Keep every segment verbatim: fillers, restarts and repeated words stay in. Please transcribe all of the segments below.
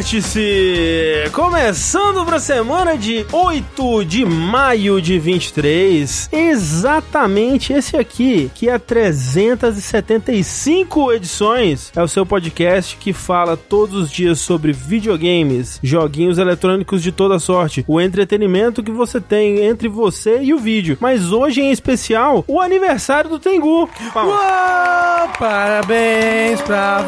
Vértice! Começando pra semana de oito de maio de vinte e três, exatamente esse aqui, que é trezentas e setenta e cinco edições, é o seu podcast que fala todos os dias sobre videogames, joguinhos eletrônicos de toda sorte, o entretenimento que você tem entre você e o vídeo. Mas hoje, em especial, o aniversário do Tengu. Uou, parabéns pra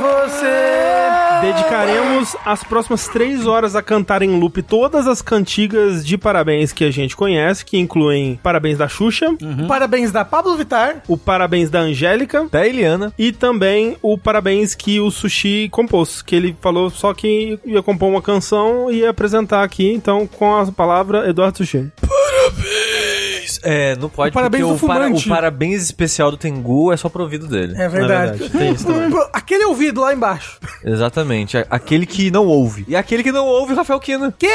você! Dedicaremos as próximas três horas a cantar em loop todas as cantigas de parabéns que a gente conhece, que incluem parabéns da Xuxa, uhum. Parabéns da Pablo Vittar, o parabéns da Angélica, da Eliana e também o parabéns que o Sushi compôs, que ele falou só que ia compor uma canção e ia apresentar aqui, então com a palavra Eduardo Sushi. Parabéns! É, não pode, o parabéns porque do o, para, o fumante. parabéns especial do Tengu é só pro ouvido dele. É verdade. É verdade. Tem isso também. Aquele ouvido lá embaixo. Exatamente. Aquele que não ouve. E aquele que não ouve, o Rafael Kina. Quê?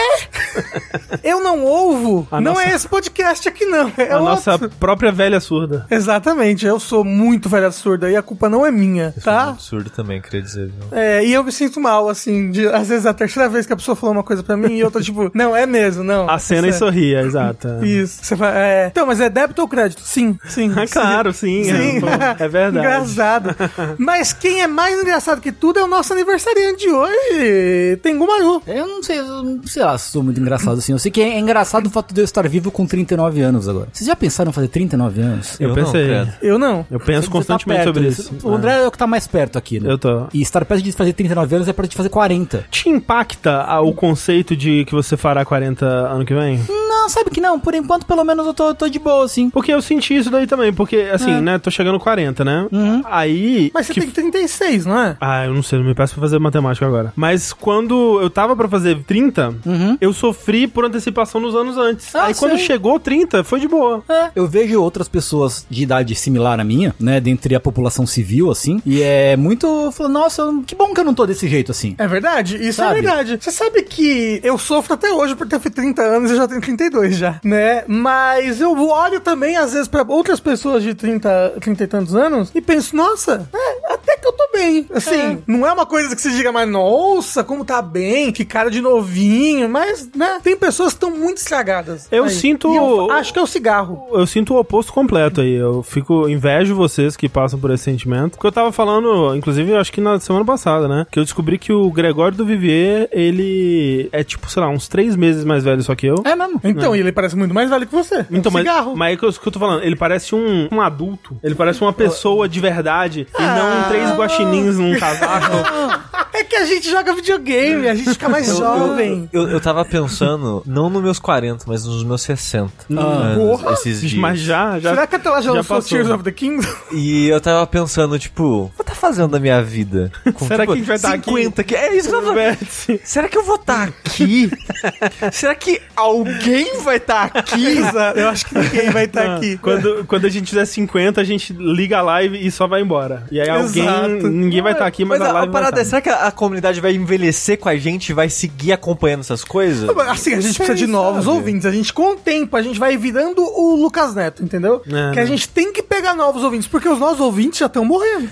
Eu não ouvo? A não nossa... é esse podcast aqui, não. É a outro. nossa própria velha surda. Exatamente. Eu sou muito velha surda e a culpa não é minha, eu tá? Sou muito surdo também, queria dizer. Viu? É, e eu me sinto mal, assim, de, às vezes a terceira vez que a pessoa falou uma coisa pra mim e eu tô tipo, não, é mesmo, não. A cena é. e sorria, exato. Isso. Você fala, é... Então, mas é débito ou crédito? Sim, sim. Ah, claro, sim. sim. É, pô, é verdade. Engraçado. Mas quem é mais engraçado que tudo é o nosso aniversariante de hoje, Tengu Maru. Eu não sei, eu não sei lá se sou muito engraçado assim. Eu sei que é engraçado o fato de eu estar vivo com trinta e nove anos agora. Vocês já pensaram em fazer trinta e nove anos? Eu, eu pensei. Não, eu não. Eu penso Você constantemente tá sobre isso. O André é o que tá mais perto aqui, né? Eu tô. E estar perto de fazer trinta e nove anos é perto de fazer quarenta. Te impacta o conceito de que você fará quarenta ano que vem? Não, sabe que não. Por enquanto, pelo menos, eu tô, tô de boa, assim. Porque eu senti isso daí também. Porque, assim, é. né? Tô chegando quarenta, né? Uhum. Aí... Mas você que... tem trinta e seis, não é? Ah, eu não sei. Não me peço pra fazer matemática agora. Mas quando eu tava pra fazer trinta, uhum. eu sofri por antecipação nos anos antes. Ah, Aí quando sei. chegou trinta, foi de boa. É. Eu vejo outras pessoas de idade similar à minha, né? Dentre a população civil, assim. E é muito... Falo, nossa, que bom que eu não tô desse jeito, assim. É verdade. Isso sabe? é verdade. Você sabe que eu sofro até hoje por ter feito trinta anos e já tenho trinta e dois já, né? Mas eu olho também, às vezes, pra outras pessoas de trinta, trinta e tantos anos e penso, nossa, é, até que eu tô bem. Assim, é. Não é uma coisa que se diga, mas nossa, como tá bem, que cara de novinho, mas, né? Tem pessoas que estão muito estragadas. Eu aí. sinto... E eu acho que é o cigarro. Eu sinto o oposto completo aí. Eu fico... Invejo vocês que passam por esse sentimento. Porque eu tava falando, inclusive, eu acho que na semana passada, né? Que eu descobri que o Gregório do Vivier, ele é tipo, sei lá, uns três meses mais velho só que eu. É mesmo. Então, é. e ele parece muito mais velho que você. Então, é um mas, cigarro. mas é que eu, que eu tô falando, ele parece um, um adulto. Ele parece uma pessoa de verdade ah. e não três guaxinins num casaco. É que a gente joga videogame, a gente fica mais eu, jovem. Eu, eu, eu tava pensando, não nos meus quarenta, mas nos meus sessenta. Ah, anos, esses dias. Mas já, já. Será que até lá já lançou Tears of the Kingdom? E eu tava pensando, tipo, o que eu tá fazendo da minha vida? Com, Será tipo, que a gente vai estar cinquenta, aqui? Que... É isso que eu tô falando. Será que eu vou estar aqui? Será que alguém vai estar aqui? Eu acho que ninguém vai estar ah, aqui. Quando, quando a gente fizer cinquenta, a gente liga a live e só vai embora. E aí alguém, Exato. ninguém vai estar aqui, mas, mas a live a parada vai é, será que a, a comunidade vai envelhecer com a gente e vai seguir acompanhando essas coisas? Assim, a gente Sei, precisa de novos sabe? ouvintes. A gente, com o tempo, a gente vai virando o Lucas Neto, entendeu? É, que a gente tem que pegar novos ouvintes, porque os nossos ouvintes já estão morrendo.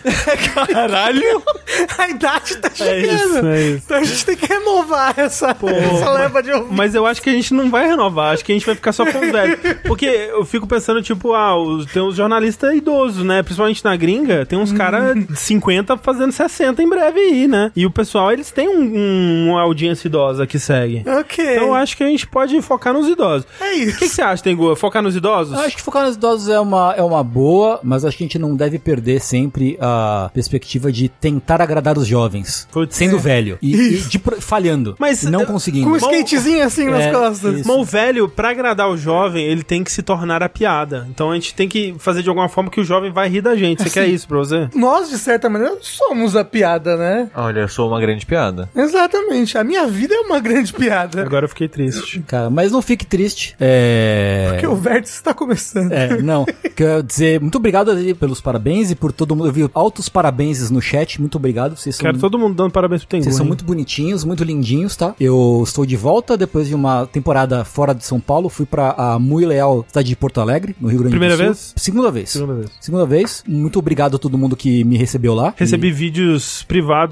Caralho! A idade tá É chegando. isso, é isso. Então a gente tem que renovar essa, essa leva de ouvintes. Mas eu acho que a gente não vai renovar, acho que a gente vai ficar só com os velhos. Porque eu fico pensando, tipo, ah, os, tem uns jornalistas idosos, né? Principalmente na gringa, tem uns caras de cinquenta fazendo sessenta em breve aí, né? E o pessoal, eles têm um, um, uma audiência idosa que segue. Ok. Então eu acho que a gente pode focar nos idosos. É isso. O que, que você acha, Tengu? Focar nos idosos? Eu acho que focar nos idosos é uma, é uma boa, mas acho que a gente não deve perder sempre a perspectiva de tentar agradar os jovens, Putz, sendo é. velho e, e de, falhando, Mas, e não eu- conseguindo. Com um skatezinho assim nas É, costas. isso. Mas o velho, pra agradar o jovem, ele tem que se tornar a piada. Então a gente tem que fazer de alguma forma que o jovem vai rir da gente. Você Assim, quer isso pra você? Nós, de certa maneira, somos a piada, né? Olha, eu sou uma grande piada. Exatamente. A minha vida é uma grande piada. Agora eu fiquei triste. Cara, mas não fique triste. É... Porque o vértice está começando. É, não. Quero dizer muito obrigado aí pelos parabéns e por todo mundo. Eu vi altos parabéns no chat. Muito obrigado. Vocês são, Quero todo mundo dando parabéns pro Tengu. vocês são hein? muito bonitinhos, muito lindinhos, tá? Eu estou de volta depois de uma temporada fora de São Paulo. Fui pra a Muito Leal, cidade de Porto Alegre, no Rio Grande Primeira do Sul. vez? Segunda vez. Segunda vez. Segunda vez. Muito obrigado a todo mundo que me recebeu lá. Recebi E- vídeos privados de você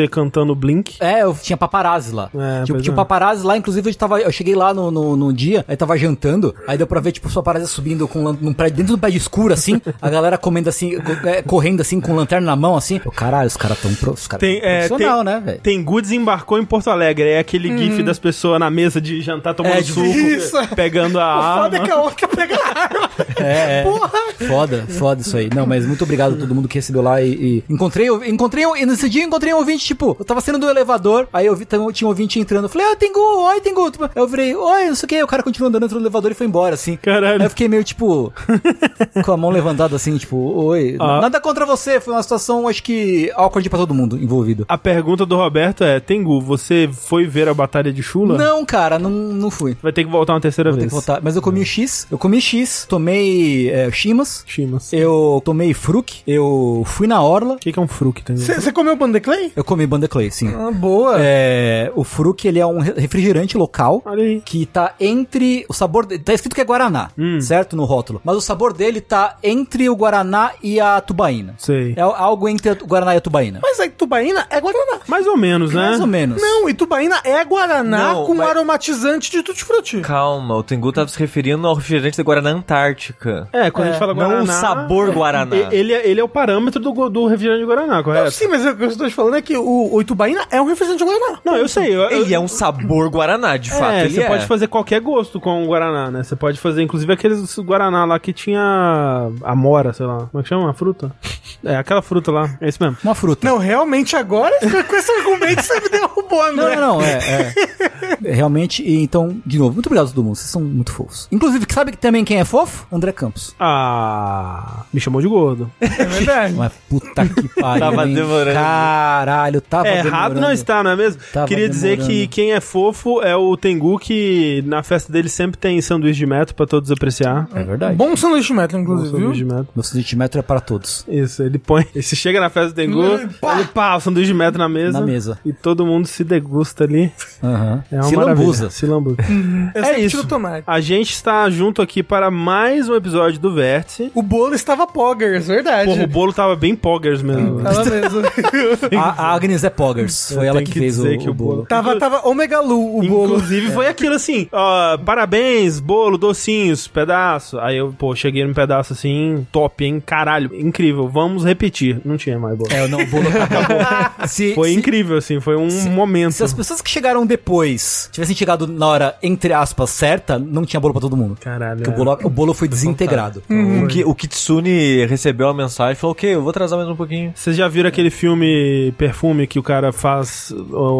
cantando Blink. É, eu tinha paparazzi lá. É, tipo, pois tinha é. paparazzi lá, inclusive eu, tava, eu cheguei lá no, no, no dia, aí tava jantando, aí deu pra ver, tipo, os paparazzi subindo com lan- num prédio, dentro do prédio escuro, assim, a galera comendo assim, co- é, correndo assim, com lanterna na mão, assim. Eu, caralho, os caras tão, pro, os cara Tem, tão é, profissional, tem, né, velho? tem Gu desembarcou em Porto Alegre. É aquele gif das pessoas na mesa de jantar tomando É, de- suco, Isso. pegando a Foda arma. que a outra pega a arma. É, é. Porra. Foda, foda isso aí. Não, mas muito obrigado a todo mundo que recebeu lá e... e encontrei, eu, encontrei, um- e nesse dia eu encontrei um ouvinte, tipo, eu tava saindo do elevador, aí eu vi, tam- tinha um ouvinte entrando, eu falei, ah, Tengu, oi, Tengu. Tipo, eu virei, oi, não sei o que, o cara continuou andando dentro do elevador e foi embora, assim. Caralho. Aí eu fiquei meio, tipo, com a mão levantada, assim, tipo, oi, Ah. nada contra você, foi uma situação, acho que, awkward pra todo mundo envolvido. A pergunta do Roberto é, Tengu, você foi ver a Batalha de Chula? Não, cara, não, não fui. Vai ter que voltar uma terceira Vou ter vez. que voltar. Mas eu comi X, eu comi X, tomei é, Shimas, Shimas. eu tomei Fruc, eu fui na Orla, O que, que é um fruc, Tengu? Você comeu Bandeclay? eu comi Bandeclay, sim. Ah, boa. É, o Fruc, ele é um re- refrigerante local Olha aí. que tá entre o sabor, de- tá escrito que é Guaraná, Hum. certo? No rótulo. Mas o sabor dele tá entre o Guaraná e a tubaína. Sei. É algo entre o Guaraná e a tubaína. Mas a Itubaína é Guaraná. Mais ou menos, né? Mais ou menos. Não, Itubaína é Guaraná Não, com mas- aromatizante de tutti-frutti. Calma, o Tengu tava se referindo ao refrigerante da Guaraná Antártica. É, quando a gente fala Não Guaraná... o sabor Guaraná. e- Ele, é- ele é o parâmetro do, gu- do refrigerante de Guaraná, Não, correto? sim, mas o que eu estou te falando é que o, o Itubaína é um refrigerante de Guaraná. Não, eu sei. Eu, eu- Ele é um sabor Guaraná, de fato. É, ele você é. pode fazer qualquer gosto com o Guaraná, né? Você pode fazer, inclusive, aqueles Guaraná lá que tinha amora, sei lá. Como é que chama? A fruta? É, aquela fruta lá. É isso mesmo. Uma fruta. Não, realmente agora, com esse argumento, você me derrubou, André. Não, não, não, é, é. Realmente, e então, de novo, muito obrigado a todo mundo, vocês são muito fofos. Inclusive, sabe também quem é fofo? André Campos. Ah, me chamou de gordo. É verdade. Mas puta que pariu. Tava hein? demorando. Caralho, tava É, errado demorando. não está, não é mesmo? Tava Queria dizer demorando. que quem é fofo é o Tengu, que na festa dele sempre tem sanduíche de metro pra todos apreciar. É verdade. Bom sanduíche metro, inclusive, Sanduíche de viu? metro. Meu sanduíche de metro é para todos. Isso, ele põe. Ele se chega na festa do Tengu, Pá! ele pá, o sanduíche de metro na mesa. Na mesa. E todo mundo se degusta ali. Aham. É uma Se maravilha. lambuza. Se lambuza. Eu É sempre isso. tiro tomate. A gente está junto aqui para mais um episódio do Vértice. O bolo estava poggers, verdade. Porra, o bolo tava bem poggers mesmo. Tava mesmo. A, a Agnes é Poggers. Foi Eu ela tenho que, que fez o, dizer que o o bolo. bolo- tava, tava Omega Lu, o bolo. Inclusive foi aquilo assim, ó, parabéns, bolo, docinhos, pedaço. Aí eu, pô, cheguei num pedaço assim, top, hein, caralho, incrível, vamos repetir. Não tinha mais bolo. É, não, o bolo acabou. Se, Foi se, incrível, assim, foi um momento. se as pessoas que chegaram depois tivessem chegado na hora, entre aspas, certa, não tinha bolo pra todo mundo. Caralho, Porque é. o bolo, o bolo foi desintegrado. O, Ki- o Kitsune recebeu a mensagem e falou, ok, eu vou atrasar mais um pouquinho. Vocês já viram aquele filme Perfume que o cara faz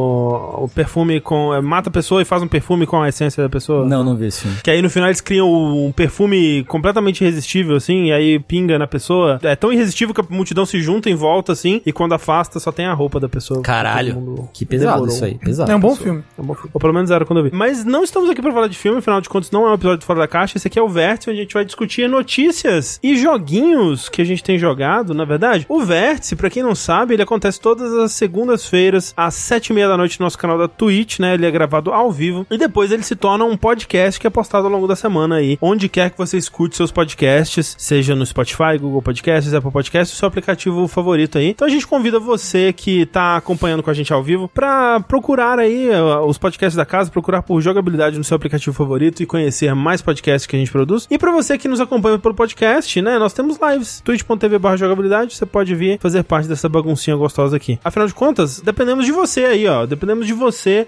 o, o perfume com... é, mata a pessoa e faz um perfume com a essência da pessoa? Não, não vi esse filme. Que aí no final eles criam um perfume completamente irresistível, assim, e aí pinga na pessoa. É tão irresistível que a multidão se junta em volta, assim, e quando afasta só tem a roupa da pessoa. Caralho. Todo mundo Que pesado demorou. isso aí, pesado. É um bom filme. É um bom filme. Ou pelo menos era quando eu vi. Mas não estamos aqui pra falar de filme, afinal de contas não é um episódio de Fora da Caixa, esse aqui é o Vértice, onde a gente vai discutir notícias e joguinhos que a gente tem jogado, na verdade. O Vértice, pra quem não sabe, ele acontece todas as segundas-feiras, às sete e meia da noite no nosso canal da Twitch, né? Ele é gravado ao vivo. E depois ele se torna um podcast que é postado ao longo da semana aí, onde quer que você escute seus podcasts, seja no Spotify, Google Podcasts, Apple Podcasts, o seu aplicativo favorito aí. Então a gente convida você que tá acompanhando com a gente ao vivo pra procurar aí uh, os podcasts da casa, procurar por jogabilidade no seu aplicativo favorito e conhecer mais podcasts que a gente produz. E pra você que nos acompanha pelo podcast, né, nós temos lives, twitch ponto tv barra jogabilidade, você pode vir fazer parte dessa baguncinha gostosa aqui. Afinal de contas, dependemos de você aí, ó, dependemos de você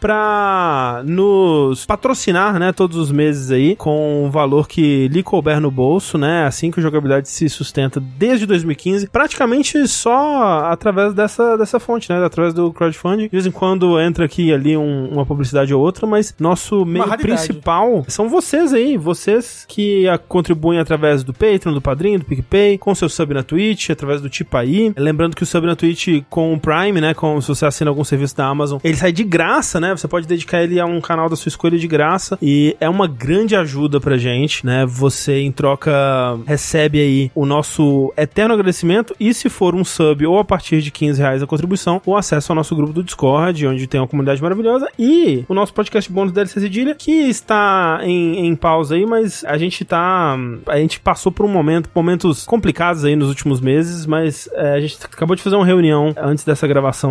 pra nos patrocinar, né, todos os meses aí, com o valor que lhe couber no bolso, né, assim que o jogabilidade se sustenta desde dois mil e quinze, praticamente só através dessa, dessa fonte, né, através do crowdfunding. De vez em quando entra aqui e ali um, uma publicidade ou outra, mas nosso meio raridade. principal são vocês aí, vocês que a, contribuem através do Patreon, do Padrinho, do PicPay, com seu sub na Twitch, através do Tipaí. Lembrando que o sub na Twitch com o Prime, né, com, se você assina algum serviço da Amazon, ele sai de graça, né, você pode dedicar ele a um canal da sua escolha de graça e é uma grande ajuda pra gente, né, você em troca recebe aí o nosso eterno agradecimento e se for um sub ou a partir de quinze reais a contribuição, o acesso ao nosso grupo do Discord, onde tem uma comunidade maravilhosa e o nosso podcast bônus da L C Cedilha, que está em, em pausa aí, mas a gente tá, a gente passou por um momento, momentos complicados aí nos últimos meses, mas é, a gente acabou de fazer uma reunião antes dessa gravação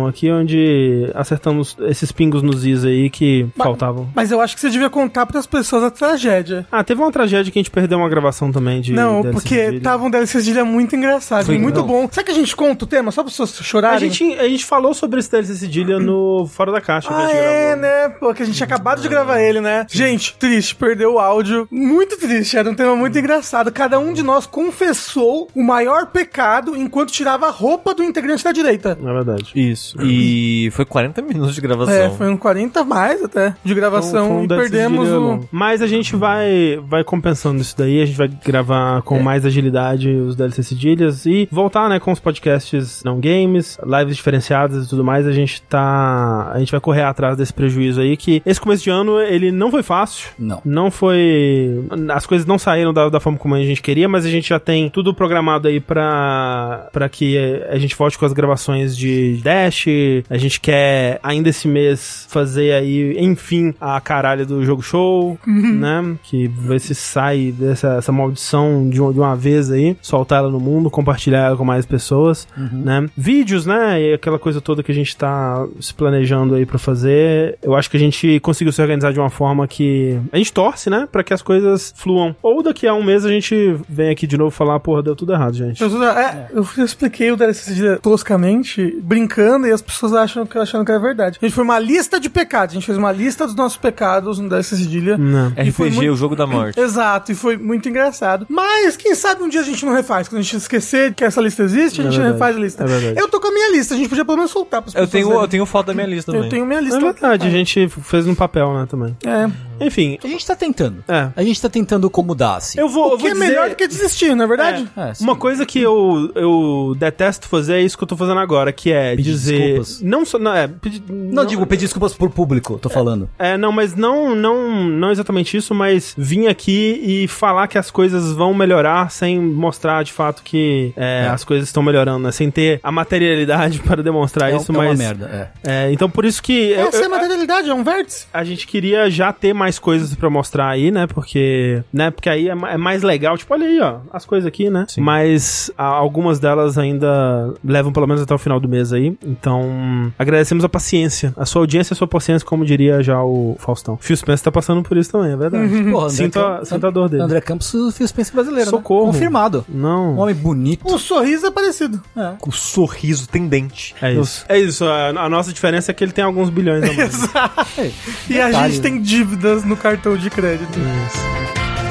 gravação aqui, onde acertamos esses pingos nos is aí que Mas- faltavam. Mas eu acho que você devia contar pras pessoas a tragédia. Ah, teve uma tragédia que a gente perdeu uma gravação também de... Não, D L C porque Cedilha. tava um D L C Cedilha muito engraçado Foi, e muito não. bom. Será que a gente conta o tema só pra pessoas chorarem? A gente, a gente falou sobre esse D L C Cedilha no Fora da Caixa. que a Ah, gente é, gravou. né? Pô, que a gente tinha acabado de gravar ele, né? Gente, triste, perdeu o áudio. Muito triste, era um tema muito engraçado. Cada um de nós confessou o maior pecado enquanto tirava a roupa do integrante da direita. É verdade. Isso. E foi quarenta minutos de gravação. É, foi um quarenta mais até de gravação Foi um e D L C perdemos Cedilha o... longo. Mas a gente vai, vai compensando isso daí, a gente vai gravar com mais agilidade os D L C Cedilhas e voltar, né, com os podcasts não games, lives diferenciadas e tudo mais. A gente tá... A gente vai correr atrás desse prejuízo aí, que esse começo de ano, ele não foi fácil. Não. Não foi... As coisas não saíram da, da forma como a gente queria, mas a gente já tem tudo programado aí pra, pra que a gente volte com as gravações de Dash. A gente quer, ainda esse mês, fazer aí, enfim, a caralho do jogo show, né? Que ver se sai dessa essa maldição de uma, de uma vez aí, soltar ela no mundo, compartilhar ela com mais pessoas, né? Vídeos, né? E aquela coisa toda que a gente tá se planejando aí pra fazer. Eu acho que a gente conseguiu se organizar de uma forma que a gente torce, né? Pra que as coisas fluam. Ou daqui a um mês a gente vem aqui de novo falar, porra, deu tudo errado, gente. Eu, é, eu expliquei o D L C Cedilha toscamente, brincando, e as pessoas acham que, achando que é verdade. A gente foi uma lista de pecados, a gente fez uma lista dos nossos pecados no D L C Cedilha. Não. E foi R P G, muito- o jogo da morte. Exato, e foi muito engraçado. Mas, quem sabe um dia a gente não refaz. Quando a gente esquecer que essa lista existe, a É gente verdade. refaz a lista. É verdade. Eu tô com a minha lista, a gente podia pelo menos soltar pras Eu pessoas. tenho, verem. eu tenho foto da minha lista também. Eu tenho minha É lista. verdade, a gente fez no papel, né, também. É. Enfim, A gente tá tentando. é. A gente tá tentando como dá, assim. Eu vou, eu O que vou é dizer... melhor do que desistir, não é verdade? É. É, sim. Uma coisa que eu, eu detesto fazer é isso que eu tô fazendo agora, que é Pedir dizer... desculpas. Não só... Não, é, pedir, Não, digo, pedir desculpas por público, tô falando. É, não, mas não, não, não exatamente isso, mas vir aqui e falar que as coisas vão melhorar sem mostrar de fato que é, É. as coisas estão melhorando, né? Sem ter a materialidade para demonstrar É, isso, é mas... uma merda, é. É, então por isso que... eu- Essa eu- é a materialidade, é um vértice. a gente queria já ter mais coisas pra mostrar aí, né? Porque, né? Porque aí é, ma- é mais legal. Tipo, olha aí, ó, as coisas aqui, né? Sim. Mas a- algumas delas ainda levam pelo menos até o final do mês aí. Então, agradecemos a paciência. A sua audiência e a sua paciência, como diria já o Faustão. Phil Spencer tá passando por isso também, é verdade. Porra, André Sinto a, Campos- sinto a dor dele. André Campos, o Phil Spencer brasileiro, Socorro. né? Confirmado. Um Não. homem bonito. O sorriso é parecido. É. Com o sorriso tendente. É isso. É isso. A, a nossa diferença é que ele tem alguns bilhões a mais. É. E a Detalhe, gente né? tem dívidas no cartão de crédito. Isso.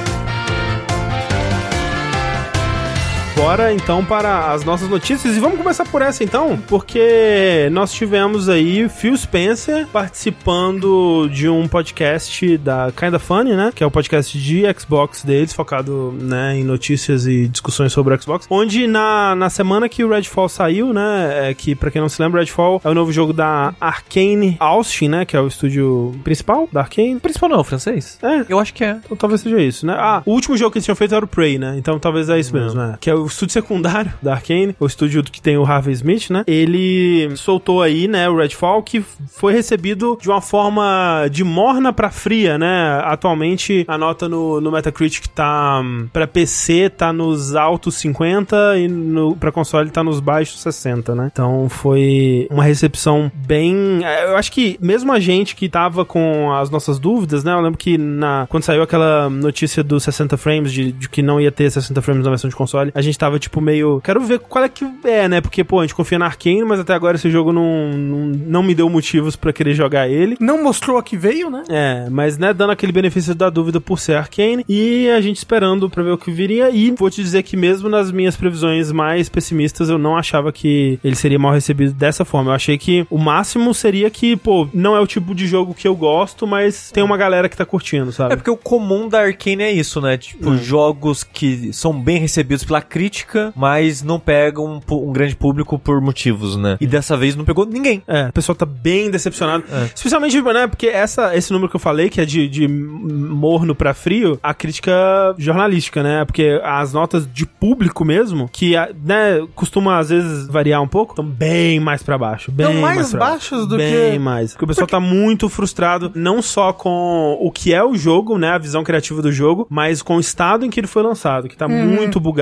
Bora então para as nossas notícias e vamos começar por essa então, porque nós tivemos aí Phil Spencer participando de um podcast da Kinda Funny, né, que é o podcast de Xbox deles, focado, né, em notícias e discussões sobre o Xbox, onde na, na semana que o Redfall saiu, né, é que pra quem não se lembra, Redfall é o novo jogo da Arkane Austin, né, que é o estúdio principal da Arkane. Principal não, francês? É, Eu acho que é. então talvez seja isso, né? Ah, o último jogo que eles tinham feito era o Prey, né? Então talvez é isso mesmo, né? Que é o estúdio secundário da Arkane, o estúdio que tem o Harvey Smith, né? Ele soltou aí, né, o Redfall, que foi recebido de uma forma de morna pra fria, né? Atualmente a nota no, no Metacritic tá hum, pra P C tá nos altos cinquenta e no, pra console tá nos baixos sessenta, né? Então foi uma recepção bem... Eu acho que mesmo a gente que tava com as nossas dúvidas, né? Eu lembro que na, quando saiu aquela notícia dos sessenta frames, de, de que não ia ter sessenta frames na versão de console, a gente tava tipo meio... Quero ver qual é que é, né? Porque, pô, a gente confia na Arkane, mas até agora esse jogo não, não, não me deu motivos pra querer jogar ele. Não mostrou a que veio, né? É, mas né, dando aquele benefício da dúvida por ser Arkane e a gente esperando pra ver o que viria. E vou te dizer que mesmo nas minhas previsões mais pessimistas, eu não achava que ele seria mal recebido dessa forma. Eu achei que o máximo seria que, pô, não é o tipo de jogo que eu gosto, mas tem uma galera que tá curtindo, sabe? É porque o comum da Arkane é isso, né? Tipo, Hum. jogos que são bem recebidos pela crítica, mas não pegam um, pu- um grande público por motivos, né? E dessa vez não pegou ninguém. É, o pessoal tá bem decepcionado. É. Especialmente, né, porque essa, esse número que eu falei, que é de, de morno pra frio, a crítica jornalística, né? Porque as notas de público mesmo, que, né, costuma às vezes variar um pouco, estão bem mais pra baixo. Bem Tão mais mais pra baixas baixo. do bem que- mais. Porque o pessoal tá muito frustrado, não só com o que é o jogo, né, a visão criativa do jogo, mas com o estado em que ele foi lançado, que tá muito bugado,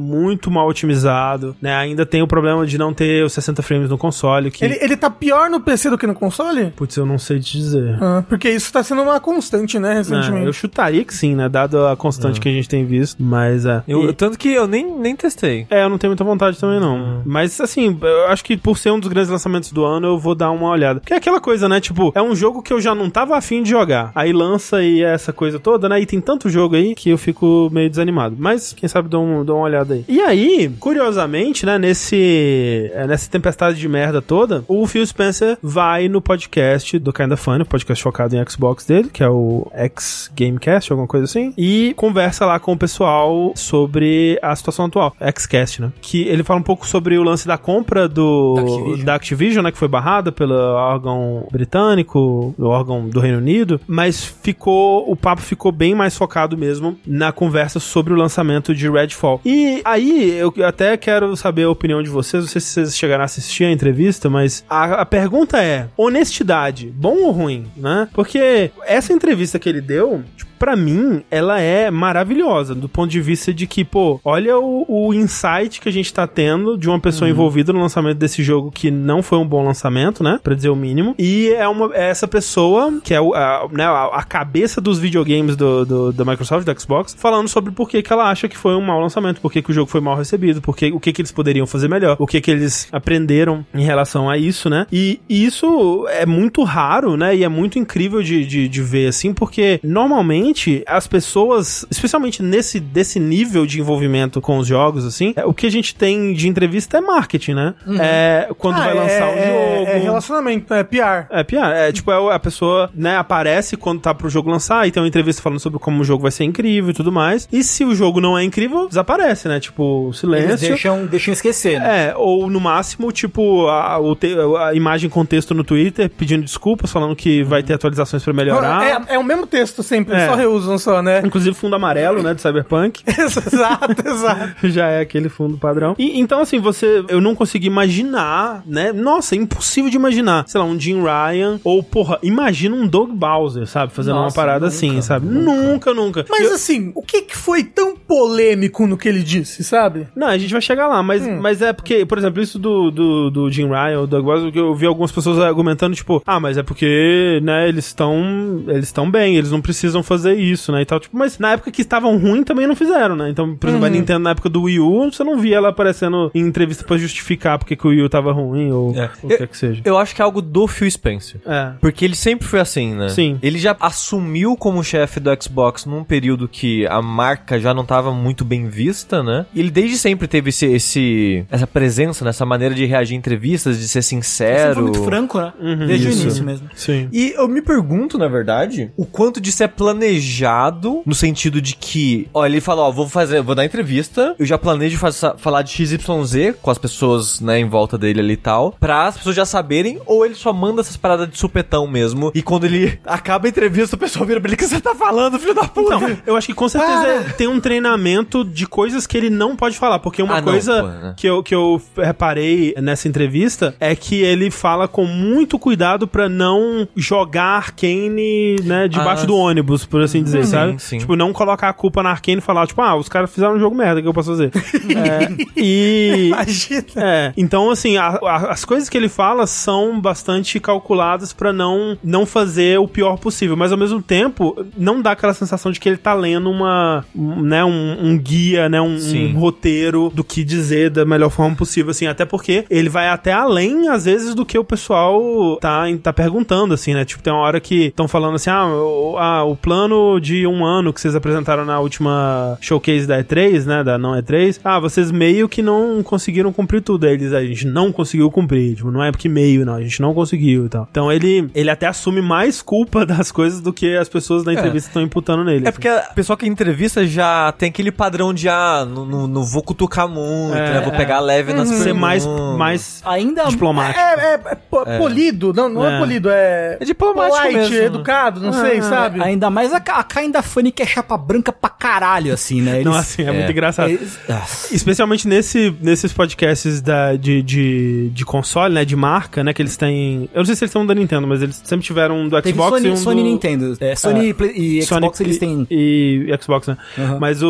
muito mal otimizado, né? Ainda tem o problema de não ter os sessenta frames no console. Que... Ele, ele tá pior no P C do que no console? Putz, eu não sei te dizer. Ah, porque isso tá sendo uma constante, né, recentemente. É, eu chutaria que sim, né? Dado a constante é. que a gente tem visto, mas é. Eu, e... Tanto que eu nem, nem testei. É, eu não tenho muita vontade também, não. Hum. Mas, assim, eu acho que por ser um dos grandes lançamentos do ano, eu vou dar uma olhada. Porque é aquela coisa, né? Tipo, é um jogo que eu já não tava afim de jogar. Aí lança e é essa coisa toda, né? E tem tanto jogo aí que eu fico meio desanimado. Mas, quem sabe, dou, um, dou uma olhada aí. E aí, curiosamente, né? Nesse, nessa tempestade de merda toda, o Phil Spencer vai no podcast do Kinda Funny, podcast focado em Xbox dele, que é o X Gamecast, alguma coisa assim, e conversa lá com o pessoal sobre a situação atual. Xcast, né? Que ele fala um pouco sobre o lance da compra do, da Activision, da Activision, né? Que foi barrada pelo órgão britânico, o órgão do Reino Unido, mas ficou, o papo ficou bem mais focado mesmo na conversa sobre o lançamento de Redfall. E aí, eu até quero saber a opinião de vocês, não sei se vocês chegaram a assistir a entrevista, mas a, a pergunta é, honestidade, bom ou ruim, né? Porque essa entrevista que ele deu, tipo, pra mim, ela é maravilhosa, do ponto de vista de que, pô, olha o, o insight que a gente tá tendo de uma pessoa uhum. envolvida no lançamento desse jogo que não foi um bom lançamento, né? Pra dizer o mínimo. E é, uma, é essa pessoa, que é o, a, né, a, a cabeça dos videogames do, do, da Microsoft, do Xbox, falando sobre por que que ela acha que foi um mau lançamento, por que que o jogo foi mal recebido, por que, o que que eles poderiam fazer melhor, o que que eles aprenderam em relação a isso, né? E isso é muito raro, né? E é muito incrível de, de, de ver, assim, porque normalmente as pessoas, especialmente nesse desse nível de envolvimento com os jogos, assim, é, o que a gente tem de entrevista é marketing, né? Uhum. É quando ah, vai lançar o é, jogo. É relacionamento, é P R. É P R. É tipo, é, a pessoa, né, aparece quando tá pro jogo lançar e tem uma entrevista falando sobre como o jogo vai ser incrível e tudo mais. E se o jogo não é incrível, desaparece, né? Tipo, silêncio. Eles deixam, deixam esquecer, né? É, ou no máximo, tipo, a, o te, a imagem com texto no Twitter pedindo desculpas, falando que vai ter atualizações pra melhorar. É, é o mesmo texto sempre, é. só reusam só, né? Inclusive fundo amarelo, né, de Cyberpunk. Exato, exato. Já é aquele fundo padrão. E então, assim, você... Eu não consegui imaginar, né? Nossa, é impossível de imaginar. Sei lá, um Jim Ryan ou, porra, imagina um Doug Bowser, sabe? Fazendo Nossa, uma parada nunca, assim, sabe? Nunca, nunca. nunca. Mas eu... assim, o que que foi tão polêmico no que ele disse, sabe? Não, a gente vai chegar lá, mas, hum. mas é porque, por exemplo, isso do, do, do Jim Ryan ou Doug Bowser, eu vi algumas pessoas argumentando, tipo, ah, mas é porque, né, eles estão eles estão bem, eles não precisam fazer isso, né, e tal, tipo, mas na época que estavam ruim também não fizeram, né, então, por exemplo, uhum. a Nintendo na época do Wii U, você não via ela aparecendo em entrevista pra justificar porque que o Wii U tava ruim, ou é. o que é que seja. Eu acho que é algo do Phil Spencer. É. Porque ele sempre foi assim, né? Sim. Ele já assumiu como chefe do Xbox num período que a marca já não tava muito bem vista, né? E ele desde sempre teve esse, esse, essa presença, né? Essa maneira de reagir em entrevistas, de ser sincero. Ele foi muito franco, né? Uhum. Desde Isso. o início mesmo. Sim. E eu me pergunto, na verdade, o quanto disso é planejado, no sentido de que, ó, ele fala, ó, vou fazer, vou dar entrevista, eu já planejo fazer, falar de X Y Z com as pessoas, né, em volta dele ali e tal, pra as pessoas já saberem, ou ele só manda essas paradas de supetão mesmo, e quando ele acaba a entrevista, o pessoal vira pra ele, o que você tá falando, filho da puta? Então, eu acho que com certeza ah. tem um treinamento de coisas que ele não pode falar, porque uma ah, coisa não, pô, né? que, eu, que eu reparei nessa entrevista é que ele fala com muito cuidado pra não jogar Arcane, né, debaixo ah, do ônibus, por assim dizer, sim, sabe? Sim. Tipo, não colocar a culpa na Arcane e falar, tipo, ah, os caras fizeram um jogo merda, o que eu posso fazer? é, e... Imagina! É, então, assim, a, a, as coisas que ele fala são bastante calculadas pra não, não fazer o pior possível, mas ao mesmo tempo, não dá aquela sensação de que ele tá lendo uma, um, né, um, um guia, né, um, um roteiro do que dizer da melhor forma possível, assim, até porque ele vai até além, às vezes, do que o pessoal tá, tá perguntando, assim, né, tipo, tem uma hora que estão falando assim, ah o, ah, o plano de um ano que vocês apresentaram na última showcase da E três, né, da não E três, ah, vocês meio que não conseguiram cumprir tudo, aí eles, a gente não conseguiu cumprir, tipo, não é porque meio, não, a gente não conseguiu e tal. Então ele, ele até assume mais culpa das coisas do que as pessoas da entrevista estão é. imputando nele. É assim. porque a pessoa que entrevista já tem aquele padrão de, ah, não, não, não vou cutucar muito, é, né, vou é. pegar leve nas uhum. Ser mais, mais ainda diplomático. É, é, é, po, é. polido, não, não é. é polido, é... É diplomático polite, mesmo. educado, não ah, sei, sabe? Ainda mais a, a Kinda Funny que é chapa branca pra caralho, assim, né? Eles, não, assim, é, é muito engraçado. Eles, especialmente nesse, nesses podcasts da, de, de, de console, né, de marca, né, que eles têm... Eu não sei se eles são da Nintendo, mas eles sempre tiveram um do Xbox Sony, e um Sony do... Nintendo. É, Sony é, Play, e Xbox Sony eles têm... E, e Xbox, né? Uhum. Mas o,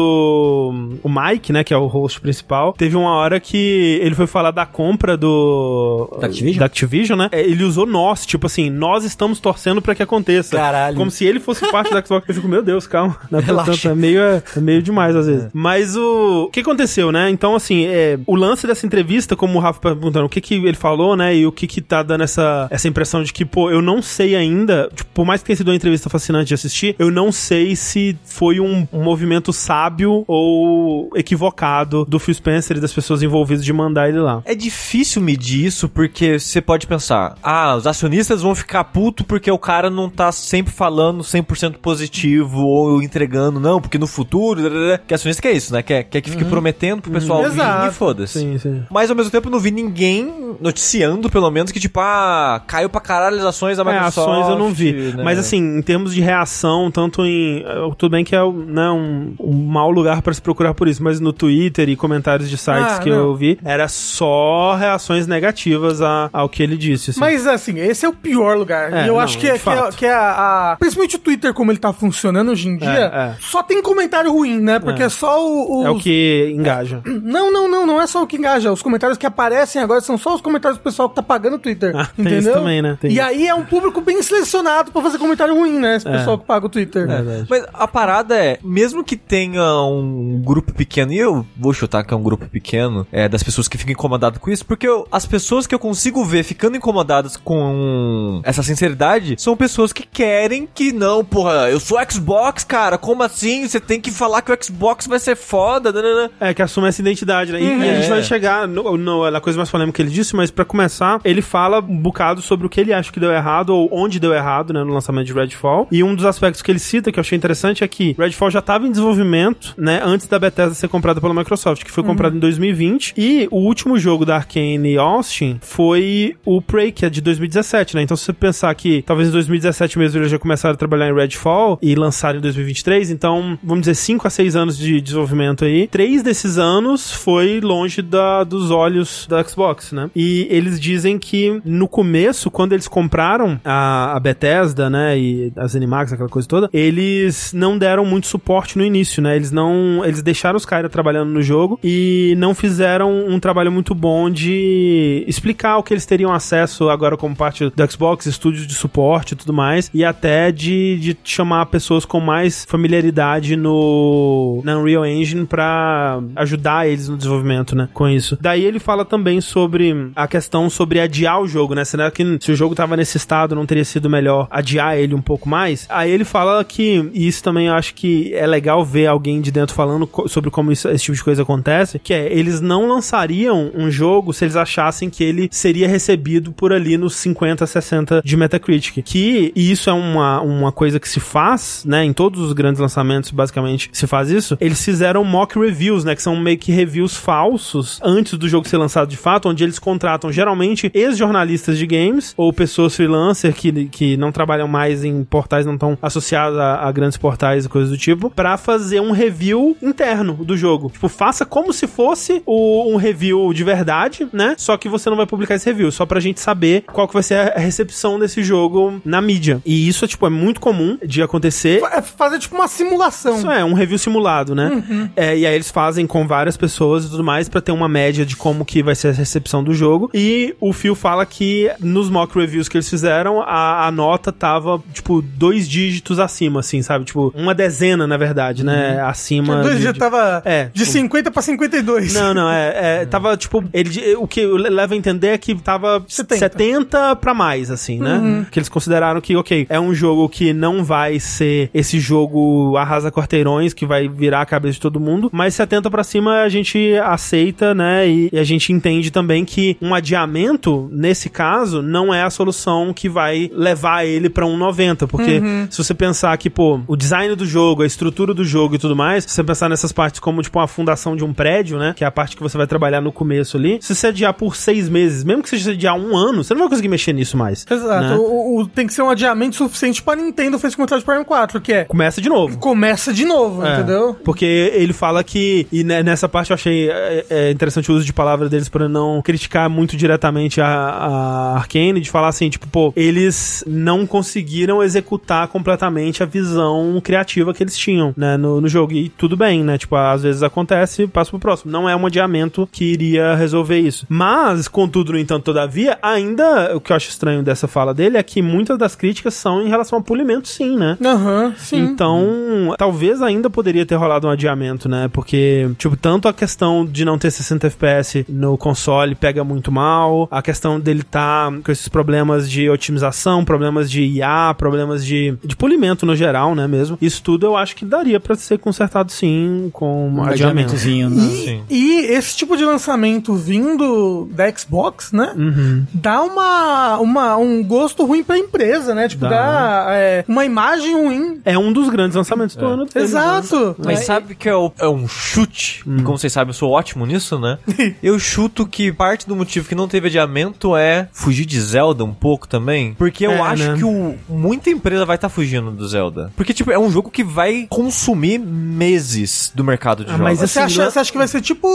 o, o Mike, né, que é o host principal, teve uma hora que ele foi falar da compra do... Da Activision? Da Activision, né? Ele usou nós, tipo assim, nós estamos torcendo pra que aconteça. Caralho. Como se ele fosse parte da Xbox. Eu fico, meu Deus, calma. Não é Relaxa. tanto, é meio, é, é meio demais às vezes. É. Mas o... O que aconteceu, né? Então, assim, é, o lance dessa entrevista, como o Rafa perguntando, o que que ele falou, né? E o que que tá dando essa, essa impressão de que, pô, eu não sei ainda, tipo, por mais que tenha sido uma entrevista fascinante de assistir, eu não sei se foi um, um movimento sábio ou equivocado do Phil Spencer e das pessoas envolvidas de mandar ele lá. É difícil medir isso porque você pode pensar, ah, os acionistas vão ficar puto porque o cara não tá sempre falando cem por cento positivo ou entregando, não, porque no futuro, que acionista que é isso, né? Quer, quer que fique uhum. prometendo pro pessoal uhum. vir Exato. e foda-se. Sim, sim. Mas ao mesmo tempo eu não vi ninguém noticiando, pelo menos, que tipo, ah, caiu pra caralho as ações da Microsoft. É, ações eu não vi. Né? Mas assim, em termos de reação, tanto em... Tudo bem que é né, um, um mau lugar pra se procurar por isso, mas no Twitter e comentários de sites ah, que não. eu vi, era só reações negativas a, ao que ele disse. Assim. Mas assim, esse é o pior lugar. É, e eu não, acho que, é, que, é, que é a, a... Principalmente o Twitter, como ele tá funcionando hoje em dia, é, é. só tem comentário ruim, né? Porque é só o... Os... É o que engaja. Não, não, não, não é só o que engaja. Os comentários que aparecem agora são só os comentários do pessoal que tá pagando o Twitter. Ah, entendeu? tem isso também, né? Tem e isso. aí é um público bem selecionado pra fazer comentário ruim, né? Esse É. pessoal que paga o Twitter. É. Mas a parada é, mesmo que tenha um grupo pequeno, e eu vou chutar que é um grupo pequeno, é, das pessoas que ficam incomodadas com isso, porque eu, as pessoas que eu consigo ver ficando incomodadas com essa sinceridade são pessoas que querem que não, porra, eu sou Xbox, cara, como assim? Você tem que falar que o Xbox vai ser foda, nanana. É, que assume essa identidade, né? E, Uhum. e a gente É. vai chegar no, no, na coisa mais polêmica que ele disse, mas pra começar, ele fala um bocado sobre o que ele acha que deu errado ou onde deu errado, né, no lançamento de Redfall. E um dos aspectos que ele cita, que eu achei interessante, é que Redfall já estava em desenvolvimento, né, antes da Bethesda ser comprada pela Microsoft, que foi Uhum. comprada em dois mil e vinte. E o último jogo da Arcane Austin foi o Prey, que é de dois mil e dezessete, né? Então, se você pensar que talvez em dois mil e dezessete mesmo eles já começaram a trabalhar em Redfall e lançaram em dois mil e vinte e três, então, vamos dizer, cinco a seis anos de desenvolvimento aí. Três desses anos foi longe da, dos olhos da Xbox, né? E eles dizem que no começo, quando eles compraram a, a Bethesda, né, e as Animax, aquela coisa toda, eles não deram muito suporte no início, né? Eles não, eles deixaram os caras trabalhando no jogo e não fizeram um trabalho muito bom de explicar o que eles teriam acesso agora como parte do Xbox, estúdios de suporte e tudo mais, e até de, de chamar pessoas com mais familiaridade no na Unreal Engine pra ajudar eles no desenvolvimento, né, com isso. Daí ele fala também sobre a questão sobre adiar o jogo, né? Será que se o jogo tava nesse estado não teria sido melhor adiar ele um pouco mais? Aí ele fala que, e isso também eu acho que é legal ver alguém de dentro falando co- sobre como isso, esse tipo de coisa acontece, que é, eles não lançariam um jogo se eles achassem que ele seria recebido por ali nos cinquenta, sessenta de Metacritic. Que, e isso é uma, uma coisa que se faz, né, em todos os grandes lançamentos, basicamente, se faz isso. Eles fizeram mock reviews, né, que são meio que reviews falsos antes do jogo ser lançado de fato, onde eles contratam geralmente ex-jornalistas de games ou pessoas freelancer que, que não trabalham mais em portais, não estão associados a, a grandes portais e coisas do tipo, pra fazer um review interno do jogo. Tipo, faça como se fosse o, um review de verdade, né? Só que você não vai publicar esse review, só pra gente saber qual que vai ser a recepção desse jogo na mídia. E isso, tipo, é muito comum de acontecer. É fazer tipo uma simulação. Isso é, um review simulado, né? Uhum. É, e aí eles fazem com várias pessoas e tudo mais pra ter uma média de como que vai ser a recepção do jogo. E o Phil fala que nos mock reviews que eles fizeram, a, a nota tava, tipo, dois dígitos acima, assim, sabe? Tipo, uma dezena, na verdade, né? Uhum. Acima. Dois de, dias de... tava é, de tipo... cinquenta pra cinquenta e dois. Não, não, é, é tava, tipo, ele, o que leva a entender é que tava setenta, setenta pra mais, assim, né? Uhum. Que eles consideraram que, ok, é um jogo que não vai ser esse jogo arrasa-quarteirões que vai virar a cabeça de todo mundo, mas setenta pra cima a gente aceita, né? E, e a gente entende também que um adiamento, nesse caso, não é a solução que vai levar ele pra um noventa, porque uhum. se você pensar que, pô, o design do jogo, a estrutura do jogo e tudo mais, se você pensar nessas partes como, tipo, a fundação de um prédio, né? Que é a parte que você vai trabalhar no começo ali, se você adiar por seis meses, mesmo que seja adiar um ano, você não vai conseguir mexer nisso mais. Exato. Né? O, o, tem que ser um adiamento suficiente pra Nintendo fez com o Metroid Prime quatro, que é... Começa de novo. Começa de novo, é, entendeu? Porque ele fala que, e nessa parte eu achei é, é interessante o uso de palavras deles pra não criticar muito diretamente a, a Arcane, de falar assim, tipo, pô, eles não conseguiram executar completamente a visão criativa que eles tinham, né, no, no jogo. e tudo bem, né? Tipo, às vezes acontece, passa pro próximo. Não é um adiamento que iria resolver isso. Mas, contudo, no entanto, todavia, ainda o que eu acho estranho dessa fala dele é que muitas das críticas são em relação ao polimento, sim, né? Aham, uhum, sim. Então, talvez ainda poderia ter rolado um adiamento, né? Porque, tipo, tanto a questão de não ter sessenta F P S no console pega muito mal, a questão dele tá com esses problemas de otimização, problemas de I A, problemas de, de polimento no geral, né, mesmo. Isso tudo eu acho que daria pra ser consertado, sim, com um adiamentozinho, né? E, e esse tipo de lançamento vindo da Xbox, né? Uhum. Dá uma, uma, um gosto ruim pra empresa, né? Tipo, dá, dá é, uma imagem ruim. É um dos grandes lançamentos do é. ano deles, Exato. Né? Mas sabe que é, o, é um chute? Hum. E como vocês sabem, eu sou ótimo nisso, né? Eu chuto que parte do motivo que não teve adiamento é fugir de Zelda um pouco também. Porque eu é, acho né? que o, muita empresa vai estar tá fugindo do Zelda. Porque, tipo, é um jogo que vai consumir meses do mercado de ah, jogos. Mas você, assim, acha, você acha que vai ser tipo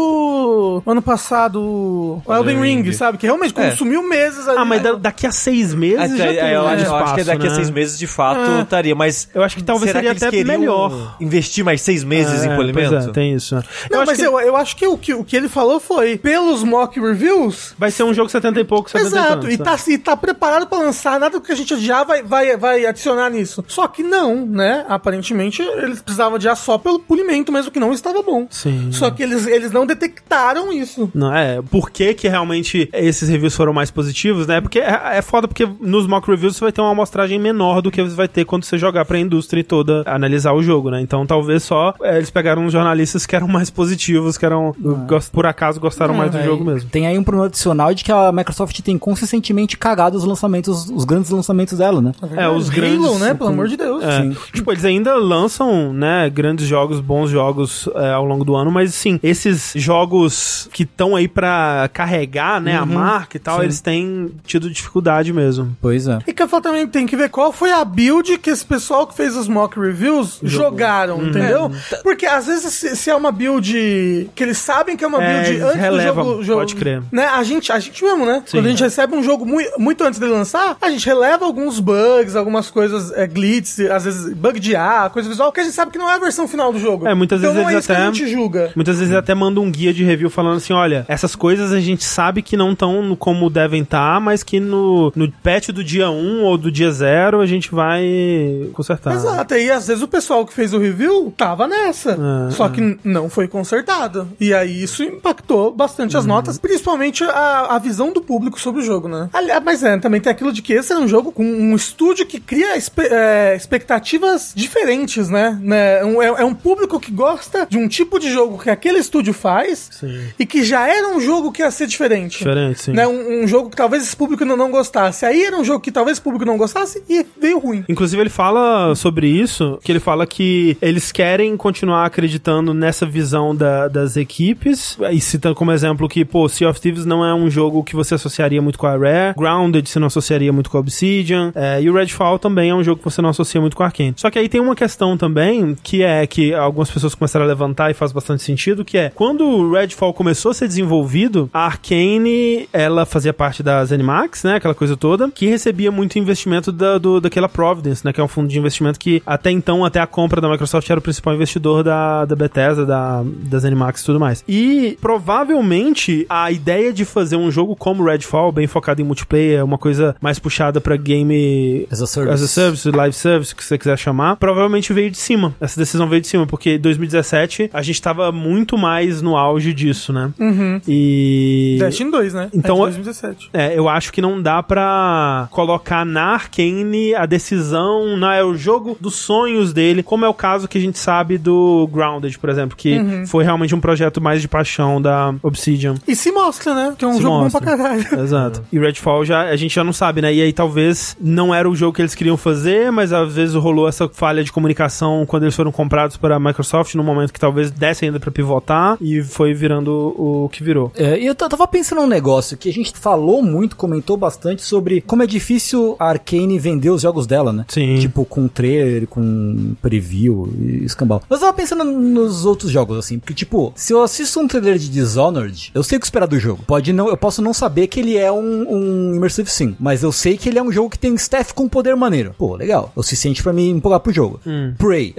o, o ano passado, o Elden Ring, Ring, sabe? Que realmente é. consumiu meses ali. Ah, mas da, daqui a seis meses até, já tem é, eu, um acho, espaço, eu acho que daqui né? a seis meses, de fato, estaria. É. Mas eu acho que talvez seria que até melhor. Investir mais seis meses é, em polimento? Pois é, tem isso. Não, eu mas acho que... eu, eu acho que o, que o que ele falou foi, pelos mock reviews... Vai ser um jogo setenta e pouco, setenta Exato, e tantos. e tá, e tá preparado pra lançar, nada do que a gente adiar vai, vai, vai adicionar nisso. Só que não, né? Aparentemente, eles precisavam adiar só pelo polimento, mesmo que não estava bom. Sim. Só que eles, eles não detectaram isso. Não, é, por que que realmente esses reviews foram mais positivos, né? Porque é, é foda, porque nos mock reviews você vai ter uma amostragem menor do que você vai ter quando você jogar pra indústria toda analisar o jogo, né? Então talvez só é, eles pegaram uns jornalistas que eram mais positivos, que eram, ah. gost, por acaso, gostaram ah, mais do é, jogo mesmo. Tem aí um problema adicional de que a Microsoft tem consistentemente cagado os lançamentos, os grandes lançamentos dela, né? É, os grandes... Halo, né? Pelo amor de Deus. É. Sim. Tipo, eles ainda lançam, né, grandes jogos, bons jogos é, ao longo do ano, mas sim, esses jogos que estão aí pra carregar, né, uhum. a marca e tal, sim. eles têm tido dificuldade mesmo. Pois é. E que eu falo também, tem que ver qual foi a build que esse pessoal que fez os mock reviews Jogou. jogaram, uhum. entendeu? É. Porque às vezes se, se é uma build que eles sabem que é uma build é, antes releva, do jogo, jogo... Pode crer. Né, a gente, a gente mesmo, né? Sim. Quando a gente recebe um jogo muito, muito antes dele lançar, a gente releva alguns bugs, algumas coisas, é, glitches, às vezes bug de ar, coisa visual, que a gente sabe que não é a versão final do jogo. É, muitas então vezes não é eles isso até, que a gente julga. Muitas vezes até mandam um guia de review falando assim, olha, essas coisas a gente sabe que não estão como devem estar, mas que no, no patch do dia um ou do dia zero a gente vai consertar. Exato, e às vezes o pessoal que fez o review tava nessa, é, só é. que não foi consertado. E aí isso impactou bastante as uhum. notas, principalmente a, a visão do público sobre o jogo, né? Aliás, mas é, também tem aquilo de que esse é um jogo com um estúdio que cria espe é, expectativas diferentes, né? né? Um, é, é um público que gosta de um tipo de jogo que aquele estúdio faz sim. e que já era um jogo que ia ser diferente. Diferente, sim. Né? Um, um jogo que talvez esse público não, não gostasse. Aí era um jogo que talvez esse público não gostasse e veio ruim. Inclusive ele fala sobre isso, que ele fala que eles querem continuar acreditando nessa visão da, das equipes, e citando como exemplo que, pô, Sea of Thieves não é um jogo que você associaria muito com a Rare, Grounded você não associaria muito com a Obsidian, é, e o Redfall também é um jogo que você não associa muito com a Arkane. Só que aí tem uma questão também, que é que algumas pessoas começaram a levantar e faz bastante sentido, que é, quando o Redfall começou a ser desenvolvido, a Arkane, ela fazia parte da ZeniMax, né, aquela coisa toda, que recebia muito investimento da, do, daquela Providence, né, que é um fundo de investimento que até então, até a compra da Microsoft, era o principal investidor da, da Bethesda, da, da ZeniMax e tudo mais. E provavelmente a ideia de fazer um jogo como Redfall, bem focado em multiplayer, uma coisa mais puxada pra game as a service, as a service live service, que você quiser chamar, provavelmente veio de cima. Essa decisão veio de cima, porque em dois mil e dezessete a gente tava muito mais no auge disso, né? Uhum. E... Destiny dois, né? Então, é dois mil e dezessete. É, eu acho que não dá pra colocar na Arkane a decisão, não é o jogo dos sonhos dele, como é o caso que a gente sabe do Grounded, por exemplo, que uhum. foi realmente um projeto mais de paixão da Obsidian. E se mostra, né? Que é um se jogo mostra. bom pra caralho. Exato. E Redfall já, a gente já não sabe, né? E aí talvez não era o jogo que eles queriam fazer, mas às vezes rolou essa falha de comunicação quando eles foram comprados pela Microsoft, num momento que talvez desse ainda pra pivotar, e foi virando o, o que virou. É, e eu tava pensando num negócio que a gente falou muito, comentou bastante sobre como é difícil a Arkane vender os jogos dela, né? Sim. Tipo, com trailer, com preview e escambau. Mas eu tava pensando nos outros jogos, assim, porque, tipo, se eu assisto um trailer de Dishonored, eu sei o que esperar do jogo. Pode não, eu posso não saber que ele é um, um Immersive Sim, mas eu sei que ele é um jogo que tem staff com poder maneiro. Pô, legal. É o suficiente pra me empolgar pro jogo. Hum. Prey. Eu não sei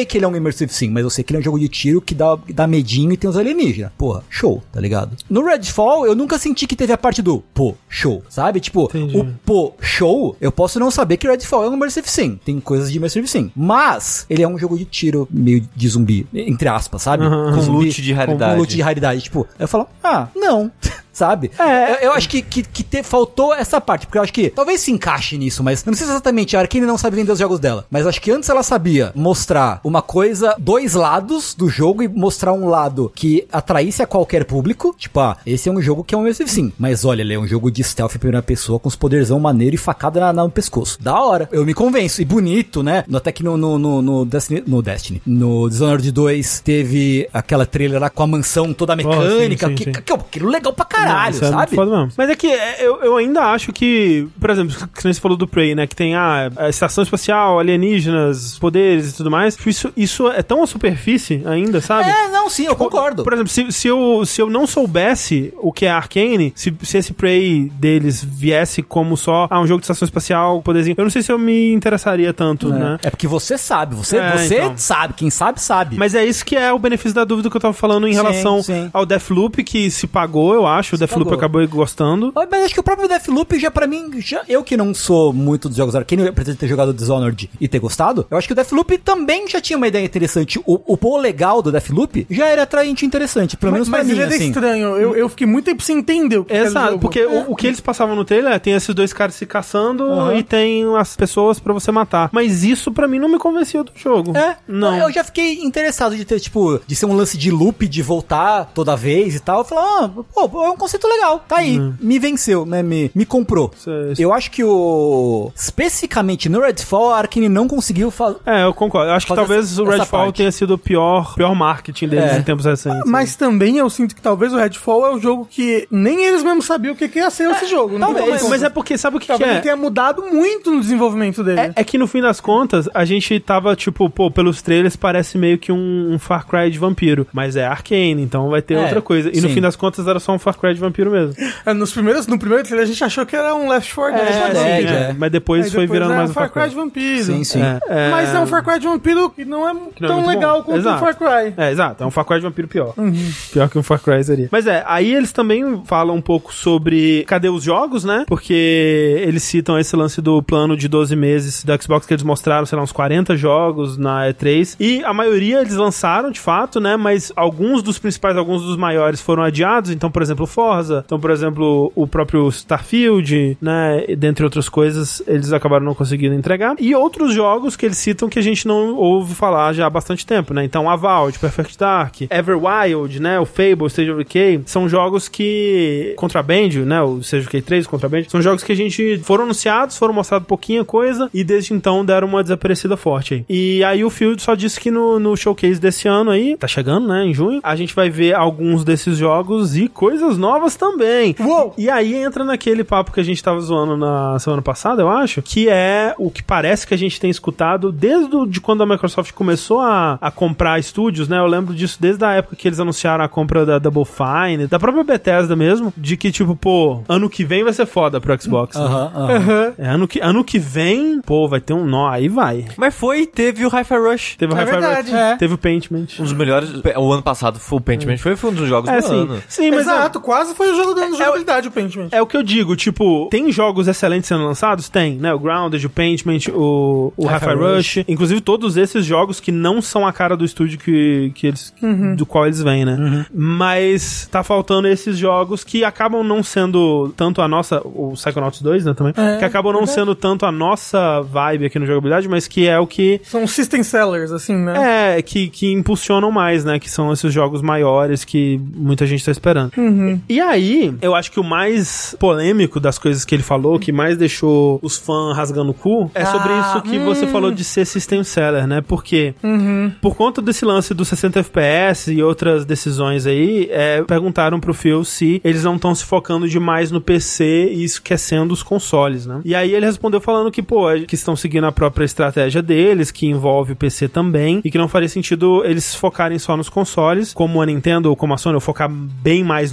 que ele é um Immersive Sim, mas eu sei que ele é um jogo de tiro que dá, dá medinho e tem os alienígenas. Porra, show, tá ligado? No Redfall, eu nunca senti que teve a parte do pô, show, sabe? Tipo, Entendi. o pô, show, eu posso não saber que Redfall é um Immersive Sim. Tem coisas de Immersive Sim. Mas, ele é um jogo de tiro meio de zumbi, entre aspas, sabe? Uhum. Com zumbi, loot de raridade. Com loot de raridade. Tipo, eu falo, ah, não. Sabe? É. Eu, eu acho que, que, que te, faltou essa parte, porque eu acho que talvez se encaixe nisso, mas eu não sei se exatamente a Arkane não sabe vender os jogos dela, mas eu acho que antes ela sabia mostrar uma coisa, dois lados do jogo e mostrar um lado que atraísse a qualquer público, tipo, ah, esse é um jogo que é um Immersive Sim, mas olha, ele é um jogo de stealth em primeira pessoa com os poderzão maneiro e facada na, na, no pescoço. Da hora. Eu me convenço. E bonito, né? Até que no, no, no, no Destiny, no Destiny, no Dishonored dois teve aquela trailer lá com a mansão toda mecânica, Oh, sim, sim, que, sim. que, que, aquilo legal pra caralho, Não, isso é muito sabe? foda mesmo. Mas é que é, eu, eu ainda acho que, por exemplo, que você falou do Prey, né? Que tem ah, a estação espacial, alienígenas, poderes e tudo mais. Isso, isso é tão a superfície ainda, sabe? É, não, sim, eu concordo. Por exemplo, se, se, eu, se eu não soubesse o que é Arcane, se, se esse Prey deles viesse como só ah, um jogo de estação espacial, poderzinho, eu não sei se eu me interessaria tanto, É. né? É porque você sabe, você, É, você então. sabe, quem sabe, sabe. Mas é isso que é o benefício da dúvida que eu tava falando em Sim, relação sim. ao Deathloop, que se pagou, eu acho. O Deathloop pagou. acabou gostando. Mas acho que o próprio Deathloop já pra mim, já, eu que não sou muito dos jogos Arcane, eu pretendo ter jogado Dishonored e ter gostado, eu acho que o Deathloop também já tinha uma ideia interessante. O, o pô legal do Deathloop já era atraente e interessante, pelo menos Mas, pra mas mim, ele era assim. estranho. Eu, eu fiquei muito tempo sem entender o que era o Exato, jogo. porque o, o que eles passavam no trailer é, tem esses dois caras se caçando Uhum. e tem as pessoas pra você matar. Mas isso pra mim não me convencia do jogo. É, Não. eu já fiquei interessado de ter, tipo, de ser um lance de loop, de voltar toda vez e tal. Eu falei, ah, pô, é um conceito legal, tá aí. Me venceu, né, me, me comprou. Sei, sei. Eu acho que o... especificamente no Redfall, a Arkane não conseguiu fazer... É, eu concordo. Eu acho que Fazer talvez essa- o essa Redfall parte. tenha sido o pior, pior marketing deles É. em tempos recentes. Mas também eu sinto que talvez o Redfall é o jogo que nem eles mesmos sabiam o que, que ia ser esse jogo. Não tem Talvez, como- mas é porque, sabe o que, que Talvez é? ele tenha mudado muito no desenvolvimento dele. É, é que no fim das contas, a gente tava, tipo, pô, pelos trailers parece meio que um, um Far Cry de vampiro. Mas é Arcane, então vai ter É, outra coisa. E no sim. fim das contas era só um Far Cry de vampiro mesmo. É, Nos primeiros, no primeiro trailer a gente achou que era um Left four Dead. Left four Mas Dead, não. é. Mas depois Aí foi virando é mais um um Far Cry de vampiro. Sim, sim. É, é... Mas é um Far Cry de vampiro que não é não é tão muito legal bom. quanto Exato. um Far Cry. É, exato. É um Far Cry de vampiro pior. Uhum. Pior que um Far Cry seria. Mas é, aí eles também falam um pouco sobre cadê os jogos, né? Porque eles citam esse lance do plano de doze meses da Xbox que eles mostraram, sei lá, uns quarenta jogos na E três. E a maioria eles lançaram, de fato, né? Mas alguns dos principais, alguns dos maiores foram adiados. Então, por exemplo, o Forza. Então, por exemplo, o próprio Starfield, né? E dentre outras coisas, eles acabaram não conseguindo entregar. E outros jogos que eles citam que a gente não ouve falar já há bastante tempo, né? Então, Avowed, Perfect Dark, Everwild, né? O Fable, State of Decay, são jogos que... Contraband, né? O State of Decay três, Contraband, são jogos que a gente... Foram anunciados, foram mostrados pouquinha coisa e desde então deram uma desaparecida forte aí. E aí o Field só disse que no, no showcase desse ano aí, tá chegando, né? Em junho, a gente vai ver alguns desses jogos e coisas novas também. Uou! E aí entra naquele papo que a gente tava zoando na semana passada, eu acho, que é o que parece que a gente tem escutado desde o, de quando a Microsoft começou a, a comprar estúdios, né? Eu lembro disso desde a época que eles anunciaram a compra da Double Fine, da própria Bethesda mesmo, de que tipo, pô, ano que vem vai ser foda pro Xbox. Aham, aham. É, ano que, ano que vem, pô, vai ter um nó, aí vai. Mas foi, teve o Hi-Fi Rush. Teve o É Hi-Fi verdade. Rush, É. teve o Paintment. Um dos melhores. O ano passado foi o Paintment, foi, foi um dos jogos É, do sim. ano. Sim, mas é, Exato, quase foi o jogo dando jogabilidade, o Paintment. é o que eu digo, tipo, tem jogos excelentes sendo lançados? Tem, né? O Grounded, o Paintment, o, o Hi-Fi Rush. Inclusive, todos esses jogos que não são a cara do estúdio que, que eles, do qual eles vêm, né? Mas tá faltando esses jogos que acabam não sendo tanto a nossa... O Psychonauts dois, né, também. É, que acabam não verdade. sendo tanto a nossa vibe aqui no jogabilidade, mas que é o que... São system sellers, assim, né? É, que, que impulsionam mais, né? Que são esses jogos maiores que muita gente tá esperando. E aí, eu acho que o mais polêmico das coisas que ele falou, que mais deixou os fãs rasgando o cu, é sobre Ah, isso que hum. você falou de ser system seller, né? Porque, por conta desse lance do sessenta F P S e outras decisões aí, é, perguntaram pro Phil se eles não estão se focando demais no P C e esquecendo os consoles, né? E aí ele respondeu falando que, pô, que estão seguindo a própria estratégia deles, que envolve o P C também, e que não faria sentido eles focarem só nos consoles, como a Nintendo ou como a Sony, ou focar bem mais nos consoles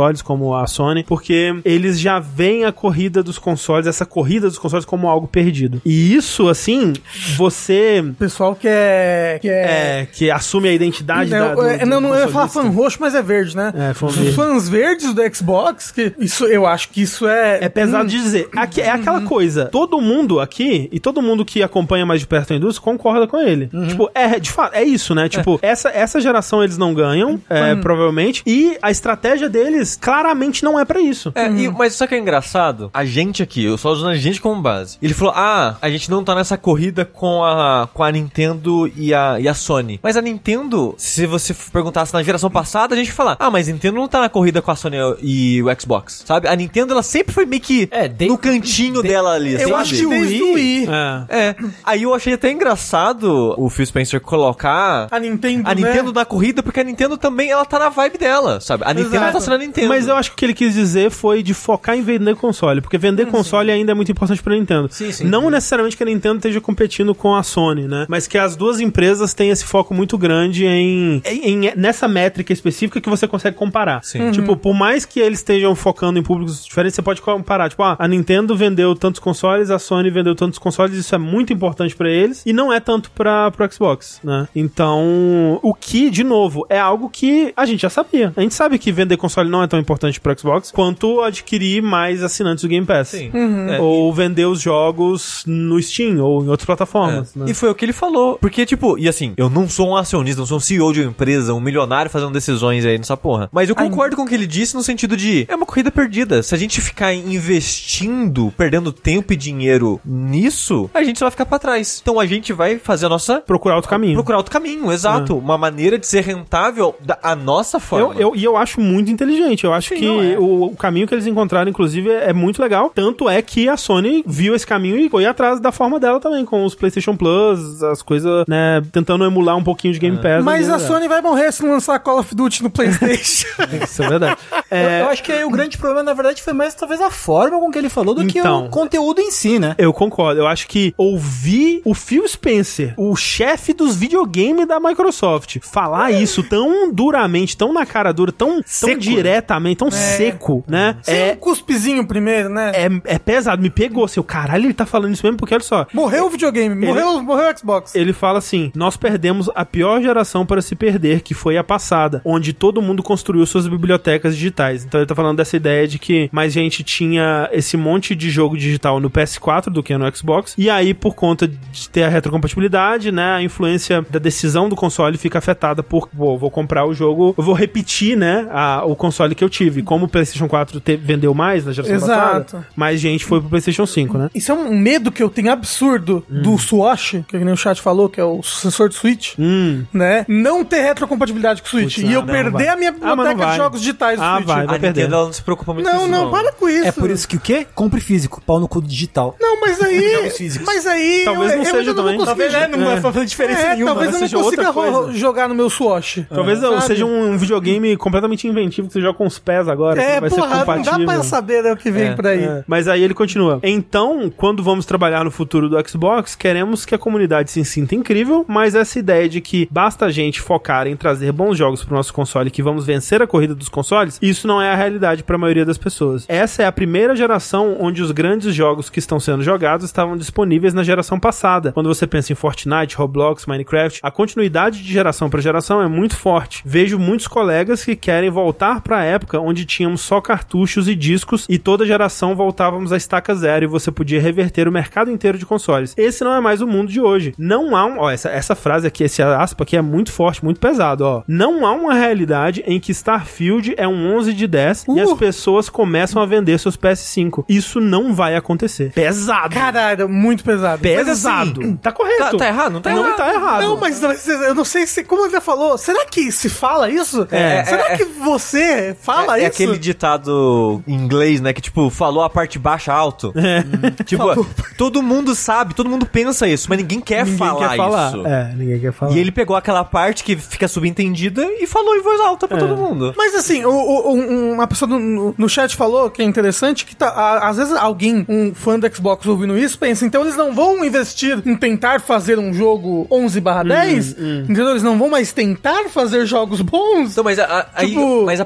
consoles, como a Sony, porque eles já veem a corrida dos consoles, essa corrida dos consoles como algo perdido. E isso, assim, você... O pessoal que é... Que é... É, que assume a identidade não, da, do, é, não, do não, eu ia falar consolista. fã roxo, mas é verde, né? É, fã Os verde. fãs verdes do Xbox, que isso, eu acho que isso é... É pesado de dizer. Aqui, é aquela coisa, todo mundo aqui, e todo mundo que acompanha mais de perto a indústria, concorda com ele. Tipo, é, de fato, é isso, né? Tipo, essa, essa geração eles não ganham, é, provavelmente, e a estratégia deles claramente não é pra isso. É, e, mas só que é engraçado, a gente aqui, eu só usando a gente como base. Ele falou, ah, a gente não tá nessa corrida com a, com a Nintendo e a, e a Sony. Mas a Nintendo, se você perguntasse na geração passada, a gente ia falar, ah, mas a Nintendo não tá na corrida com a Sony e o Xbox, sabe? A Nintendo, ela sempre foi meio que É, de- no cantinho de- dela ali, Eu sabe? acho que desde o Wii, É. É, aí eu achei até engraçado o Phil Spencer colocar a Nintendo, a né? Nintendo na corrida, porque a Nintendo também, ela tá na vibe dela, sabe? A Nintendo Exato. tá sendo a Nintendo. Mas eu acho que o que ele quis dizer foi de focar em vender console, porque vender console ainda é muito importante pra Nintendo. Sim, sim. Não necessariamente que a Nintendo esteja competindo com a Sony, né? Mas que as duas empresas têm esse foco muito grande em, em- em- nessa métrica específica que você consegue comparar. Sim. Tipo, por mais que eles estejam focando em públicos diferentes, você pode comparar. Tipo, ah, a Nintendo vendeu tantos consoles, a Sony vendeu tantos consoles, isso é muito importante pra eles, e não é tanto pra, pro Xbox, né? Então, o que, de novo, é algo que a gente já sabia. A gente sabe que vender console não é tão importante pro Xbox quanto adquirir mais assinantes do Game Pass. Sim. Uhum. É, Ou vender os jogos no Steam ou em outras plataformas. É. Né? E foi o que ele falou. Porque, tipo, e assim, eu não sou um acionista, não sou um C E O de uma empresa, um milionário fazendo decisões aí nessa porra. Mas eu concordo com o que ele disse no sentido de, é uma corrida perdida. Se a gente ficar investindo, perdendo tempo e dinheiro nisso, a gente só vai ficar pra trás. Então a gente vai fazer a nossa... Procurar outro caminho. Procurar outro caminho, exato. Uma maneira de ser rentável da a nossa forma. Eu, eu, e eu acho muito inteligente. Eu acho Sim, que não é. o, o caminho que eles encontraram, inclusive, é, é muito legal. Tanto é que a Sony viu esse caminho e foi atrás da forma dela também, com os PlayStation Plus, as coisas, né, tentando emular um pouquinho de Game Pass. Mas né, a Sony vai morrer se não lançar Call of Duty no PlayStation. Isso é verdade. Eu, É, eu acho que aí o grande problema, na verdade, foi mais talvez a forma com que ele falou do Então. que o conteúdo em si, né? eu concordo. Eu acho que ouvir o Phil Spencer, o chefe dos videogames da Microsoft, falar isso tão duramente, tão na cara dura, tão, tão Seco, diretamente, tão seco, né? Sem É, um cuspezinho primeiro, né? é, é pesado. Me pegou. Seu caralho, ele tá falando isso mesmo, porque olha só. Morreu o videogame, morreu, morreu o Xbox. Ele fala assim: nós perdemos a pior geração para se perder, que foi a passada, onde todo mundo construiu suas bibliotecas digitais. Então ele tá falando dessa ideia de que mais gente tinha esse monte de jogo digital no P S quatro do que no Xbox, e aí por conta de ter a retrocompatibilidade, né, a influência da decisão do console fica afetada por, pô, vou comprar o jogo, eu vou repetir, né, a, o console que eu tive. Como o PlayStation quatro te, vendeu mais na geração Exato. passada, mais gente foi pro PlayStation cinco, né? Isso é um medo que eu tenho absurdo Hum. do Swatch, que nem o chat falou, que é o sucessor do Switch, Hum. né? Não ter retrocompatibilidade com o Switch. Putz, e não, eu não, não perder vai. a minha Ah, mas não biblioteca vai. de jogos digitais do Ah, Switch. vai, vai A perder. Nintendo, ela não se preocupa muito com Não, isso, não, para com isso. É por isso que o quê? Compre físico, pau no cu digital. Não, mas aí... Jogos físicos. mas aí... Talvez eu, não eu seja ainda também. Não Talvez, consigo, né, não vai fazer diferença é, nenhuma. talvez eu não seja consiga outra coisa. ro- jogar no meu Swatch. Talvez Sabe? seja um videogame completamente inventivo que você joga com os pés agora, que É, vai porra, ser não compatível. dá pra saber, né, o que vem É, por aí. É, mas aí ele continua. Então, quando vamos trabalhar no futuro do Xbox, queremos que a comunidade se sinta incrível, mas essa ideia de que basta a gente focar em trazer bons jogos pro nosso console, que vamos vencer a corrida dos consoles, isso não é a realidade para a maioria das pessoas. Essa é a primeira geração onde os grandes jogos que estão sendo jogados estavam disponíveis na geração passada. Quando você pensa em Fortnite, Roblox, Minecraft, a continuidade de geração para geração é muito forte. Vejo muitos colegas que querem voltar para a época onde tínhamos só cartuchos e discos e toda geração voltávamos à estaca zero e você podia reverter o mercado inteiro de consoles. Esse não é mais o mundo de hoje. Não há um... Ó, essa, essa frase aqui, esse aspa aqui é muito forte, muito pesado, ó. Não há uma realidade em que Starfield é um onze de dez Uh. e as pessoas começam a vender seus P S cinco. Isso não vai acontecer. Pesado. Caralho, muito pesado. Pesado. assim, tá correto. Tá, tá errado? Não tá não errado. tá errado. Não, mas mas eu não sei se, como ele já falou, será que se fala isso? É, será é, que você fala é, é isso? aquele ditado em inglês, né? Que, tipo, falou a parte baixa alto. É. Tipo, Falou. todo mundo sabe, todo mundo pensa isso, mas ninguém quer Ninguém falar quer falar. isso. É, ninguém quer falar. E ele pegou aquela parte que fica subentendida e falou em voz alta pra É. todo mundo. Mas assim, o, o- um- uma pessoa no, no chat falou que é interessante que tá, a- às vezes alguém, um fã do Xbox ouvindo isso, pensa, então eles não vão investir em tentar fazer um jogo onze barra dez? Entendeu? Eles não vão mais tentar fazer jogos bons? Então, mas a, a- Tipo, aí, mas a parada é...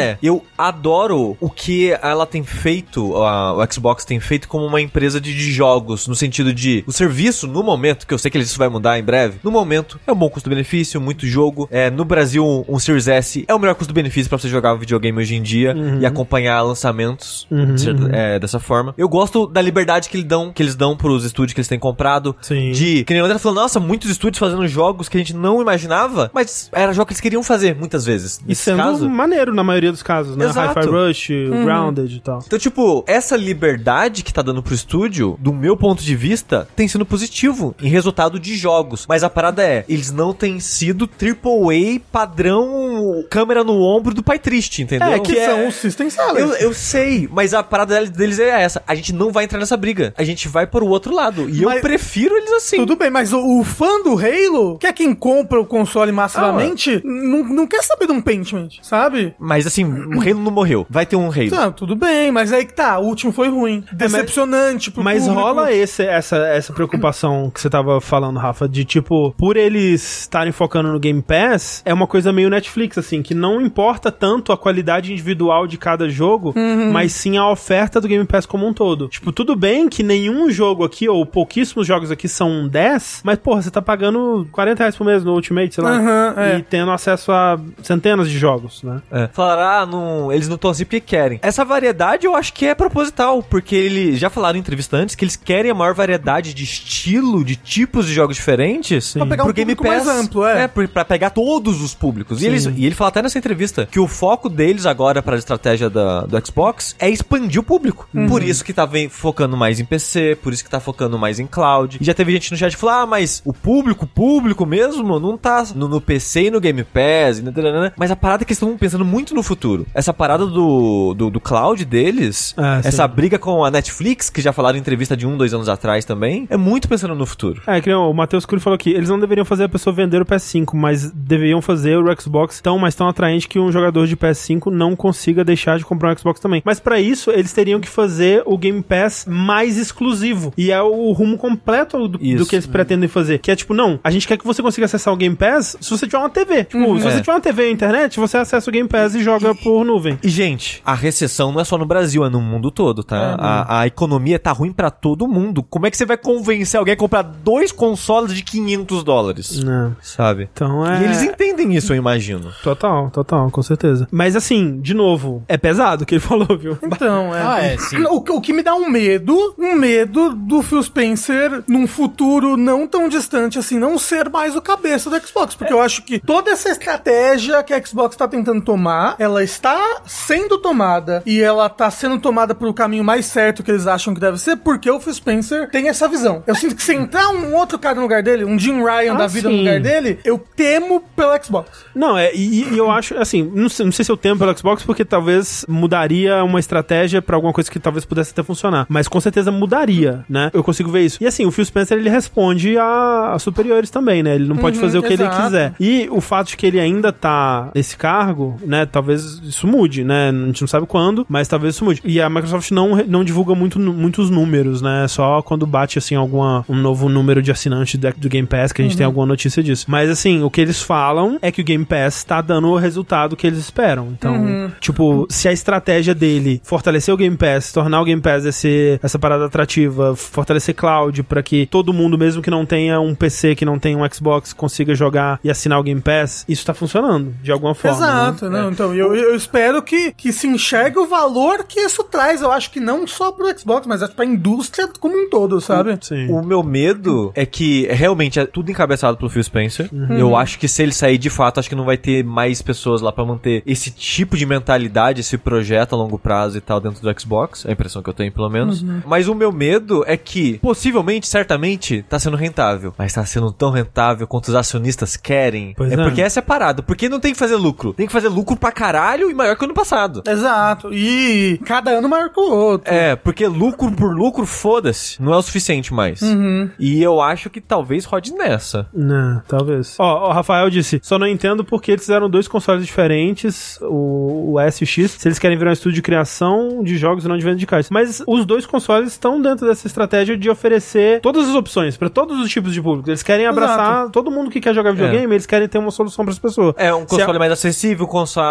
é, eu adoro o que ela tem feito, a, o Xbox tem feito como uma empresa de, de jogos, no sentido de, o serviço, no momento, que eu sei que isso vai mudar em breve, no momento, é um bom custo-benefício, muito jogo. É, no Brasil, um, um Series S é o melhor custo-benefício pra você jogar um videogame hoje em dia uhum. e acompanhar lançamentos uhum, de, uhum. É, dessa forma. Eu gosto da liberdade que eles dão, que eles dão pros estúdios que eles têm comprado. Sim. De, que nem o André falou, nossa, muitos estúdios fazendo jogos que a gente não imaginava, mas era jogo que eles queriam fazer, muitas vezes. E sendo caso, maneiro na maioria dos casos, né? Exato. Hi-Fi Rush, uhum. Grounded e tal. Então, tipo, essa liberdade que tá dando pro estúdio, do meu ponto de vista, tem sido positivo em resultado de jogos. Mas a parada é, eles não têm sido triple A padrão câmera no ombro do pai triste, entendeu? É, que, que são é... os System Sellers. Eu, eu sei, mas a parada deles é essa. A gente não vai entrar nessa briga. A gente vai por o outro lado. E mas, eu prefiro eles assim. Tudo bem, mas o, o fã do Halo, que é quem compra o console massivamente, ah, não, não quer saber de um Pentiment, sabe? Mas assim, o Halo não morreu. Vai ter um Halo. Tá, tudo bem, mas aí que tá. O último foi ruim. Decepcionante pro Mas público. rola esse, essa, essa preocupação que você tava falando, Rafa, de tipo, por eles estarem focando no Game Pass, é uma coisa meio Netflix, assim, que não importa tanto a qualidade individual de cada jogo, uhum. mas sim a oferta do Game Pass como um todo. Tipo, tudo bem que nenhum jogo aqui, ou pouquíssimos jogos aqui são dez, mas, porra, você tá pagando quarenta reais por mês no Ultimate, sei lá, uhum, é. e tendo acesso a centenas de jogos, né? É. Falaram, ah, não, eles não estão assim porque querem. Essa variedade eu acho que é proposital, porque eles já falaram em entrevista antes que eles querem a maior variedade de estilo, de tipos de jogos diferentes Sim. pra pegar pro um Game Pass mais amplo, é. É, pra pegar todos os públicos. E, eles, e ele fala até nessa entrevista que o foco deles agora para a estratégia da, do Xbox é expandir o público. Uhum. Por isso que tá vem, focando mais em P C, por isso que tá focando mais em cloud. E já teve gente no chat que falou, ah, mas o público, o público mesmo, não tá no, no P C e no Game Pass, mas a parada é que eles estão pensando muito no futuro. Essa parada do, do, do cloud deles, ah, essa sim. briga com a Netflix, que já falaram em entrevista de um, dois anos atrás também, é muito pensando no futuro. É, que o Matheus Cury falou aqui, eles não deveriam fazer a pessoa vender o P S cinco, mas deveriam fazer o Xbox tão, mas tão atraente que um jogador de P S cinco não consiga deixar de comprar um Xbox também. Mas pra isso, eles teriam que fazer o Game Pass mais exclusivo. E é o rumo completo do, do que eles pretendem fazer. Que é tipo, não, a gente quer que você consiga acessar o Game Pass se você tiver uma T V. Tipo, uhum. se você é. tiver uma T V e internet, você acessa o Game Pass e joga e, por nuvem. E, gente, a recessão não é só no Brasil, é no mundo todo, tá? É, a, a economia tá ruim pra todo mundo. Como é que você vai convencer alguém a comprar dois consoles de quinhentos dólares? Não. Sabe? Então é... E eles entendem isso, eu imagino. Total, total, com certeza. Mas assim, de novo, é pesado o que ele falou, viu? Então, é. Ah, é, sim. O, o que me dá um medo, um medo do Phil Spencer num futuro não tão distante assim, não ser mais o cabeça do Xbox, porque é. eu acho que toda essa estratégia que a Xbox tá tentando tomar, ela está sendo tomada e ela tá sendo tomada pelo caminho mais certo que eles acham que deve ser, porque o Phil Spencer tem essa visão. Eu sinto que se entrar um outro cara no lugar dele, um Jim Ryan ah, da vida sim. no lugar dele, eu temo pelo Xbox. Não, é, e, e eu acho, assim, não sei, não sei se eu temo pelo Xbox, porque talvez mudaria uma estratégia pra alguma coisa que talvez pudesse até funcionar, mas com certeza mudaria, né? Eu consigo ver isso. E assim, o Phil Spencer, ele responde a, a superiores também, né? Ele não pode uhum, fazer o que exato. ele quiser. E o fato de que ele ainda tá nesse cargo, né? Talvez isso mude, né? A gente não sabe quando, mas talvez isso mude. E a Microsoft não, não divulga muito, muitos números, né? Só quando bate, assim, alguma, um novo número de assinantes do, do Game Pass, que a gente uhum. tem alguma notícia disso. Mas assim, o que eles falam é que o Game Pass tá dando o resultado que eles esperam. Então, uhum. tipo, se a estratégia dele fortalecer o Game Pass, tornar o Game Pass esse, essa parada atrativa, fortalecer cloud pra que todo mundo, mesmo que não tenha um P C, que não tenha um Xbox, consiga jogar e assinar o Game Pass, isso tá funcionando, de alguma forma. Exato, né? Não, é. Então, eu, eu espero que, que se enxergue o valor que isso traz. Eu acho que não só pro Xbox, mas pra indústria como um todo, sabe? Sim. O meu medo é que realmente é tudo encabeçado pelo Phil Spencer. Uhum. Eu acho que se ele sair de fato, acho que não vai ter mais pessoas lá pra manter esse tipo de mentalidade, esse projeto a longo prazo e tal dentro do Xbox. É a impressão que eu tenho, pelo menos. Uhum. Mas o meu medo é que, possivelmente, certamente, tá sendo rentável. Mas tá sendo tão rentável quanto os acionistas querem. Pois é, é porque essa é a parada. Porque não tem que fazer lucro. Tem que fazer lucro pra caralho e maior que o ano passado. Exato. E cada ano maior que o outro. É, porque lucro por lucro, foda-se. Não é o suficiente mais. Uhum. E eu acho que talvez rode nessa. Não, talvez. Ó, o Rafael disse, só não entendo porque eles fizeram dois consoles diferentes, o, o S e o X, se eles querem virar um estúdio de criação de jogos e não de venda de cards. Mas os dois consoles estão dentro dessa estratégia de oferecer todas as opções pra todos os tipos de público. Eles querem abraçar Exato. todo mundo que quer jogar videogame, é. eles querem ter uma solução pras pessoas. É, um console a... mais acessível, um console mais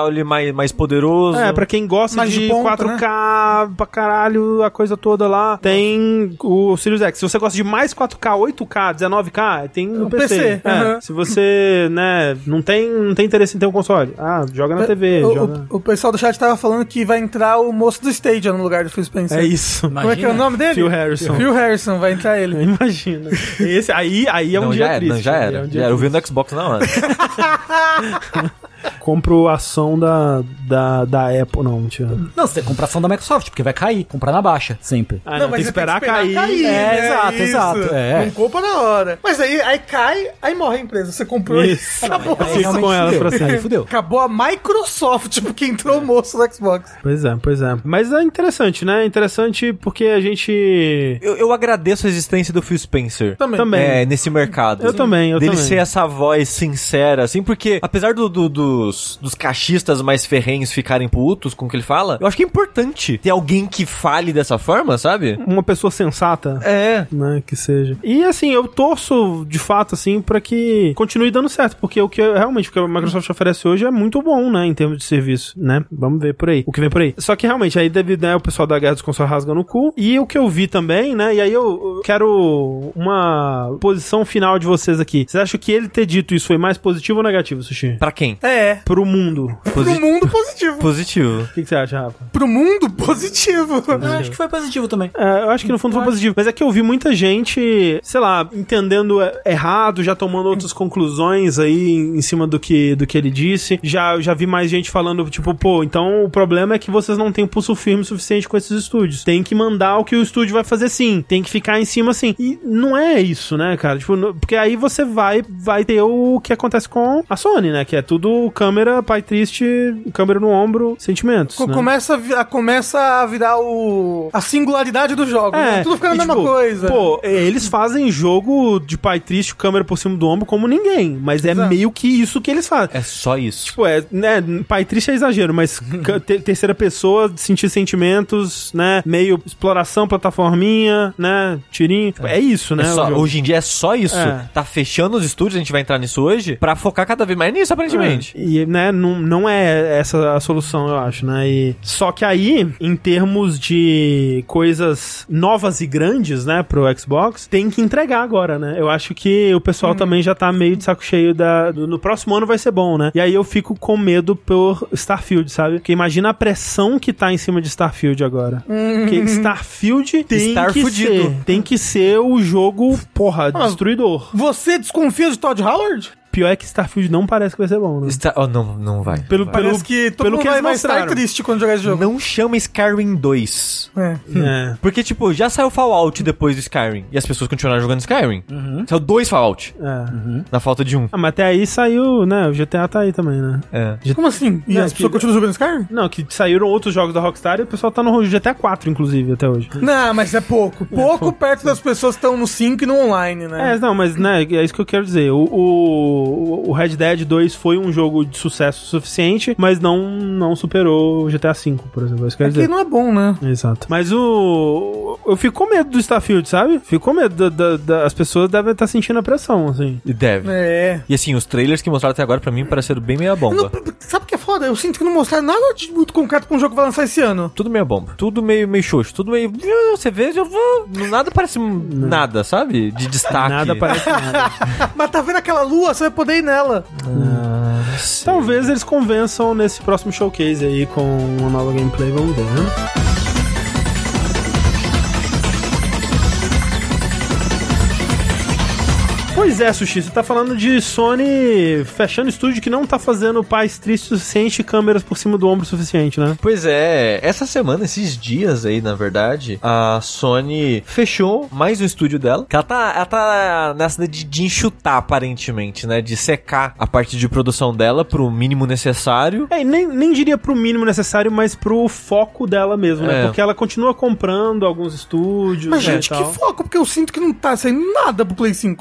mais, mais poderoso. É, pra quem gosta Mais de, de ponta, quatro K pra caralho, a coisa toda lá, tem o Series X. Se você gosta de mais quatro K, oito K, dezenove K, tem no O P C. P C, É, uhum. Se você, né, não tem, não tem interesse em ter um console, ah, joga na T V. O, joga... o, o pessoal do chat tava falando que vai entrar o moço do Stadia no lugar do Phil Spencer. É isso. Como é que é o nome dele? Phil Harrison. Phil Harrison, vai entrar ele. Imagina. Esse, aí, aí é um não, dia já era, triste. não, já aí era. é um dia já era. Eu triste. vi no Xbox na hora. Compro a ação da, da, da Apple, não, mentira. Não, você tem que comprar ação da Microsoft, porque vai cair. Comprar na baixa, sempre. Ah, não, tem que você esperar cair. É, exato, Isso. exato, é. Não compra na hora. Mas aí, aí cai, aí morre a empresa. Você comprou Isso. e acabou. Aí Fica realmente com ela fudeu. pra sempre. Aí fudeu. Acabou a Microsoft, porque entrou o moço do Xbox. Pois é, pois é. Mas é interessante, né? Interessante porque a gente... Eu, eu agradeço a existência do Phil Spencer. Também. Também. É, nesse mercado. Eu também, eu Dele também. ser essa voz sincera, assim, porque apesar do, do- dos, dos cachistas mais ferrenhos ficarem putos com o que ele fala, eu acho que é importante ter alguém que fale dessa forma, sabe? Uma pessoa sensata. É. Né, que seja. E assim, eu torço de fato assim pra que continue dando certo, porque o que realmente o que a Microsoft oferece hoje é muito bom, né, em termos de serviço, né? Vamos ver por aí, o que vem por aí. Só que realmente aí deve, né, o pessoal da Guerra dos Consoles rasgando o cu. E o que eu vi também, né, e aí eu quero uma posição final de vocês aqui. Vocês acham que ele ter dito isso foi mais positivo ou negativo, Sushi? Pra quem? É. Pro mundo. Pro mundo positivo. Positivo. O que, que você acha, Rafa? Pro mundo positivo. Eu acho que foi positivo também. É, eu acho que no fundo foi positivo. Mas é que eu vi muita gente, sei lá, entendendo errado, já tomando outras conclusões aí em cima do que, do que ele disse. Já, já vi mais gente falando, tipo, pô, então o problema é que vocês não têm pulso firme o suficiente com esses estúdios. Tem que mandar o que o estúdio vai fazer sim. Tem que ficar em cima sim. E não é isso, né, cara? Tipo, no- porque aí você vai, vai ter o que acontece com a Sony, né? Que é tudo câmera, pai triste, câmera no ombro, sentimentos. Co- né? Começa, a vi- a, começa a virar o, a singularidade do jogo. né? Tudo ficando a e, mesma tipo, coisa. Pô, eles fazem jogo de pai triste, câmera por cima do ombro como ninguém. Mas é Exato. meio que isso que eles fazem. É só isso. Tipo, é, né, pai triste é exagero, mas ca- te- terceira pessoa, sentir sentimentos, né, meio exploração, plataforminha, né, tirinho, tipo, é isso, né, É só- o jogo. hoje em dia é só isso. É. Tá fechando os estúdios, a gente vai entrar nisso hoje, pra focar cada vez mais nisso, aparentemente. É, e, né, não, não é essa a solução, eu acho, né, e, só que aí, em termos de coisas novas e grandes, né, pro Xbox, tem que entregar agora, né, eu acho que o pessoal também já tá meio de saco cheio da, do, no próximo ano vai ser bom, né, e aí eu fico com medo por Starfield, sabe, porque imagina a pressão que tá em cima de Starfield agora, porque Starfield tem Estar que fudido. ser, tem que ser o jogo, porra, Ah, destruidor. Você desconfia de Todd Howard? Pior é que Starfield não parece que vai ser bom, né. Está... Oh, não, não vai. Pelo, Não vai. pelo, Parece que todo pelo mundo que vai, eles vai estar mostraram. triste quando jogar esse jogo. Não chama Skyrim dois. É. É. Porque, tipo, já saiu Fallout depois do Skyrim. E as pessoas continuaram jogando Skyrim. Saiu dois Fallout. É. Na falta de um. Ah, mas até aí saiu, né? O G T A tá aí também, né? É. Como assim? E Não, as que- pessoas continuam jogando Skyrim? Não, que saíram outros jogos da Rockstar e o pessoal tá no G T A quatro, inclusive, até hoje. Não, mas é pouco. Pouco perto das pessoas que estão no cinco e no online, né? É, não, mas, né, é isso que eu quero dizer. O, o, o Red Dead dois foi um jogo de sucesso suficiente, mas não, não superou o G T A cinco, por exemplo. É isso que eu É quero que dizer. não é bom, né? Exato. Mas o... Eu fico com medo do Starfield, sabe? Fico com medo. Da, da, da- as pessoas devem estar sentindo a pressão, assim. E deve. É. E assim, os trailers que mostraram até agora, pra mim, pareceram bem meia Eu bomba. não- sabe o que é foda? Eu sinto que não mostraram nada de muito concreto pra um jogo que vai lançar esse ano. Tudo meia bomba. Tudo meio, meio xoxo. Tudo meio... "Ah, Você vê, eu vou... Nada parece nada, sabe? De destaque. Nada parece nada. Mas tá vendo aquela lua? Você vai poder ir nela. Ah, não sei. Talvez eles convençam nesse próximo showcase aí com uma nova gameplay, vamos ver, né? Pois é, Sushi, você tá falando de Sony fechando estúdio que não tá fazendo paz triste o suficiente e câmeras por cima do ombro o suficiente, né? Pois é, essa semana, esses dias aí, na verdade, a Sony fechou mais um estúdio dela. Que ela tá, ela tá nessa de, de enxutar, aparentemente, né? De secar a parte de produção dela pro mínimo necessário. É, e nem, nem diria pro mínimo necessário, mas pro foco dela mesmo, né? É. Porque ela continua comprando alguns estúdios, Mas, né, gente, e tal. que foco, porque eu sinto que não tá saindo nada pro Play cinco. Então, é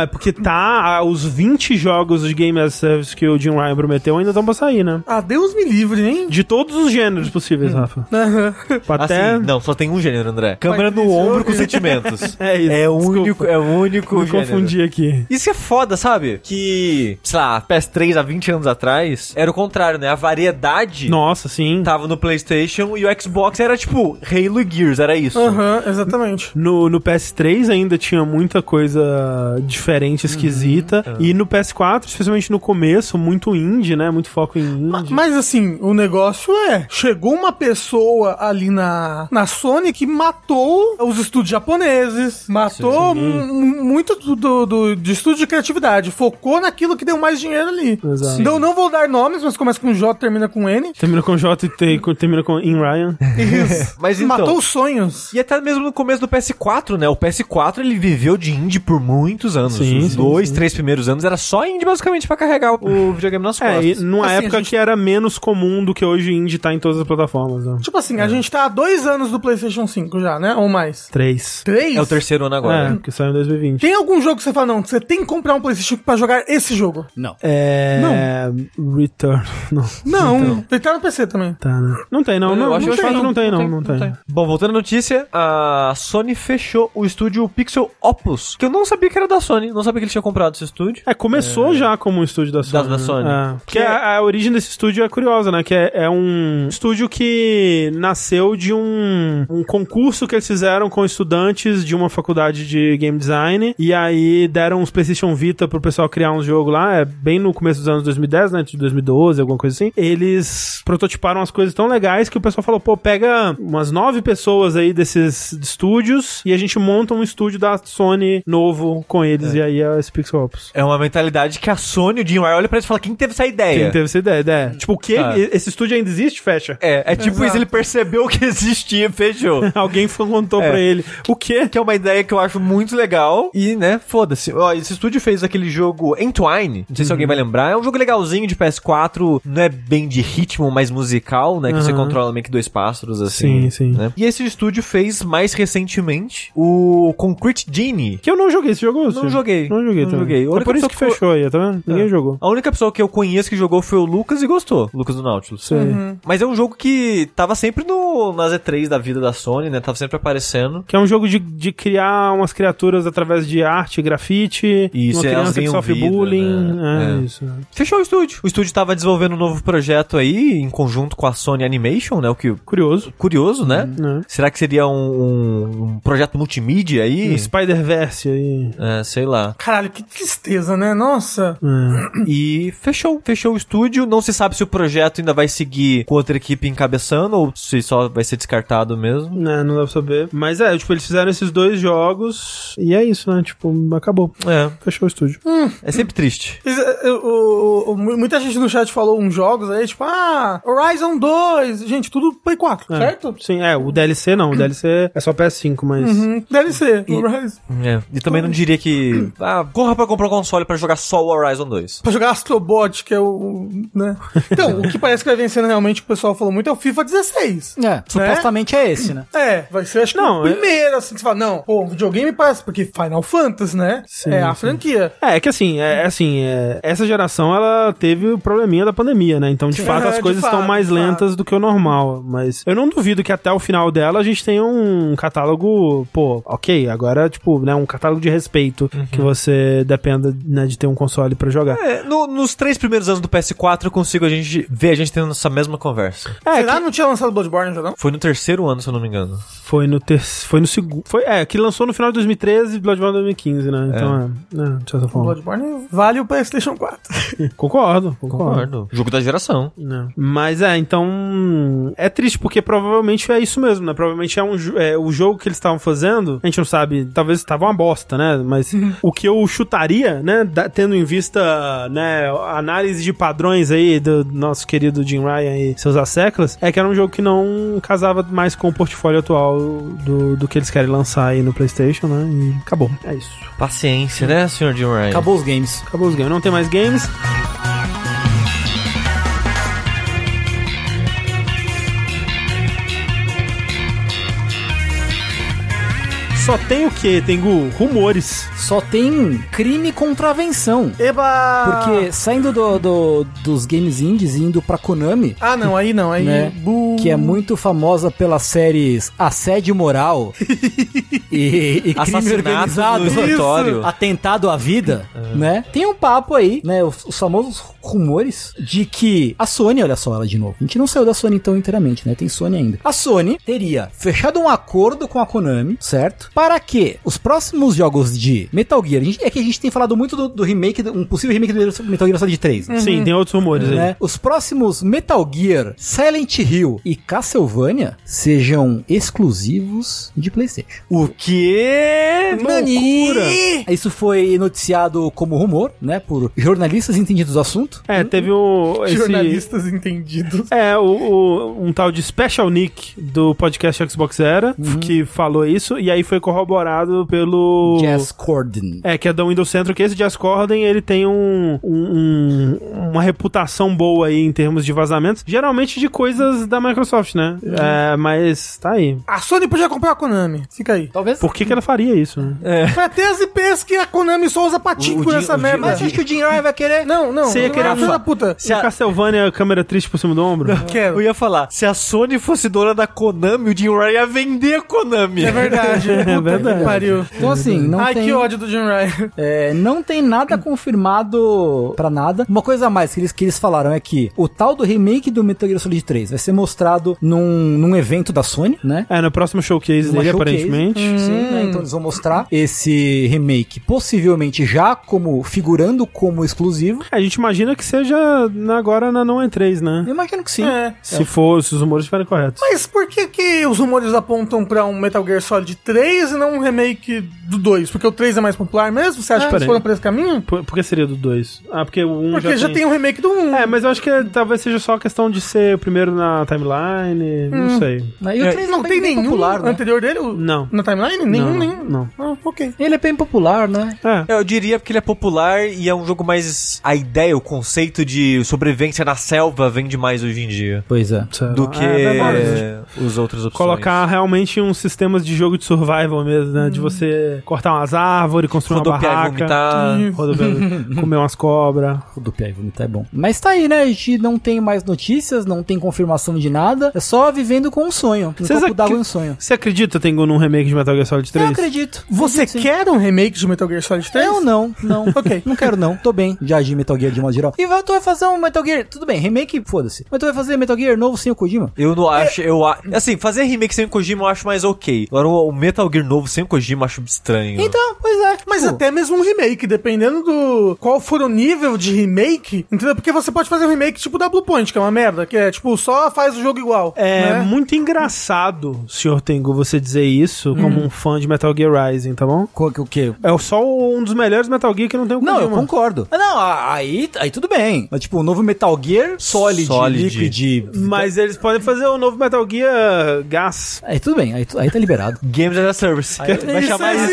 é porque tá... Os vinte jogos de Game as a Service que o Jim Ryan prometeu ainda estão pra sair, né? Ah, Deus me livre, hein? De todos os gêneros possíveis, hum. Rafa. Aham. Até... Assim, não, só tem um gênero, André. Câmera no ombro com sentimentos. É isso. É o desculpa. único, é o único Me gênero. confundi aqui. Isso é foda, sabe? Que, sei lá, P S três há vinte anos atrás era o contrário, né? A variedade Nossa, sim. tava no PlayStation e o Xbox era tipo Halo e Gears, era isso. Aham, uhum, exatamente. No, no P S três ainda tinha muita coisa diferente, esquisita. Uhum. E no P S quatro, especialmente no começo, muito indie, né? Muito foco em indie. Ma- mas assim, o negócio é, chegou uma pessoa ali na, na Sony que matou os estúdios japoneses, matou m- muito do, do, do, de estúdio de criatividade, focou naquilo que deu mais dinheiro ali. Exato. Então não vou dar nomes, mas começa com J, termina com N. Termina com J e te, termina com In Ryan. Isso. Mas então, matou os sonhos. E até mesmo no começo do P S quatro, né? O P S quatro ele viveu de indie por muitos anos. Sim, Os sim, dois, sim. três primeiros anos era só indie basicamente pra carregar o videogame nas É, costas. e numa Assim, época a gente- que era menos comum do que hoje indie tá em todas as plataformas, né? Tipo assim, a gente tá há dois anos do PlayStation cinco já, né? Ou mais. Três. Três? É o terceiro ano É, agora. porque saiu em dois mil e vinte. Tem algum jogo que você fala, não, você tem que comprar um PlayStation cinco pra jogar esse jogo? Não. É... Return. Não. Não, ele tá no P C também. Tá, né? Não tem, não. Eu Não, acho não, que tem, não, não tem, não. tem, Não não tem. Bom, voltando à notícia, a Sony fechou o estúdio Pixel Opus, que eu não sabia que era da Sony, não sabia que ele tinha comprado esse estúdio. É, começou já como um estúdio da Sony. da né? Sony. É. Porque Que- a, a origem desse estúdio é curiosa, né? Que é, é um estúdio que nasceu de um, um concurso que eles fizeram com estudantes de uma faculdade de game design. E aí deram uns PlayStation Vita pro pessoal criar um jogo lá. É bem no começo dos anos dois mil e dez, né? De dois mil e doze, alguma coisa assim. Eles prototiparam as coisas tão legais que o pessoal falou, pô, pega umas nove pessoas aí desses estúdios e a gente monta um estúdio da Sony novo com eles. E aí é esse Pixel Opus. É uma mentalidade que a Sony, o Jim Ryan, olha pra eles e fala, quem teve essa ideia? Quem teve essa ideia, né? Tipo, o quê? Ah. Esse estúdio ainda existe? Fecha. É, é tipo Exato. isso, ele percebeu que existia, fechou. Alguém foi- contou É. pra ele. O quê? Que é uma ideia que eu acho muito legal. E, né, foda-se. Ó, esse estúdio fez aquele jogo Entwine. Não sei se alguém vai lembrar. É um jogo legalzinho de P S quatro. Não é bem de ritmo, mas musical, né? Que você Aham. controla meio que dois pássaros, assim. Sim, sim. Né? E esse estúdio fez, mais recentemente, o Concrete Genie. Que eu não joguei esse jogo. Não Lúcio? joguei. Não joguei Não também. joguei. A É única por isso pessoa que que fechou aí, tá vendo? Ninguém É. jogou. A única pessoa que eu conheço que jogou foi o Lucas e gostou. Lucas do Nautilus. Sei. Mas é um jogo que tava sempre no, nas E três da vida da Sony, né? Tava sempre aparecendo. Que é um jogo de, de criar umas criaturas através de arte, grafite. Isso, uma é, elas criança que ganham sofre vida, bullying. né? É, É. isso. Fechou o estúdio. O estúdio tava desenvolvendo um novo projeto aí, em conjunto com a Sony Animation, né? O que... Curioso. Curioso, né? Né? Será que seria um, um- um projeto multimídia aí? Um Spider-Verse aí. É, sei lá. Caralho, que tristeza, né? Nossa. É. E fechou. Fechou o estúdio. Não se sabe se o projeto ainda vai seguir com outra equipe encabeçando ou se só vai ser descartado mesmo. Né, não dá pra saber. Mas é, tipo, eles fizeram esses dois jogos e é isso, né? Tipo, acabou. É. Fechou o estúdio. É sempre triste. Isso, é, o- o- o- muita gente no chat falou uns jogos aí, tipo, ah, Horizon dois. Gente, tudo Play quatro, É. certo? Sim, é, o D L C não. O D L C é só P S cinco, mas... Uhum, deve ser. Horizon. É. E também não diria que. Ah, corra pra comprar um console pra jogar só o Horizon dois. Pra jogar Astrobot, que é o. né? Então, o que parece que vai vencendo realmente, que o pessoal falou muito, é o FIFA dezesseis. É, supostamente é esse, né? É, vai ser acho que Não, o é- primeiro, assim, que você fala, não, pô, o videogame parece, porque Final Fantasy, né? Sim, é a sim. franquia. É, é que assim, é, é assim, é, essa geração, ela teve o probleminha da pandemia, né? Então, de fato, É, as de coisas estão fato, mais de fato. lentas do que o normal. Mas eu não duvido que até o final dela a gente tenha um catálogo, pô, ok, agora, tipo, né, um catálogo de respeito, que você dependa, né, de ter um console pra jogar. É, no- nos três primeiros anos do P S quatro eu consigo a gente ver a gente tendo essa mesma conversa. É, Será que que não tinha lançado Bloodborne já, não? Foi no terceiro ano, se eu não me engano. foi no ter... foi no segundo, foi, é, que lançou no final de dois mil e treze e Bloodborne dois mil e quinze, né? Então, é, é de certa forma. Bloodborne vale o PlayStation quatro. Concordo, concordo. Concordo. Jogo da geração. Não. Mas é, então. É triste, porque provavelmente é isso mesmo, né? Provavelmente é, um, jo- é o jogo que eles estavam fazendo. A gente não sabe, talvez estava uma bosta, né? Mas o que eu chutaria, né? da- tendo em vista, né? A análise de padrões aí do nosso querido Jim Ryan e seus asseclas, é que era um jogo que não casava mais com o portfólio atual do, do que eles querem lançar aí no PlayStation, né? E acabou. É isso. Paciência, né, senhor Jim Ryan? Acabou os games. Acabou os games. Não tem mais games. só tem o quê, Tengu? Rumores. Só tem crime e contravenção. Eba! Porque saindo do, do- dos games indies e indo pra Konami, Ah, não, aí não, aí... né, Bu- que é muito famosa pelas séries Assédio Moral e, e Crime Assassinato Organizado, no escritório. Atentado à Vida, né? Tem um papo aí, né, os, os famosos rumores de que a Sony, olha só ela de novo, a gente não saiu da Sony então inteiramente, né? Tem Sony ainda. A Sony teria fechado um acordo com a Konami, certo? Para que os próximos jogos de Metal Gear, a gente- é que a gente tem falado muito do, do remake, do- um possível remake do Metal Gear Solid três, né? Sim, tem outros rumores aí. Né? Os próximos Metal Gear, Silent Hill e Castlevania sejam exclusivos de PlayStation. O quê? Loucura! Isso foi noticiado como rumor, né, por jornalistas entendidos do assunto. É, teve o... esse- Jornalistas entendidos. É, o, o- um tal de Special Nick do podcast Xbox Era, que falou isso, e aí foi corroborado pelo... Jazz Corden. É, que é da Windows Central, que esse Jazz Corden, ele tem um, um- um- uma reputação boa aí em termos de vazamentos, geralmente de coisas da Microsoft, né? É, mas tá aí. A Sony podia comprar a Konami. Fica aí. Talvez. Por que que ela faria isso, né? Pra ter as I Ps que a Konami só usa patinco O- o nessa Jim- o merda. Jim- Mas acho que o Jim Ryan vai querer. Não, não. Você ia não querer é filho fa- da puta. Se a Castlevania, câmera triste por cima do ombro? Eu Quero. ia falar, se a Sony fosse dona da Konami, o Jim Ryan ia vender a Konami. É verdade. Puta verdade. que pariu. Então assim, não Ai, tem... que ódio do Jim Ryan. É, não tem nada confirmado pra nada. Uma coisa a mais que eles, que eles falaram é que o tal do remake do Metal Gear Solid três vai ser mostrado num, num evento da Sony, né? É, no próximo showcase Numa dele, showcase. aparentemente. Sim, né? Então eles vão mostrar esse remake, possivelmente já como figurando como exclusivo. A gente imagina que seja na- agora na não E três, né? Eu imagino que sim. É. Se for, se os rumores estiverem corretos. Mas por que que os rumores apontam pra um Metal Gear Solid três e não um remake do dois? Porque o três é mais popular mesmo? Você acha Ah, que eles peraí. foram por esse caminho? Por, por que seria do dois? Ah, porque o um Porque já, tem um remake do um. É, mas eu acho que talvez seja só questão de ser o primeiro na timeline, não sei. E o três Não é tem bem nenhum popular, né? anterior dele? o- Não. Na timeline? Nenhum, Não, nenhum. não. Ah, ok. Ele é bem popular, né? É. Eu diria porque ele é popular e é um jogo mais... A ideia, o conceito de sobrevivência na selva vende mais hoje em dia. Pois é. Do que É verdade. os outros opções. Colocar realmente uns sistemas de jogo de survival mesmo, né? De você cortar umas árvores, construir uma rodopiar e barraca. vomitar. Rodopiar, comer umas cobras. Rodopiar e vomitar é bom. Mas tá aí, né? A gente não tem mais notícias, não tem confirmação de nada. É só vivendo com um sonho. Um Vocês copo ac- d'água e um sonho. Você acredita, Tengu, num remake de Metal Gear Solid Eu três? acredito. Você Acredito, sim. quer um remake de Metal Gear Solid três? Eu não, não. Ok. Não quero não. Tô bem já de Metal Gear de modo geral. E vai- tu vai fazer um Metal Gear... Tudo bem, remake, foda-se. Mas tu vai fazer Metal Gear novo sem o Kojima? Eu não acho, eu a- assim, fazer remake sem o Kojima eu acho mais ok. Agora o o Metal Gear novo sem o Kojima eu acho estranho. Então, pois é. Mas Pô, até mesmo um remake, dependendo do qual for o nível de remake, entendeu? Porque você pode fazer um remake tipo da Bluepoint, que é uma merda, que é tipo, só faz o jogo igual. É né? muito engraçado, senhor Tengu, você dizer isso como um fã de Metal Gear Rising, tá bom? co- o quê? É só um dos melhores Metal Gear que não tem o Não, eu Kojima. concordo. Ah, Não, a- aí, aí tudo bem. Mas, tipo, o novo Metal Gear, Solid, Solid. Liquid... Mas eles podem fazer o novo Metal Gear Gas. Aí tudo bem, aí, tu- aí tá liberado. Games as a Service. Vai chamar isso.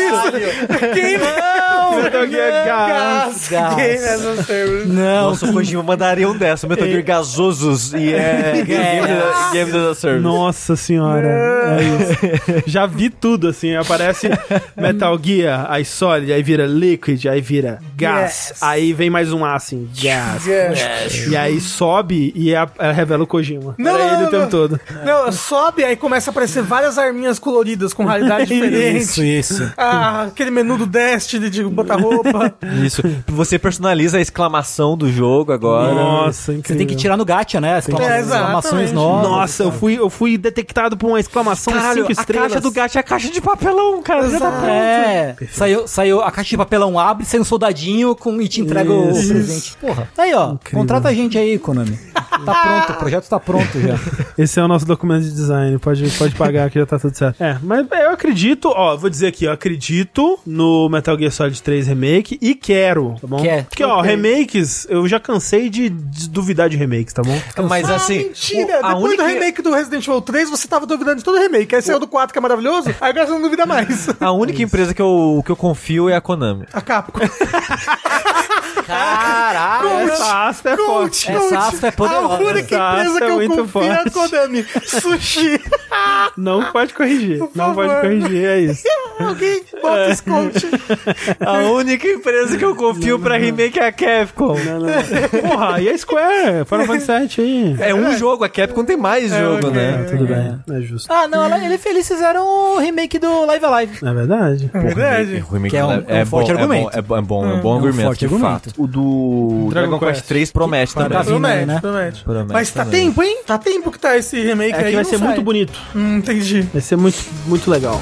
Game Metal Gear Gas. Gas. Game as a Service. Não, Nossa, o Kojima mandaria um dessa. Metal Gear gasosos e é... Games as- Games as a Service. Nossa senhora. É isso. Já vi tudo, assim. Aparece Metal Gear, aí Solid, aí vira Liquid, aí vira Gas. Yes. Aí vem mais um A, assim. Gas. Yes. E aí sobe e a- a- revela o Kojima. Não, Era não, ele não, o tempo não. todo. Não, sobe, aí começa a aparecer várias arminhas coloridas com raridade diferente. Isso, isso. Ah, aquele menu do Destiny de botar roupa. Isso. Você personaliza a exclamação do jogo agora. Nossa, incrível. Você tem que tirar no gacha, né? As É, exclamações exatamente. novas. Nossa, eu fui, eu fui detectado por uma exclamação Caralho, cinco a estrelas. caixa do gato é a caixa de papelão, cara. Já tá pronto. É, saiu, saiu a caixa de papelão, abre, sai um soldadinho com, e te entrega o Isso. presente. Porra. Aí, ó, contrata a gente aí, Konami. Tá pronto, o projeto tá pronto já. Esse é o nosso documento de design. Pode, pode pagar que já tá tudo certo. É, mas eu acredito, ó, vou dizer aqui, eu acredito no Metal Gear Solid três Remake e quero, tá bom? Quer. Porque, ó, Ok. remakes, eu já cansei de, de duvidar de remakes, tá bom? Mas assim, Ah, mentira! o- a Depois única... do remake do Resident Evil três, você tava duvidando de todo remake. Aí saiu do quatro, que é maravilhoso, aí agora você não duvida mais. A única empresa que eu, que eu confio é a Konami. A Capcom. Caralho. Essa asta é forte. Essa asta é poderosa. A única Essa empresa asta que é eu muito confio é a forte. Konami. Sushi. Não pode corrigir. Não favor. pode corrigir, é isso. Alguém bota esse coach. A única empresa que eu confio pra remake é a Capcom. Não, não. Porra, e a Square? Final Fantasy sete aí. É um jogo, a Capcom tem mais É, jogo, ok, né? é. Tudo bem, é justo. Ah, não, ela, ele e Feliz fizeram o remake do Live Alive. É verdade. É verdade. O remake Que é um- é, é um forte bom, argumento. É bom, é bom, é bom, é bom um argumento, forte de argumento. fato. O do Dragon, Dragon Quest Quest três promete também. Tá vindo, Promete, né? promete. Promete Mas tá também. tempo, hein? Tá tempo que tá esse remake É aí. que vai não ser sai. muito bonito. Hum, entendi. Vai ser muito, muito legal.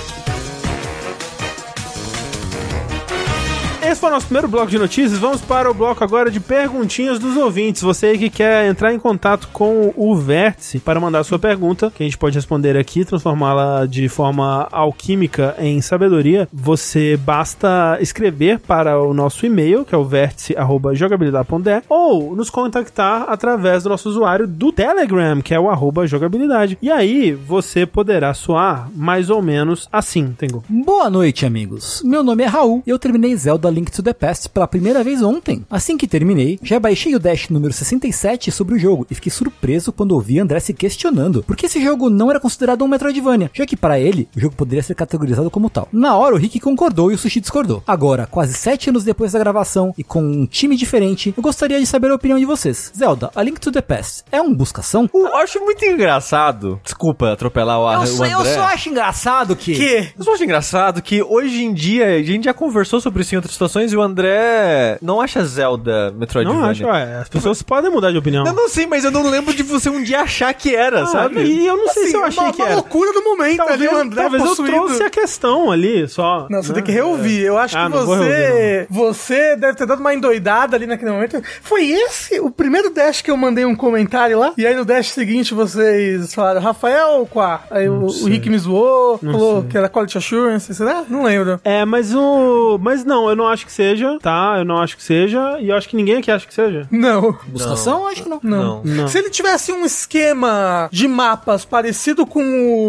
Esse foi o nosso primeiro bloco de notícias. Vamos para o bloco agora de perguntinhas dos ouvintes. Você aí que quer entrar em contato com o Vértice para mandar a sua pergunta, que a gente pode responder aqui, transformá-la de forma alquímica em sabedoria, você basta escrever para o nosso e-mail, que é o vértice arroba jogabilidade ponto d e, ou nos contactar através do nosso usuário do Telegram, que é o arroba jogabilidade. E aí você poderá soar mais ou menos assim, Tengu. Boa noite, amigos. Meu nome é Raul e eu terminei Zelda Link to the Past pela primeira vez ontem. Assim que terminei, já baixei o Dash número sessenta e sete sobre o jogo e fiquei surpreso quando ouvi André se questionando por que esse jogo não era considerado um Metroidvania, já que para ele, o jogo poderia ser categorizado como tal. Na hora, o Rick concordou e o Sushi discordou. Agora, quase sete anos depois da gravação e com um time diferente, eu gostaria de saber a opinião de vocês. Zelda, A Link to the Past é um buscação? Eu acho muito engraçado. Desculpa atropelar o, Eu o só, André. eu só acho engraçado que... Que? Eu só acho engraçado que hoje em dia, a gente já conversou sobre isso em outras situações e o André não acha Zelda Metroidvania. Não acho, ué, as pessoas podem mudar de opinião. Eu não sei, mas eu não lembro de você um dia achar que era, Ah, sabe? E eu não sei Assim, se eu achei uma, que uma era. loucura do momento Talvez, ali, o André talvez eu possuído. trouxe a questão ali, só. Não, você né? tem que reouvir. Eu acho Ah, que não vou você. Você deve ter dado uma endoidada ali naquele momento. Foi esse o primeiro Dash que eu mandei um comentário lá. E aí no Dash seguinte vocês falaram, Rafael ou Quá? Aí o, o Rick me zoou, Não falou sei. que era Quality Assurance, será? Não lembro. É, mas o. Mas não, eu não acho que seja, tá? Eu não acho que seja. E eu acho que ninguém aqui acha que seja. Não. Buscação? Acho que não. Não. Não. Se ele tivesse um esquema de mapas parecido com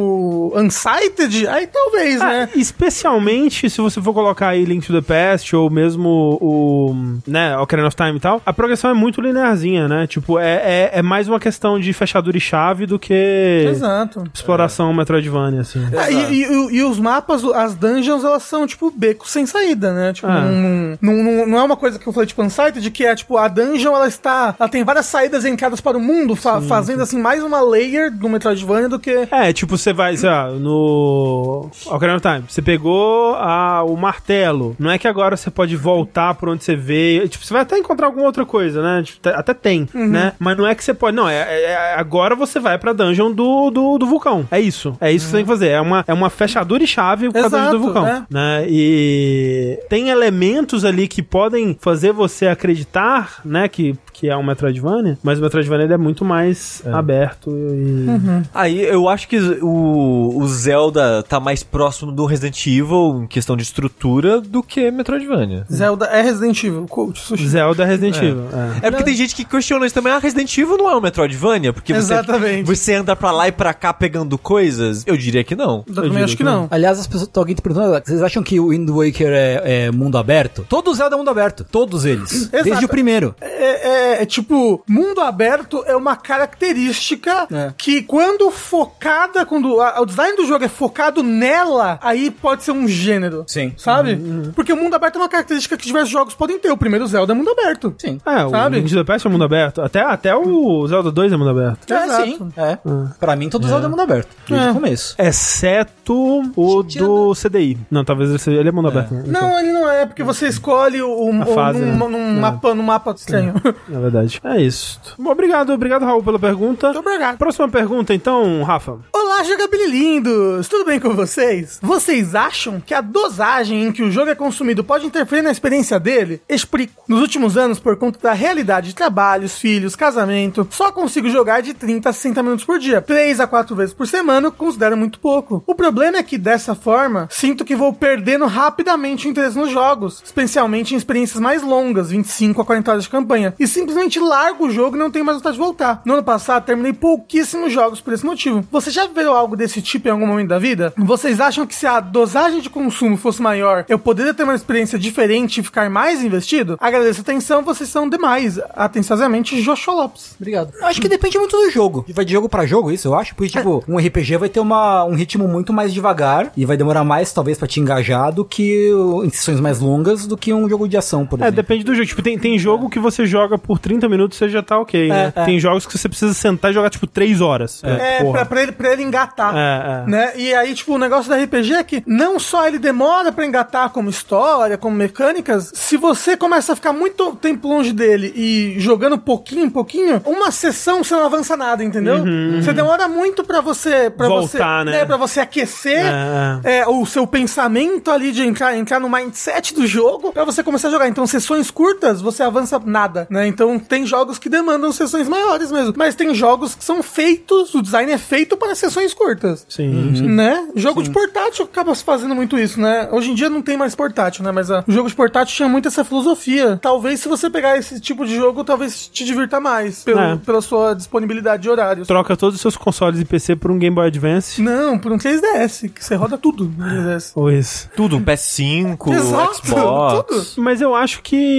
o Unsighted, aí talvez, Ah, né? especialmente se você for colocar aí Link to the Past ou mesmo o, né, Ocarina of Time e tal, a progressão é muito linearzinha, né? Tipo, é, é, é mais uma questão de fechadura e chave do que Exato. exploração Metroidvania, assim. Ah, e, e- e os mapas, as dungeons, elas são, tipo, becos sem saída, né? Tipo, Ah. não, não, não, não é uma coisa que eu falei, tipo, Unsighted, que é, tipo, a dungeon, ela está... Ela tem várias saídas e entradas para o mundo, fa- fazendo, assim, mais uma layer do Metroidvania do que... É, tipo, você vai, sei lá, no Ocarina of Time, você pegou a, o martelo, não é que agora você pode voltar por onde você veio, tipo, você vai até encontrar alguma outra coisa, né? Tipo, te- até tem, né? Mas não é que você pode, não, é, é- é- agora você vai pra dungeon do, do, do vulcão, é isso, é isso que você tem que fazer, é uma, é uma fechadura e chave por causa Exato, do vulcão, é. né? E tem elementos ali que podem fazer você acreditar, né, que, que é um Metroidvania, mas o Metroidvania ele é muito mais aberto e... Aí eu acho que o, o Zelda tá mais próximo do Resident Evil em questão de estrutura do que Metroidvania. Zelda é Resident Evil, coach, sushi. Zelda Resident Evil. É. É porque tem gente que questiona isso também. Ah, Resident Evil não é um Metroidvania? Porque você, Exatamente. você anda pra lá e pra cá pegando coisas? Eu diria que não. Eu também digo acho que que não. Aliás, as pessoas, alguém te perguntando, vocês acham que o Wind Waker é, é mundo aberto? Todo o Zelda é mundo aberto. Todos eles. Desde o primeiro. É, é- é tipo, mundo aberto é uma característica É. que quando focada, quando a- o design do jogo é focado nela, aí pode ser um gênero. Sim. Sabe? Porque o mundo aberto é uma característica que diversos jogos podem ter. O primeiro Zelda é mundo aberto. Sim. É, o Sabe? Link to the Past é mundo aberto. Até, até o Zelda dois é mundo aberto. É, Exato. sim. É. Pra mim, todo Zelda é mundo aberto. Desde É. o começo. Exceto o do C D I. Não, talvez ele, seja, ele é mundo aberto. Né? Não, ele não é, porque você escolhe o, o, A fase, num, né? num É. mapa, num mapa estranho. É verdade. É isso. Bom, obrigado, obrigado, Raul, pela pergunta. Muito obrigado. Próxima pergunta, então, Rafa. Olá, jogabililindos! Tudo bem com vocês? Vocês acham que a dosagem em que o jogo é consumido pode interferir na experiência dele? Explico. Nos últimos anos, por conta da realidade de trabalhos, filhos, casamento, só consigo jogar de trinta a sessenta minutos por dia. três a quatro vezes por semana eu considero muito pouco. O problema é que, dessa forma, sinto que vou perdendo rapidamente o interesse nos jogos, especialmente em experiências mais longas, vinte e cinco a quarenta horas de campanha. E se simplesmente largo o jogo e não tenho mais vontade de voltar. No ano passado, terminei pouquíssimos jogos por esse motivo. Você já viveu algo desse tipo em algum momento da vida? Vocês acham que se a dosagem de consumo fosse maior, eu poderia ter uma experiência diferente e ficar mais investido? Agradeço a atenção, vocês são demais. Atenciosamente, Joshua Lopes. Obrigado. Eu acho que depende muito do jogo. Vai de jogo pra jogo, isso, eu acho. Porque, tipo, um R P G vai ter uma, um ritmo muito mais devagar e vai demorar mais, talvez, pra te engajar do que em sessões mais longas do que um jogo de ação, por É, exemplo. depende do jogo. Tipo, tem, tem jogo que você joga por trinta minutos e você já tá ok, né? é. Tem jogos que você precisa sentar e jogar, tipo, três horas. É, porra. pra, pra, ele, pra ele engatar. É, é. Né? E aí, tipo, o negócio da R P G é que não só ele demora pra engatar como história, como mecânicas, se você começa a ficar muito tempo longe dele e jogando pouquinho em pouquinho, uma sessão você não avança nada, entendeu? Uhum. Você demora muito pra você... Pra Voltar, você, né? É, pra você aquecer É. é, o seu pensamento ali de entrar, entrar no mindset do jogo pra você começar a jogar. Então, sessões curtas, você avança nada, né? Então, tem jogos que demandam sessões maiores mesmo. Mas tem jogos que são feitos, o design é feito para sessões curtas. Sim, sim. Né? Jogo de portátil acaba fazendo muito isso, né? Hoje em dia não tem mais portátil, né? Mas ah, o jogo de portátil tinha muito essa filosofia. Talvez se você pegar esse tipo de jogo, talvez te divirta mais. Pelo, É. Pela sua disponibilidade de horários. Troca todos os seus consoles e P C por um Game Boy Advance. Não, por um três D S, que você roda tudo no três D S. Ou isso. Tudo, um P S cinco, Exato, Xbox. tudo. Mas eu acho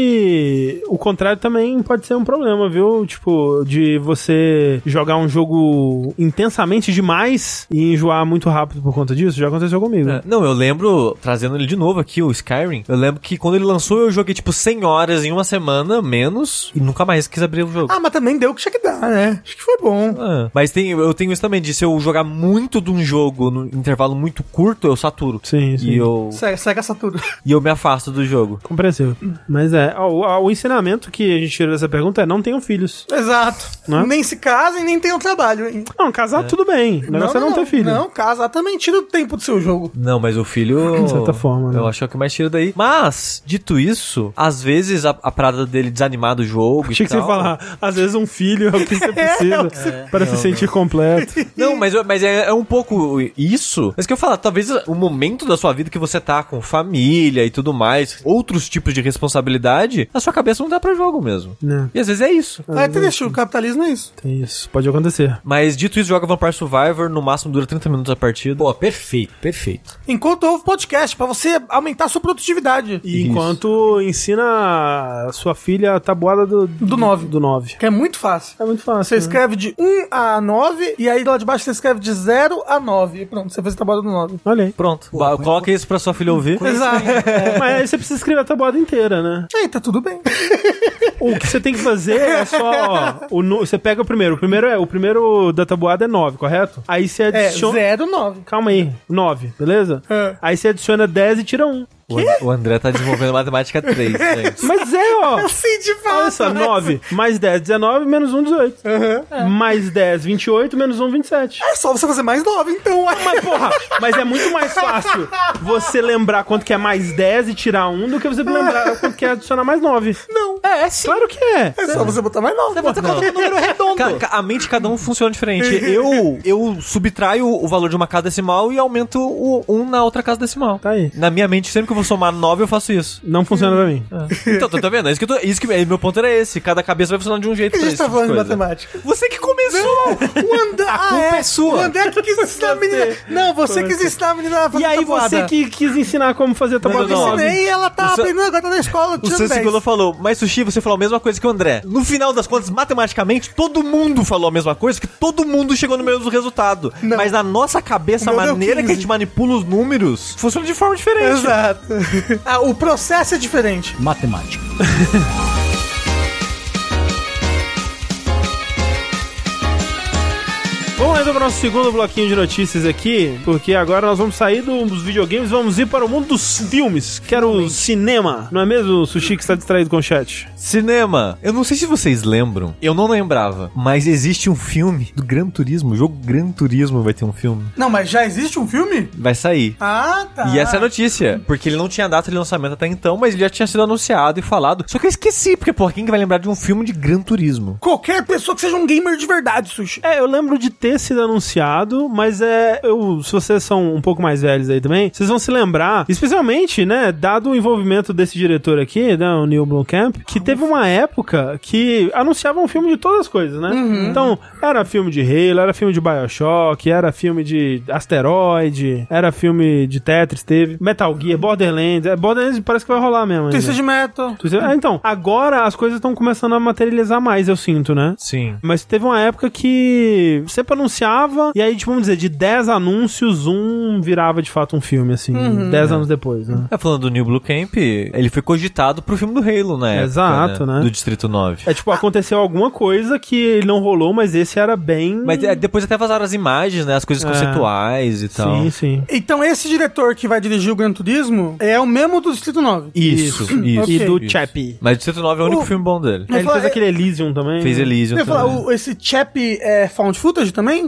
que o contrário também pode ser um problema, viu? Tipo, de você jogar um jogo intensamente demais e enjoar muito rápido por conta disso. Já aconteceu comigo. É, não, eu lembro, trazendo ele de novo aqui, o Skyrim, eu lembro que quando ele lançou eu joguei tipo cem horas em uma semana, menos, e nunca mais quis abrir o jogo. Ah, mas também deu o que tinha que dar, né? Acho que foi bom. Ah, mas tem, eu tenho isso também, de se eu jogar muito de um jogo no intervalo muito curto, eu saturo. Sim, sim. E eu, Segue, segue essa tudo. e eu me afasto do jogo. Compreensível. Mas é, ó, o, o ensinamento que a gente tirou dessa pergunta é não tenham filhos. Exato. Né? Nem se casem, nem tenham trabalho. Hein? Não, casar tudo bem. O negócio é não, ter filho. Não, casar também tira o tempo do seu jogo. Não, mas o filho... De certa forma, né? Eu acho que é o que mais tira daí. Mas, dito isso, às vezes a, a parada dele desanimar do jogo Achei e que você ia tal... falar, às vezes um filho é o que você precisa É o que você- para se sentir completo. Não, mas, mas é, é um pouco isso. Mas que eu falo, talvez o momento da sua vida que você tá com família e tudo mais, outros tipos de responsabilidade, a sua cabeça não dá pra jogo mesmo. Né? E às vezes é isso. É triste, o capitalismo é isso. Tem isso. Pode acontecer. Mas dito isso, joga Vampire Survivor, no máximo dura trinta minutos a partida. Pô, perfeito, perfeito. Enquanto ouve podcast, pra você aumentar a sua produtividade. E Isso. enquanto ensina a sua filha a tabuada do... Do nove. Do nove. Que é muito fácil. É muito fácil. Você né? escreve de um a nove, e aí lá de baixo você escreve de zero a nove. E pronto, você fez a tabuada do nove. Olha aí. Pronto. Ba- Coloca isso pra sua filha ouvir. Exato. É, mas aí você precisa escrever a tabuada inteira, né? Aí tá tudo bem. O que você tem que fazer é só... ó, o, nu- você pega o primeiro. O primeiro, é, o primeiro da tabuada é nove, correto? Aí você É, adiciona... zero, nove. Calma aí. nove, beleza? É. Aí você adiciona dez e tira um. O, And- o André tá desenvolvendo matemática três, gente. Mas é, ó. Assim de fato. Olha só, nove mais dez, dezenove, menos um, dezoito. Mais dez, vinte e oito, menos um, vinte e sete. É só você fazer mais nove, então. Mas, porra, mas é muito mais fácil você lembrar quanto que é mais dez e tirar um do que você lembrar quanto que é adicionar mais nove. Não. É, é sim. Claro que é. É só você botar mais nove. Você coloca um número redondo. Ca- ca- a mente de cada um funciona diferente. Eu, eu subtraio o valor de uma casa decimal e aumento o um na outra casa decimal. Tá aí. Na minha mente, sempre que eu vou somar nove, eu faço isso. Não funciona pra mim. Então, tá, tá vendo? É isso que, eu tô, isso que meu ponto era esse. Cada cabeça vai funcionar de um jeito. Por que a pra gente esse tá tipo falando de coisa. matemática? Você que começou! O André, a culpa é sua. O André que quis ensinar a menina. Não, você quis ensinar a menina a fazer E aí tabuada. você que quis ensinar como fazer a tabuada Não, do não, nove. Ensinei e ela tá O Sa- aprendendo agora, tá na escola, O tirando Sansi dez. Golo falou, mas Sushi, você falou a mesma coisa que o André. No final das contas, matematicamente, todo mundo falou a mesma coisa, que todo mundo chegou no mesmo resultado. Não. Mas na nossa cabeça, a O meu deu maneira que a quinze. gente manipula os números funciona de forma diferente. Exato. Ah, o processo é diferente. Matemática. Vamos lá então para o nosso segundo bloquinho de notícias aqui, porque agora nós vamos sair dos videogames, vamos ir para o mundo dos filmes, que era o cinema. Não é mesmo, Sushi, que está distraído com o chat? Cinema. Eu não sei se vocês lembram, eu não lembrava, mas existe um filme do Gran Turismo, o jogo Gran Turismo vai ter um filme. Não, mas já existe um filme? Vai sair. Ah, tá. E essa é a notícia, porque ele não tinha data de lançamento até então, mas ele já tinha sido anunciado e falado. Só que eu esqueci, porque, porra, quem que vai lembrar de um filme de Gran Turismo? Qualquer pessoa que seja um gamer de verdade, Sushi. É, eu lembro de ter sido sido anunciado, mas é... Eu, se vocês são um pouco mais velhos aí também, vocês vão se lembrar, especialmente, né, dado o envolvimento desse diretor aqui, né, o Neil Blomkamp, que teve uma época que anunciava um filme de todas as coisas, né? Uhum. Então, era filme de Halo, era filme de BioShock, era filme de Asteroid, era filme de Tetris, teve Metal Gear, Borderlands. É, Borderlands parece que vai rolar mesmo. Twisted Metal. É, então, agora as coisas estão começando a materializar mais, eu sinto, né? Sim. Mas teve uma época que sempre anunciava, e aí, tipo, vamos dizer, de dez anúncios, um virava de fato um filme, assim, uhum. dez anos depois, né? É, falando do Neil Blomkamp, ele foi cogitado pro filme do Halo, né? Exato, época, né? né? Do Distrito nove. É tipo, aconteceu alguma coisa que não rolou, mas esse era bem... Mas é, depois até vazaram as imagens, né? As coisas É. conceituais e tal. Sim, sim. Então esse diretor que vai dirigir o Gran Turismo é o mesmo do Distrito nove. Isso, isso. isso E do isso. Chappie. Mas Distrito nove é o único O- filme bom dele. Mas Ele fala- fez aquele Elysium também. Fez Elysium Eu ia falar, também. o- esse Chappie é found footage também?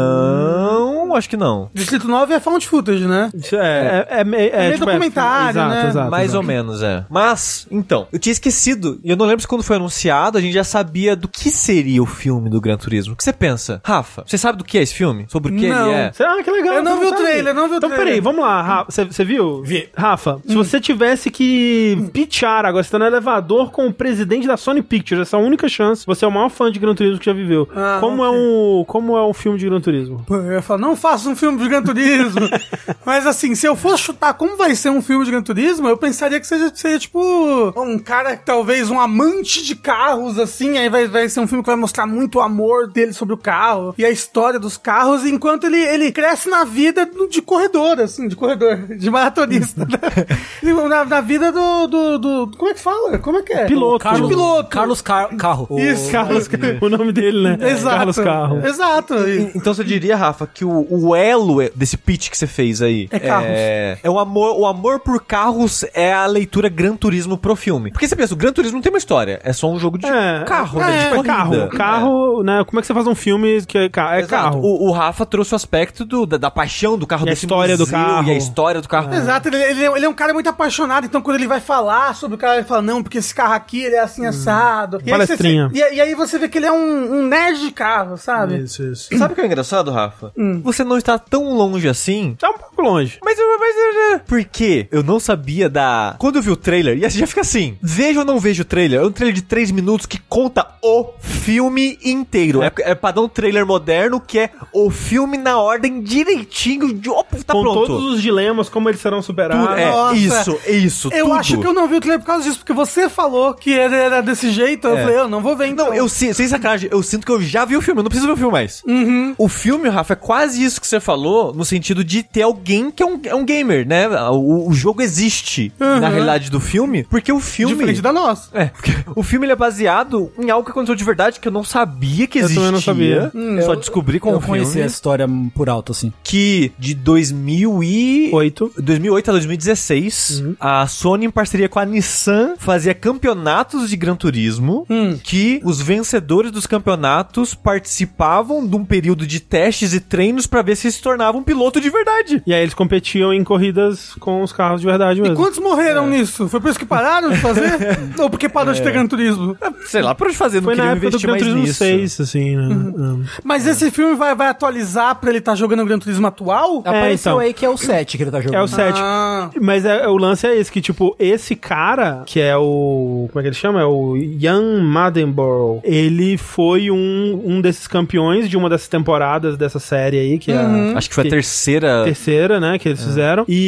Não, acho que não. Distrito nove é found footage, né? Isso é, é, é, meio- é, meio tipo, documentário, exato, né? Exato, Mais exato. ou menos, é. Mas, então, eu tinha esquecido, e eu não lembro se quando foi anunciado, a gente já sabia do que seria o filme do Gran Turismo. O que você pensa? Rafa, você sabe do que é esse filme? Sobre o que Não. ele é? Ah, que legal. Eu não você vi o sabe. trailer, não vi o então, trailer. peraí, vamos lá, Rafa. Você- Você viu? Vi. Rafa, se você tivesse que pitchar agora, você tá no elevador com o presidente da Sony Pictures, essa é a única chance, você é o maior fã de Gran Turismo que já viveu. Ah, como, ok. é um, como é um filme de Gran Turismo? Pô, eu ia falar, não faça um filme de Gran Turismo. Mas assim, se eu fosse chutar como vai ser um filme de Gran Turismo, eu pensaria que seja, seria tipo um cara, talvez um amante de carros, assim, aí vai, vai ser um filme que vai mostrar muito o amor dele sobre o carro e a história dos carros, enquanto ele, ele cresce na vida de corredor, assim, de corredor, de maratonista. né? na, na vida do, do, do... Como é que fala? Como é que é? Piloto. Carlos, piloto. Carlos Car Carro. Isso, Carlos, o nome dele, né? Exato. Carlos Carro. Exato. E- Então você diria, Rafa, que o, o elo desse pitch que você fez aí É carros. é, é o amor, o amor por carros é a leitura Gran Turismo pro filme. Porque você pensa, o Gran Turismo não tem uma história, é só um jogo de É, carro, é, né? De é, corrida. carro. Carro, né? Como é que você faz um filme que é, ca- é Exato. carro? O, o Rafa trouxe o aspecto do, da, da paixão do carro, E a desse história do museu, carro. E a história do carro. Exato, ele, ele, é- ele é um cara muito apaixonado, então quando ele vai falar sobre o carro, ele fala, não, porque esse carro aqui, ele é assim, assado. E aí, você, Palestrinha. e, e aí você vê que ele é um, um nerd de carro, sabe? Isso, isso. Sabe o que é engraçado, Rafa? Hum. Você não está tão longe assim. Tá um pouco longe. Mas, mas, mas porque eu não sabia da... Quando eu vi o trailer, e assim já fica assim, vejo ou não vejo o trailer? É um trailer de três minutos que conta o filme inteiro. É, é padrão trailer moderno, que é o filme na ordem direitinho, de, ó, tá Com pronto. todos os dilemas, como eles serão superados. Tudo- é, Nossa. isso, isso, Eu tudo. acho que eu não vi o trailer por causa disso, porque você falou que ele era desse jeito, eu É. falei, eu não vou ver então. Não, eu si- sem sacanagem, eu sinto que eu já vi o filme, eu não preciso ver o filme mais. Uhum. O filme, Rafa, é quase isso que você falou, no sentido de ter alguém que é um, é um gamer, né? O, o jogo existe Uhum. na realidade do filme, porque o filme... Diferente da nossa. É, porque o filme ele é baseado em algo que aconteceu de verdade que eu não sabia que Eu existia. também não sabia. Eu só descobri com Eu o filme conheci a história por alto, assim. que de dois mil e... Oito. dois mil e oito a dois mil e dezesseis, a Sony, em parceria com a Nissan, fazia campeonatos de Gran Turismo, Hum. que os vencedores dos campeonatos participavam de um período de testes e treinos pra ver se se tornavam um piloto de verdade. E aí eles competiam em corridas com os carros de verdade E mesmo. quantos morreram nisso? Foi por isso que pararam de fazer? Ou porque parou de ter Gran Turismo? Sei lá, por onde fazer, não Foi na queria época do investir Gran mais Turismo nisso. seis, assim, né? Hum. Mas esse filme vai, vai atualizar pra ele estar jogando o Gran Turismo atual? Apareceu então. aí que é o sete que ele tá jogando. É o sete. Ah. Mas é, o lance é esse, que tipo, esse cara, que é o... Como é que ele chama? É o Ian Maddenborough. Ele foi um, um desses campeões de uma dessas temporadas dessa série aí, que é a Acho que foi a terceira... terceira, né, que eles fizeram. E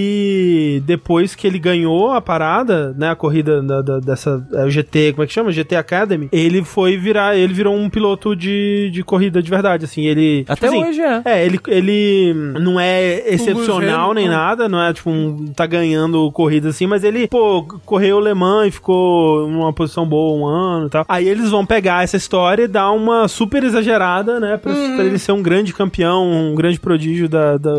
ele, depois que ele ganhou a parada, né, a corrida da, da- dessa é, o G T, como é que chama? G T Academy. Ele foi virar, ele virou um piloto de, de corrida de verdade, assim. Ele... Até tipo assim, hoje é. É, ele, ele não é excepcional nem nada, não é tipo um, tá ganhando corrida assim, mas ele, pô, correu Le Mans e ficou numa posição boa um ano e tal. Aí eles vão pegar essa história e dar uma super exagerada, né, pra, pra ele ser um grande campeão, um grande prodígio da, da- do mundo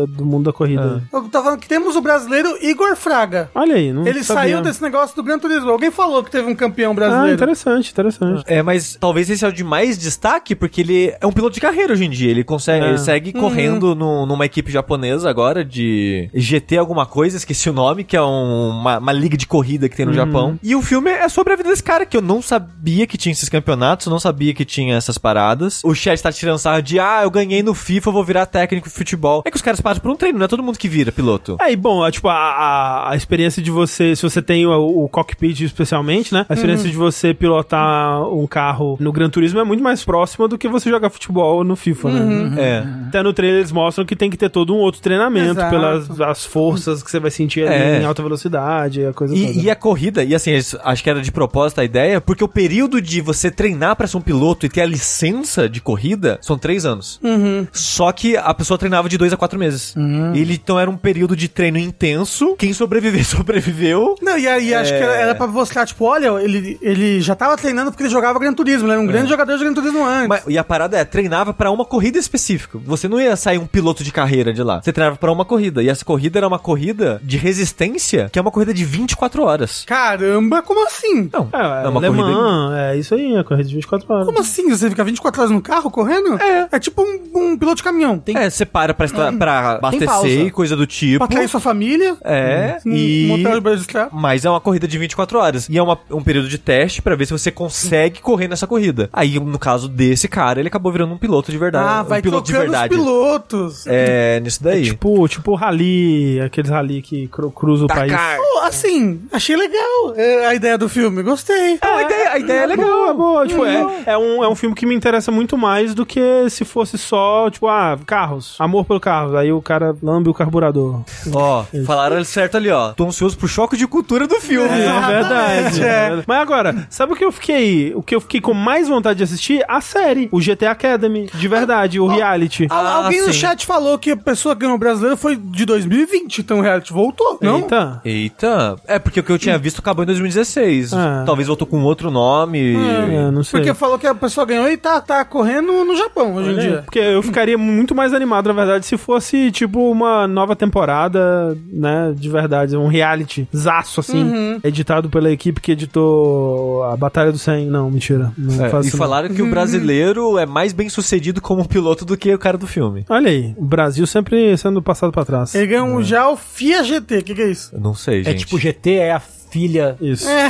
mundo da corrida. Eu tava falando que temos o brasileiro Igor Fraga. Olha aí, não Ele sabia. saiu desse negócio do Gran Turismo. Alguém falou que teve um campeão Ah, brasileiro. interessante, interessante. É, mas talvez esse é o de mais destaque, porque ele é um piloto de carreira hoje em dia. Ele consegue, É. ele segue correndo no- numa equipe japonesa agora de G T alguma coisa, esqueci o nome, que é um- uma, uma liga de corrida que tem no Japão. E o filme é sobre a vida desse cara, que eu não sabia que tinha esses campeonatos, eu não sabia que tinha essas paradas. O chat tá tirando sarro de, ah, eu ganhei no FIFA, eu vou virar técnico de futebol. É que os caras passam por um treino, não é todo mundo que vira piloto. É, e bom, é, tipo, a, a, a experiência de você, se você tem o, o cockpit especialmente, né? A experiência de você pilotar um carro no Gran Turismo é muito mais próxima do que você jogar futebol no FIFA, né? É. Até no trailer eles mostram que tem que ter todo um outro treinamento Exato. pelas as forças que você vai sentir ali É. em alta velocidade, a coisa toda. E, e a corrida, e assim, eles- acho que era de propósito a ideia, porque o período de você treinar pra ser um piloto e ter a licença de corrida são três anos. Só que a pessoa treinava de dois a quatro meses. Ele, então era um período de treino intenso. Quem sobreviver, sobreviveu. Não, e aí acho É. que era, era pra mostrar, tipo, olha, ele, ele já tava treinando porque ele jogava Gran Turismo, ele era um grande jogador de Gran Turismo antes. Mas- e a parada é, treinava pra uma corrida específica. Você não ia sair um piloto de carreira de lá. Você treinava pra uma corrida. E essa corrida era uma corrida de resistência, que é uma corrida de vinte e quatro horas. Caramba, como assim? Não, É, é uma Le corrida... Mans, é isso aí, a corrida de vinte e quatro horas. Como assim? Você fica vinte e quatro horas no carro correndo? É. É tipo um, um piloto de caminhão. Tem- É, você para pra, estar, pra pausa. abastecer e coisa do tipo. Pra atrair sua família. É, Um e... motel de beijo de estrada. Mas é uma corrida de vinte e quatro horas. E é uma- um período de teste pra ver se você consegue correr nessa corrida. Aí, no caso desse cara, ele acabou virando um piloto de verdade. Ah, vai um piloto de trocando os verdade. pilotos. É, nisso daí. Tipo, tipo rally, aqueles rally que cru, cruza o país. Dakar. Pô, assim, achei legal é, a ideia do filme, gostei. É, a ideia, a ideia é legal. Boa, boa. Tipo, é, é, um, é um filme que me interessa muito mais do que se fosse só, tipo, ah, carros. Amor pelo carro. Aí o cara lambe o carburador. Ó, falaram certo ali, ó. Tô ansioso pro choque de cultura do filme. É verdade. é. é verdade. Mas agora, sabe o que eu fiquei? O que eu fiquei com mais vontade de assistir? A série. O G T Academy. De verdade, o reality. Al- Ah, Alguém no sim. chat falou que a pessoa que ganhou o brasileiro foi de dois mil e vinte, então o reality voltou, não? Eita. Eita. É, porque o que eu tinha visto acabou em dois mil e dezesseis. Ah. Talvez voltou com outro nome. É, não sei. Porque falou que a pessoa ganhou e tá, tá correndo no Japão hoje em dia. Porque eu ficaria muito mais animado, na verdade, se fosse, tipo, uma nova temporada, né, de verdade, um reality zaço, assim, editado pela equipe que editou a Batalha do cem. Não, mentira. Não É, faço e isso, falaram que o brasileiro é mais bem sucedido como piloto do que o cara do filme. não. Olha aí, o Brasil sempre sendo passado pra trás. Ele ganhou um já o F I A G T, o que, que é isso? Eu não sei, É gente. tipo, G T é a filha... Isso. É,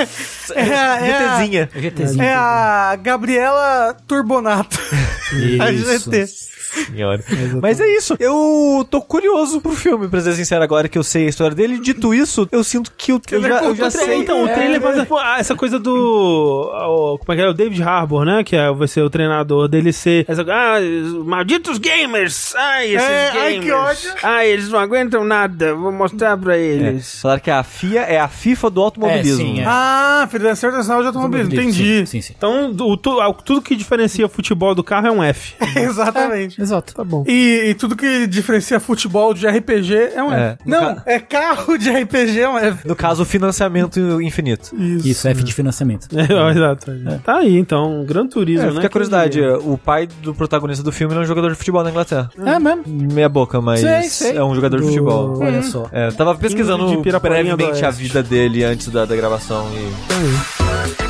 é, a- é, a, GTzinha. GTzinho. é a Gabriela Turbonato. A G T. Senhora. Mas é isso. Eu tô curioso pro filme, pra ser sincero, agora que eu sei a história dele. Dito isso, eu sinto que eu, eu, já, eu já O tra- sei. Então, o É, trailer faz pô, ah, essa coisa do. o- como é que é? O David Harbour, né? Que é, vai ser o treinador dele ser. Essa, ah, os malditos gamers! Ai, esses É, gamers! ai, que ódio. Ai, eles não aguentam nada. Vou mostrar pra É. eles. Falaram que a F I A é a FIFA do automobilismo. É, sim, é. Ah, Federação Internacional de Automobilismo, entendi. Sim, sim. Então, o, tu- o- tudo que diferencia futebol do carro é um F. Exatamente. Exato. Tá bom. E, e tudo que diferencia futebol de R P G é um É, F. no Não, ca- é carro de R P G é um F. No caso, o financiamento infinito. Isso, F de financiamento. É, exato. Tá aí, então, Gran Turismo, É, né? fica a curiosidade, Que- o pai do protagonista do filme ele é um jogador de futebol na Inglaterra. É mesmo. Meia boca, mas Sei, sei. é um jogador de Do- futebol. Olha só. É, tava pesquisando de Piraporinha do brevemente a Oeste. vida dele antes da, da gravação e...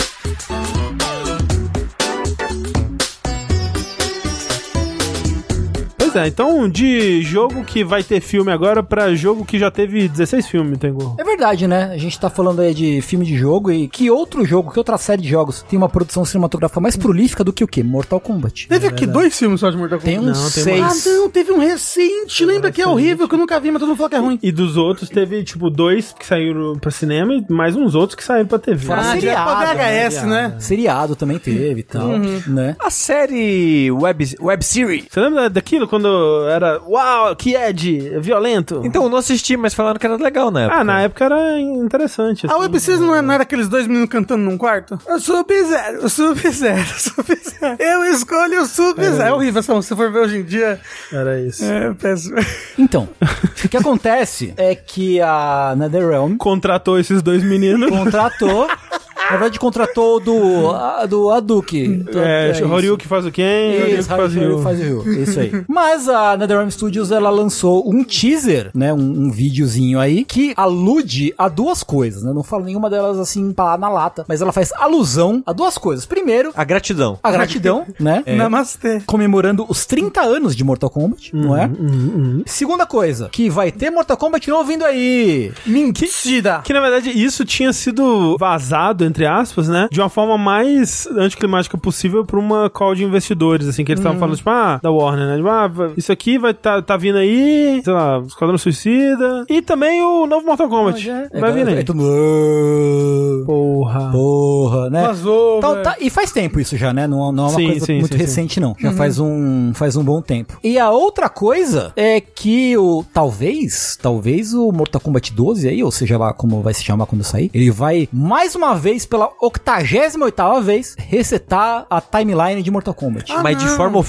Pois é, então de jogo que vai ter filme agora pra jogo que já teve dezesseis filmes, Tengu. É verdade, né? A gente tá falando aí de filme de jogo e que outro jogo, que outra série de jogos tem uma produção cinematográfica mais prolífica do que o quê? Mortal Kombat. Teve aqui dois filmes só de Mortal Kombat. Tem uns Não, tem Ah, seis. não, teve um recente. Lembra que é horrível, que eu nunca vi, mas todo mundo fala que é ruim. E dos outros teve, tipo, dois que saíram pra cinema e mais uns outros que saíram pra T V. Fora Ah, direto seriado, pra V H S, né? né? Seriado também teve e tal, né? A série web, web series. Você lembra daquilo quando era, uau, que Ed, é violento? Então, eu não assisti, mas falaram que era legal na época. Ah, na época era interessante. A assim. Web Series não, é- não era aqueles dois meninos cantando num quarto? Eu sou Sub-Zero, eu sou Sub-Zero, eu sou Sub-Zero. Eu escolho o Sub-Zero. É horrível essa música, se você for ver hoje em dia. Era isso. É péssimo. Então, o que acontece é que a NetherRealm Contratou esses dois meninos. contratou Na verdade, contratou do, a, do Hadouken. É, é o Horyuki faz o Ken, o Horyuki Isso, faz o Ryu. faz o Ryu. Isso aí. Mas a NetherRealm Studios, ela lançou um teaser, né? Um, um videozinho aí, que alude a duas coisas, né? Não falo nenhuma delas assim, pra lá na lata, mas ela faz alusão a duas coisas. Primeiro, A gratidão. a gratidão, né? É, Namastê. comemorando os trinta anos de Mortal Kombat, não é? Uhum. Segunda coisa, que vai ter Mortal Kombat novo vindo aí. Mentira. Que na verdade isso tinha sido vazado, entre aspas, né? De uma forma mais anticlimática possível pra uma call de investidores, assim, que eles estavam falando, tipo, ah, da Warner, né? Tipo, ah, isso aqui vai tá, tá vindo aí, sei lá, Esquadrão Suicida. E também o novo Mortal Kombat. Vai vir aí. É tudo... Porra. Porra, né? Vazou, Então, velho. tá, e faz tempo isso já, né? Não, não é uma Sim, coisa sim, muito sim, recente, não. Já faz, um, faz um bom tempo. E a outra coisa é que o talvez, talvez o Mortal Kombat doze aí, ou seja lá como vai se chamar quando sair, ele vai mais uma vez, pela octagésima oitava vez, resetar a timeline de Mortal Kombat. Ah, Mas de não. forma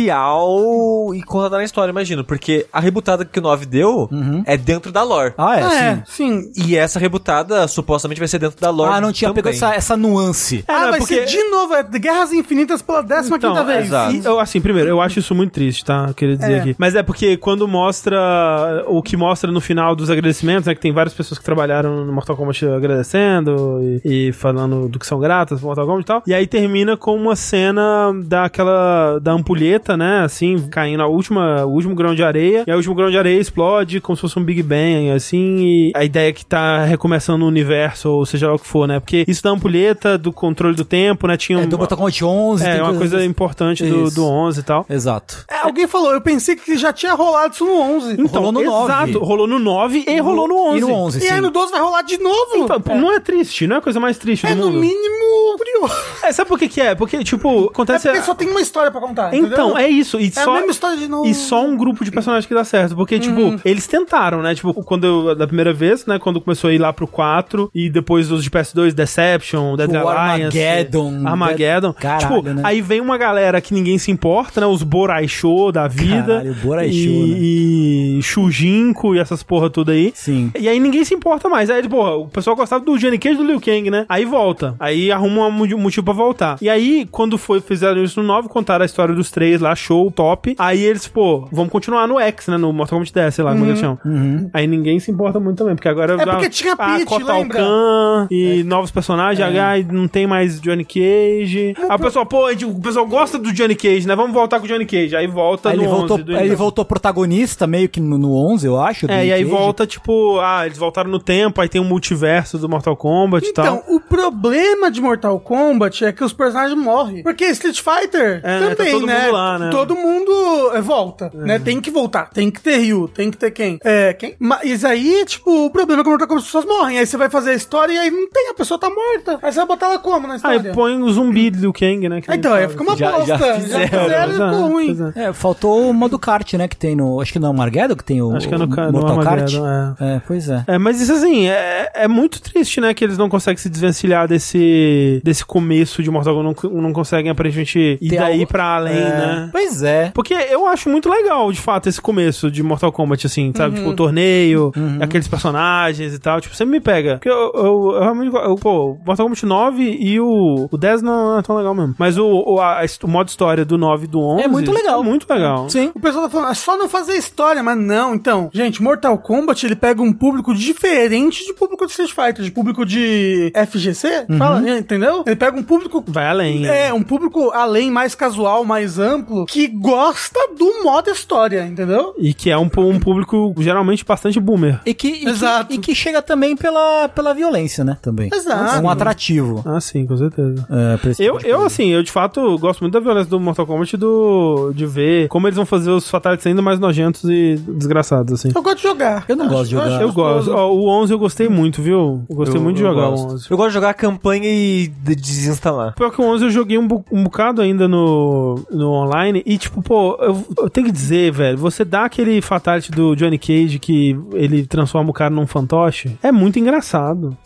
oficial e contada na história, imagino. Porque a rebutada que o nove deu é dentro da lore. Ah, é? Ah, sim. é, sim. E essa rebutada supostamente vai ser dentro da lore. Ah, não tinha também. pego essa, essa nuance. É, ah, não, vai porque- ser de novo, é Guerras Infinitas pela décima quinta Então, vez. exato. E eu, assim, primeiro, eu acho isso muito triste, tá? Eu queria dizer É. aqui. Mas é porque quando mostra o que mostra no final dos agradecimentos, né? Que tem várias pessoas que trabalharam no Mortal Kombat agradecendo e, e falando do que são gratas pro Mortal Kombat e tal. E aí termina com uma cena daquela da ampulheta, né? Assim, caindo a última, o último grão de areia. E aí o último grão de areia explode como se fosse um Big Bang, assim. E a ideia é que tá recomeçando o universo, ou seja lá o que for, né? Porque isso da ampulheta, do controle do tempo, né? Tinha É, um, do Mortal Kombat onze. é, tem uma coisas- coisa importante do, Isso. do onze e tal. Exato. É, alguém falou, eu pensei que já tinha rolado isso no onze. Então, Rolou no nove. exato, rolou no nove e rolou no onze. E no onze, E sim. aí no doze vai rolar de novo. Então, pô, não é triste, não é a coisa mais triste É do no mundo. mínimo curioso. É, sabe por que que é? Porque, tipo, É acontece... porque só tem uma história pra contar, Então, entendeu? é isso. E É só... a mesma história de novo. E só um grupo de personagens que dá certo. Porque, tipo, eles tentaram, né? Tipo, quando eu, da primeira vez, né? Quando começou a ir lá pro quatro, e depois os de P S dois, Deception, Dead O Alliance... Armageddon. Armageddon. Caralho, tipo, né? aí vem uma galera que ninguém se importa, né? Os Boraisho da vida. Caralho, Boraisho, e, e Shujinko e essas porra tudo aí. Sim. E aí ninguém se importa mais. Aí, porra, o pessoal gostava do Johnny Cage e do Liu Kang, né? Aí volta. Aí arruma um mo- motivo pra voltar. E aí, quando foi, fizeram isso no nove, contaram a história dos três lá, show, top. Aí eles, pô, vamos continuar no X, né? No Mortal Kombat dez, sei lá, como eles chamam. Aí ninguém se importa muito também, porque agora... É porque tinha ah, Peach, Kotal lembra? Kahn e novos personagens, H, e não tem mais Johnny Cage. Aí o pessoal, pô, a gente- o pessoal gosta do Johnny Cage, né? Vamos voltar com o Johnny Cage. Aí volta Aí no ele voltou, onze. do aí ele N- voltou protagonista meio que no, no onze, eu acho. do É, e aí Cage. volta, tipo, ah, eles voltaram no tempo, aí tem um multiverso do Mortal Kombat e Então, tal. o problema de Mortal Kombat é que os personagens morrem. Porque Street Fighter É, né, tá também, todo né? mundo lá, né? Todo mundo é, volta, né? Tem que voltar. Tem que ter Ryu, tem que ter quem? É, quem? Mas aí, tipo, o problema é que o Mortal Kombat as pessoas morrem. Aí você vai fazer a história e aí não tem, a pessoa tá morta. Aí você vai botar ela como na história? Aí põe o zumbi do Liu Kang, né? que Ah, então, nem aí fala. fica uma Já- bosta. já Já fizeram, fizeram e Pois é, ficou ruim. pois é. É, faltou o modo kart, né, que tem no... Acho que no Armageddon que tem o, Acho que é no, o ca- no Mortal Kart. Armageddon, é. É, pois é. É, mas isso assim, é, é muito triste, né, que eles não conseguem se desvencilhar desse, desse começo de Mortal Kombat, não, não conseguem aparentemente ir Tem daí algo- pra além, É, né? Pois é. Porque eu acho muito legal, de fato, esse começo de Mortal Kombat, assim, sabe? Uhum. Tipo, o torneio, aqueles personagens e tal. Tipo, sempre me pega. Porque eu, eu, eu realmente... Eu, pô, Mortal Kombat nove e o, o dez não é tão legal mesmo. Mas o, o, a- o modo história do nove e do onze... É muito legal. É muito legal. Sim. O pessoal tá falando, é só não fazer história, mas não, então. Gente, Mortal Kombat, ele pega um público diferente de público de Street Fighter, de público de F G C, fala, entendeu? Ele pega um público... Vai além, né? É, um público além, mais casual, mais amplo, que gosta do modo história, entendeu? E que é um, um público geralmente bastante boomer. E que, e Exato. que, e que chega também pela, pela violência, né? Também. Exato. É um atrativo. Ah, sim, com certeza. É, pra esse Eu, tipo de eu, coisa. assim, eu de fato gosto muito da violência do Mortal Kombat do, de ver como eles vão fazer os fatalities ainda mais nojentos e desgraçados, assim. Eu gosto de jogar. Eu não gosto de jogar. acho Eu gosto. gostoso. Ó, o onze eu gostei muito, viu? Eu gostei Eu- muito de eu jogar gosto. o onze. Eu gosto de jogar a campanha e de- desinstalar. Pior que o onze eu joguei um, bu- um bocado ainda no, no online e, tipo, pô, eu, eu tenho que dizer, velho, você dá aquele fatality do Johnny Cage que ele transforma o cara num fantoche, é muito engraçado.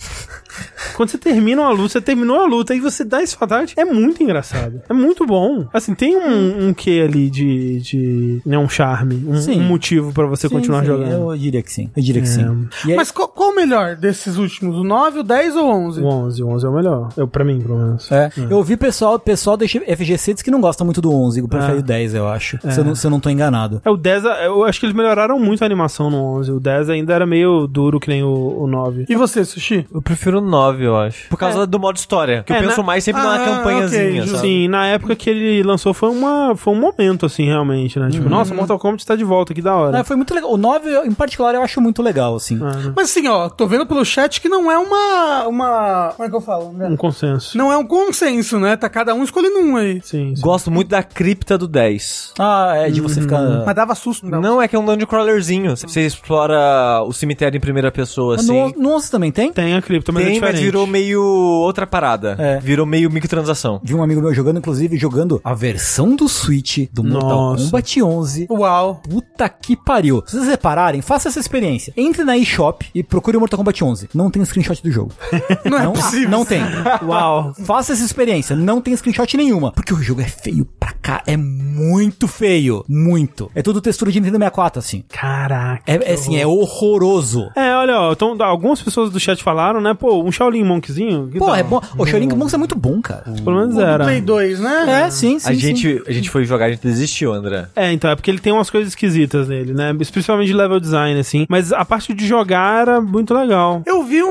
Quando você termina uma luta, você terminou a luta e você dá esse fatality, é muito engraçado. É muito bom. Assim, tem um, um quê ali de, de... né, um charme, um, um motivo pra você sim, continuar sim, jogando. Eu diria que sim. Eu diria que É. sim. E aí, Mas qual, qual o melhor desses últimos? O nove, o dez ou o onze? O onze, o onze é o melhor. Eu, pra mim, pelo menos. é, eu ouvi pessoal, pessoal da F G C diz que não gosta muito do onze, prefere É. o dez, eu acho. Se, eu não, se eu não tô enganado. É, o dez, eu acho que eles melhoraram muito a animação no onze. O dez ainda era meio duro que nem o, o nove. E você, Sushi? Eu prefiro o nove, eu acho. Por causa do modo história. Que É, eu penso na- mais sempre Ah, na campanhazinha, ok, sabe? Sim, na época que ele lançou foi, uma, foi um momento, assim, realmente, né? Tipo, nossa, Mortal Kombat tá de volta, que da hora. É, foi muito legal. O nove, em particular, eu acho muito legal, assim. Ah, né? Mas assim, ó, tô vendo pelo chat que não é uma... uma... Como é que eu falo, né? Um consenso. Não é um consenso, né? Tá cada um escolhendo um aí. Sim, sim. Gosto muito da cripta do dez. Ah, é de você ficar... Mas dava susto, não. Não, é que é um dungeon crawlerzinho. Você explora o cemitério em primeira pessoa, Ah, assim. no, no onze também tem? Tem a cripta, mas é Tem, diferente. mas virou meio outra parada. É. Virou meio microtransação. Vi um amigo meu jogando, inclusive, jogando a versão do Switch do Mortal Nossa. Kombat onze. Uau. Puta que pariu. Se vocês repararem, faça essa experiência. Entre na eShop e procure o Mortal Kombat onze. Não tem screenshot do jogo. Não é Não, possível. não tem. Uau. Faça essa experiência. Não tem screenshot nenhuma. Porque o jogo é feio pra cá. É muito feio. Muito. É tudo textura de Nintendo sessenta e quatro, assim. Caraca. É, é assim, é horroroso. É, olha, ó, então, algumas pessoas do chat falaram, né? Pô, um Shaolin Monkzinho. que Pô, tal? é bom. O Shaolin Monks é muito bom, cara. Pelo menos O era. Play dois, né? É, sim, sim. a, sim. gente, a gente foi jogar, a gente desistiu, André. É, então, é porque ele tem umas coisas esquisitas nele, né? Especialmente de level design, assim. Mas a parte de jogar era muito legal. Eu vi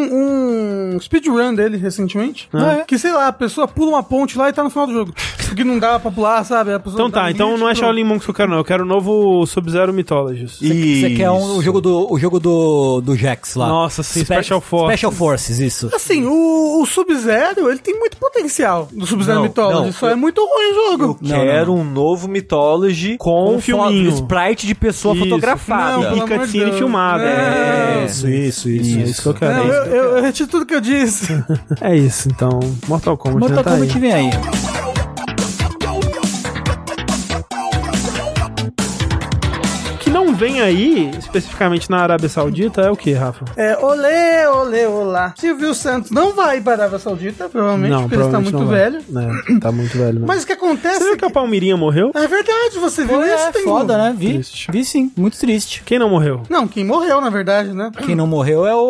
um, um speedrun dele recentemente. Ah. Que, sei lá, a pessoa pula uma ponte lá e tá no final do jogo. Porque não dá pra pular, sabe? A pessoa Então dá tá, um então hit, não é pronto. Shaolin Monks que eu quero, não. Eu quero o novo Sub-Zero Mythologies. Você quer um, o jogo do o jogo do, do Jax lá. Nossa, sim, Spe- Special Forces. Special Forces, isso. Assim, o, o Sub-Zero, ele tem muito potencial do Sub-Zero Não, Mythology. não, Só eu- é muito ruim o jogo. Eu quero um novo Mythology com, Com fo- filminho. sprite de pessoa Isso. fotografada. Não, E pelo amor de cutscene Deus. filmada. É. Isso, isso, isso. É isso que eu quero. Não, é, eu, isso. eu, eu retiro tudo que eu disse. É isso, então. Mortal Kombat, Mortal né, tá Kombat aí. vem aí. Que não vem aí, especificamente na Arábia Saudita, é o que, Rafa? É, olê, olê, olá. Silvio Santos não vai para a Arábia Saudita, provavelmente, porque ele está provavelmente muito não vai. velho. É, tá muito velho mesmo. Mas o que acontece Você é viu que a Palmirinha morreu? É verdade, você viu Pô, isso? é Tengu? foda, né? Vi. Triste. Vi sim, muito triste. Quem não morreu? Não, quem morreu, na verdade, né? Quem não morreu é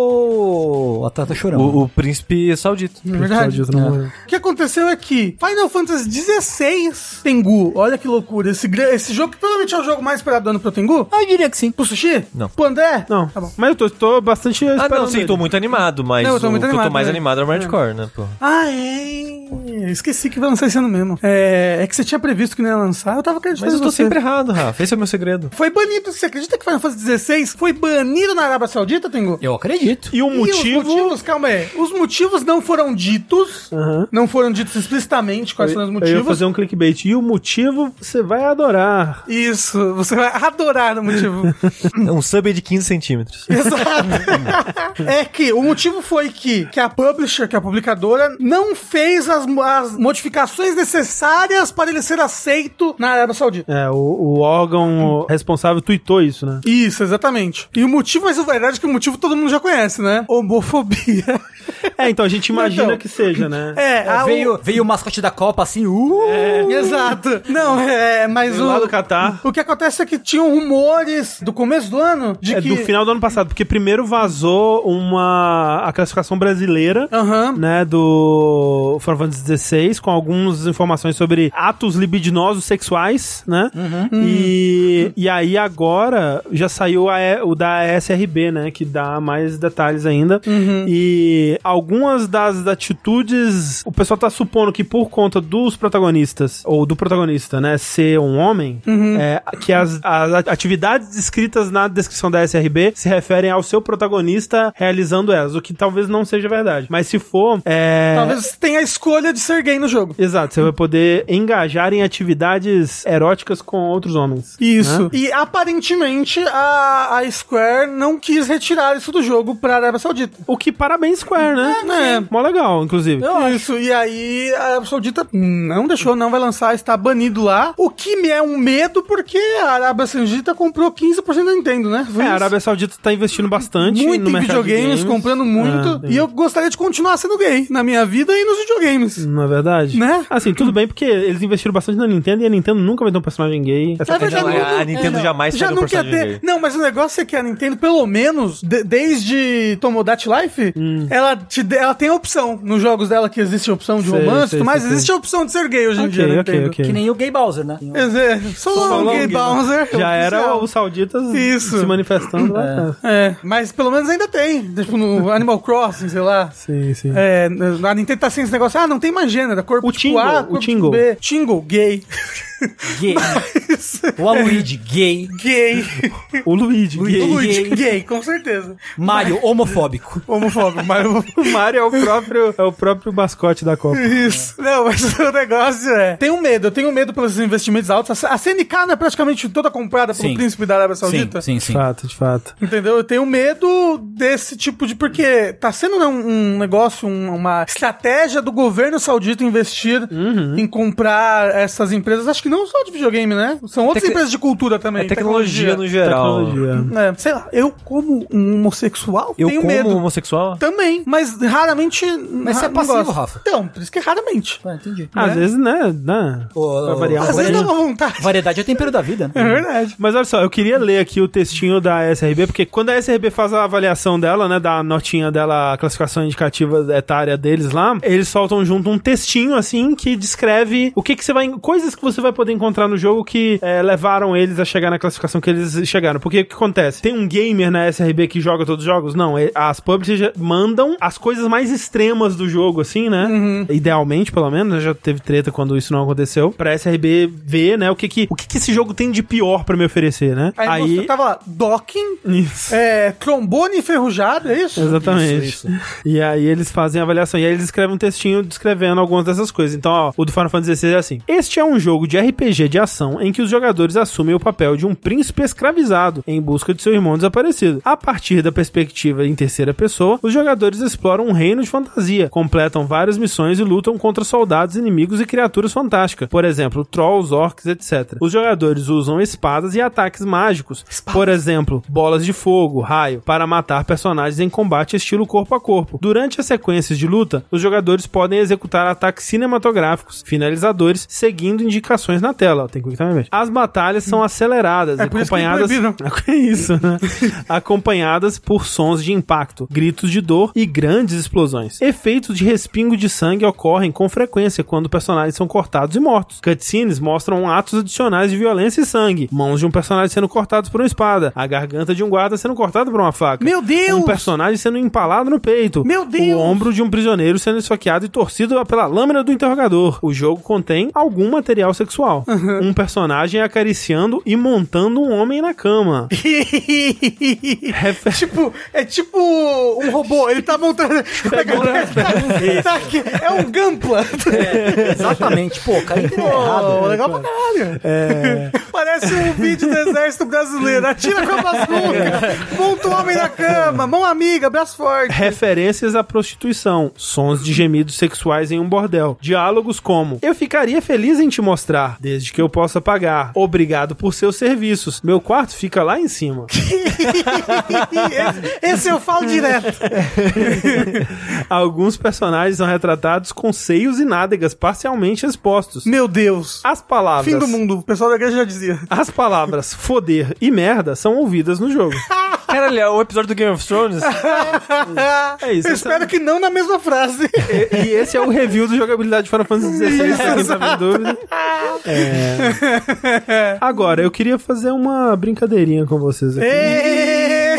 o Atlanta Chorão. O, o príncipe saudita. Na verdade. Saudita não É. morreu. O que aconteceu é que Final Fantasy dezesseis Tengu, olha que loucura. Esse, gra- esse jogo que provavelmente é o jogo mais esperado do ano pro Tengu. Ah, eu diria que sim. Pro Sushi? Não. Pro André? Não, Tá bom. mas eu tô, tô bastante Ah, esperando não, sim, ele. tô muito animado, mas Não, eu tô o muito que eu tô animado mais também. animado é o Hardcore, né, pô? Ah, é. Esqueci que vai lançar esse ano mesmo. É, é que você tinha previsto que não ia lançar, eu tava acreditando Mas eu tô em você. sempre errado, Rafa. Esse é o meu segredo. Foi banido. Você acredita que Final Fantasy dezesseis foi banido na Arábia Saudita, Tengu? Eu acredito. E o E motivo... os motivos, calma aí. Os motivos não foram ditos. Aham. Não foram ditos explicitamente quais são os Eu ia motivos. fazer um clickbait. E o motivo você vai adorar. Isso, você vai adorar o motivo. É um sub de quinze centímetros. Exato. É que o motivo foi que, que a publisher, que a publicadora, não fez as, as modificações necessárias para ele ser aceito na Arábia Saudita. É, o, o órgão responsável tweetou isso, né? Isso, exatamente. E o motivo, mas a verdade é que o motivo todo mundo já conhece, né? Homofobia. É, então a gente imagina Então, que seja, né? É, É, a, veio, o... veio o mascote da Copa assim, uh! Exato. Não, é, mas Veio o... lá do Catar. O que acontece é que tinham rumores do começo do ano de É que... do final do ano passado, porque primeiro vazou uma a classificação brasileira, Aham. né, do Final Fantasy dezesseis, com algumas informações sobre atos libidinosos sexuais, né? E, e aí agora já saiu a E- o da E S R B, né, que dá mais detalhes ainda. E algumas das atitudes, o pessoal tá supondo que por conta dos protagonistas, ou do protagonista, né, ser um homem, é, que as, as atividades descritas na descrição da S R B se referem ao seu protagonista realizando elas, o que talvez não seja verdade. Mas se for, é... Talvez tenha a escolha de ser ser gay no jogo. Exato, você vai poder engajar em atividades eróticas com outros homens. Isso. Né? E aparentemente a, a Square não quis retirar isso do jogo pra Arábia Saudita. O que parabéns, Square, né? É, é. Mó legal, inclusive. Isso, e aí a Arábia Saudita não deixou, não vai lançar, está banido lá. O que me é um medo, porque a Arábia Saudita comprou quinze por cento da Nintendo, né? Foi É, isso. a Arábia Saudita tá investindo bastante Muito no em mercado de videogames, games. comprando muito. É, e eu gostaria de continuar sendo gay na minha vida e nos videogames. Não é verdade? Né? Assim, tudo bem, porque eles investiram bastante na Nintendo e a Nintendo nunca vai ter um personagem gay. Essa É verdade, Não, não- a Nintendo não. jamais já pega não um quer personagem ter. gay. Não, mas o negócio é que a Nintendo, pelo menos, de- desde Tomodachi Life, Hum. ela, te, dê- ela tem a opção nos jogos dela que existe a opção de Sei, romance, sei, mas sei, existe sei. a opção de ser gay hoje em Ok, dia na ok, Nintendo. ok. Que nem o Gay Bowser, né? Quer dizer, sou Só um long gay gay. Bowser. Já era oficial. os sauditas Isso. se manifestando lá. É, mas pelo menos ainda tem. Tipo, no Animal Crossing, sei lá. Sim, sim. É, a Nintendo tá sem esse negócio, ah, não tem mais gênero, corpo O tipo Tingle, A, o corpo Tingle. tipo B. Tingle, gay. Gay. O Aluigi, gay. Gay. O Luigi, gay. Luigi, gay, com certeza. Mario, homofóbico. Homofóbico, mas... O Mario é o próprio, é o próprio mascote da Copa. Isso. Não, mas o negócio é... Tenho medo, eu tenho medo pelos investimentos altos. A C N K não é praticamente toda comprada pelo Sim. príncipe da Arábia Saudita? Sim, sim, De sim. fato, de fato. Entendeu? Eu tenho medo desse tipo de... Porque tá sendo né, um, um negócio, um- uma estratégia do governo saudita investir em comprar essas empresas. Acho que não só de videogame, né? São outras Tec- empresas de cultura também. É tecnologia no geral. Tecnologia. É, sei lá, eu como um homossexual Eu tenho como medo. homossexual? Também, mas raramente... Mas você é não passivo, gosto. Rafa. Então, por isso que é raramente. Ah, entendi. Às né? vezes, né? né? Ô, Vai variar um Às vezes dá pouquinho. uma vontade. Variedade é tempero da vida, É né? verdade. Mas olha só, eu queria ler aqui o textinho da S R B, porque quando a S R B faz a avaliação dela, né, da notinha dela, a classificação indicativa etária deles lá, eles soltam junto um textinho, assim, que descreve o que que você vai... coisas que você vai poder encontrar no jogo que é, levaram eles a chegar na classificação que eles chegaram. Porque o que acontece? Tem um gamer na S R B que joga todos os jogos? Não, é- as publishers já mandam as coisas mais extremas do jogo, assim, né? Idealmente, pelo menos, né? Já teve treta quando isso não aconteceu, pra S R B ver, né, o que que, o que que esse jogo tem de pior pra me oferecer, né? Aí, você tava lá, docking, Isso. é, trombone enferrujado, é isso? Exatamente. Isso, isso. E aí eles fazem a avaliação. E aí eles escrevem um textinho descrevendo algumas dessas coisas. Então, ó, o do Final Fantasy dezesseis é assim. Este é um jogo de R P G de ação em que os jogadores assumem o papel de um príncipe escravizado em busca de seu irmão desaparecido. A partir da perspectiva em terceira pessoa, os jogadores exploram um reino de fantasia, completam várias missões e lutam contra soldados, inimigos e criaturas fantásticas. Por exemplo, trolls, orcs, etcétera. Os jogadores usam espadas e ataques mágicos. Por exemplo, bolas de fogo, raio, para matar personagens em combate estilo corpo a corpo. Durante as sequências de luta, os jogadores podem executar ataques cinematográficos, finalizadores, seguindo indicações na tela. Ó, tem que também. As batalhas são aceleradas, É por isso que acompanhadas... proibiram. É isso, né? Acompanhadas por sons de impacto, gritos de dor e grandes explosões. Efeitos de respingo de sangue ocorrem com frequência quando personagens são cortados e mortos. Cutscenes mostram atos adicionais de violência e sangue. Mãos de um personagem sendo cortados por uma espada. A garganta de um guarda sendo cortada por uma faca. Meu Deus! Um personagem sendo empalado no peito. Meu Deus! O ombro de um prisioneiro sendo esfaqueado e torcido pela lâmina do interrogador. O jogo contém algum material sexual. Um personagem acariciando e montando um homem na cama. Refer- Tipo, é tipo um robô, ele tá montando... Tá aqui, é um Gampla. Exatamente. Pô, cara, entendeu errado. Pô, né? legal pra caralho. É, Parece um vídeo do exército brasileiro. Atira com a bazuca, monta um homem na cama, mão amiga, braço forte. referências à prostituição, sons de gemidos sexuais em um bordel, diálogos como: eu ficaria feliz em te mostrar, desde que eu possa pagar. Obrigado por seus serviços. Meu quarto fica lá em cima. esse, esse eu falo direto. Alguns personagens são retratados com seios e nádegas parcialmente expostos. Meu Deus. As palavras Fim do mundo. O pessoal da igreja já dizia. As palavras foder e merda são ouvidas no jogo. Caralho, é o episódio do Game of Thrones? É isso. Eu essa- espero que não na mesma frase. E, e esse é o review do jogabilidade de Final Fantasy dezesseis, pra quem tá em dúvida. É. Agora, eu queria fazer uma brincadeirinha com vocês aqui. Ei!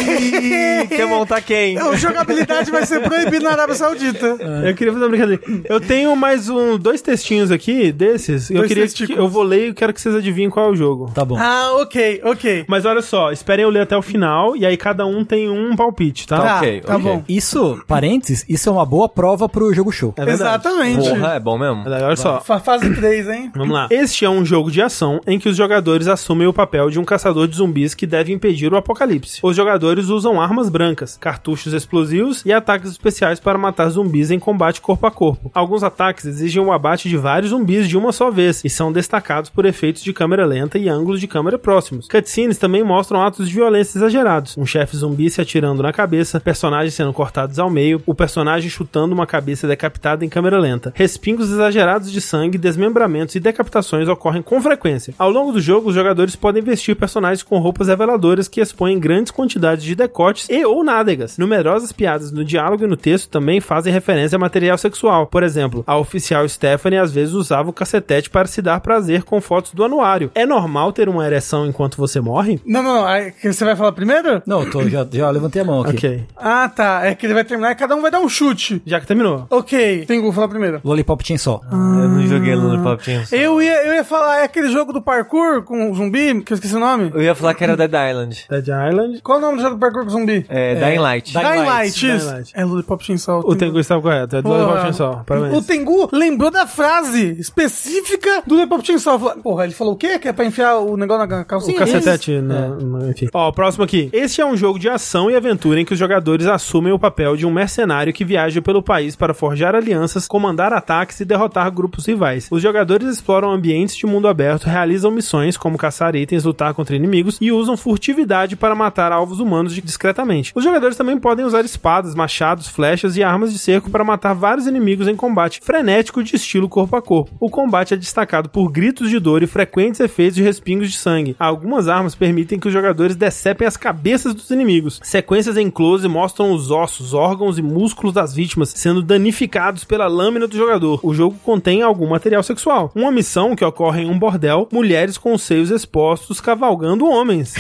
Ih, quer montar quem? A jogabilidade vai ser proibida na Arábia Saudita. Eu queria fazer uma brincadeira. Eu tenho mais um, dois textinhos aqui, desses. Eu Dois queria que testículos. eu vou ler e quero que vocês adivinhem qual é o jogo. Tá bom. Ah, ok, ok. Mas olha só, esperem eu ler até o final e aí cada um tem um palpite, tá? Tá, ok, tá ok. bom. Isso, parênteses, isso é uma boa prova pro jogo show. É verdade. Exatamente. Porra, é bom mesmo. Olha só. Fa- Fase três, hein? Vamos lá. Este é um jogo de ação em que os jogadores assumem o papel de um caçador de zumbis que deve impedir o apocalipse. Os jogadores usam armas brancas, cartuchos explosivos e ataques especiais para matar zumbis em combate corpo a corpo. Alguns ataques exigem o abate de vários zumbis de uma só vez e são destacados por efeitos de câmera lenta e ângulos de câmera próximos. Cutscenes também mostram atos de violência exagerados. Um chefe zumbi se atirando na cabeça, personagens sendo cortados ao meio, o personagem chutando uma cabeça decapitada em câmera lenta. Respingos exagerados de sangue, desmembramentos e decapitações ocorrem com frequência. Ao longo do jogo, os jogadores podem vestir personagens com roupas reveladoras que expõem grandes quantidades de decotes e ou nádegas. Numerosas piadas no diálogo e no texto também fazem referência a material sexual. Por exemplo, a oficial Stephanie às vezes usava o cacetete para se dar prazer com fotos do anuário. É normal ter uma ereção enquanto você morre? Não, não, não. Aí, que você vai falar primeiro? Não, eu tô, já, já levantei a mão aqui. Ok. Ah, tá. É que ele vai terminar e cada um vai dar um chute. Já que terminou. Ok. Tem que falar primeiro. Lollipop Chainsaw. Eu não joguei Lollipop Chainsaw. Eu ia, eu ia falar, é aquele jogo do parkour com zumbi, que eu esqueci o nome. Eu ia falar que era Dead Island. Dead Island. Qual é o nome do jogo do parkour com zumbi? É, Dying Light. Dying Dying Light, Light, Dying isso. Light. É Lollipop Chainsaw. O Tengu estava correto. É do Porra. Lollipop Chainsaw. Parabéns. O Tengu lembrou da frase específica do Lollipop Chainsaw. Falou- Porra, ele falou o quê? Que é pra enfiar o negócio na O calcinha? cacetete, no, no- enfim. Ó, o próximo aqui. Este é um jogo de ação e aventura em que os jogadores assumem o papel de um mercenário que viaja pelo país para forjar alianças, comandar ataques e derrotar grupos rivais. Os jogadores exploram ambientes de mundo aberto, realizam missões como caçar itens, lutar contra inimigos e usam furtividade para matar alvos humanos discretamente. Os jogadores também podem usar espadas, machados, flechas e armas de cerco para matar vários inimigos em combate frenético de estilo corpo a corpo. O combate é destacado por gritos de dor e frequentes efeitos de respingos de sangue. Algumas armas permitem que os jogadores decepem as cabeças dos inimigos. Sequências em close mostram os ossos, órgãos e músculos das vítimas sendo danificados pela lâmina do jogador. O jogo contém algum material sexual. Uma missão que ocorre em um bordel, mulheres com os seios expostos cavalgando homens.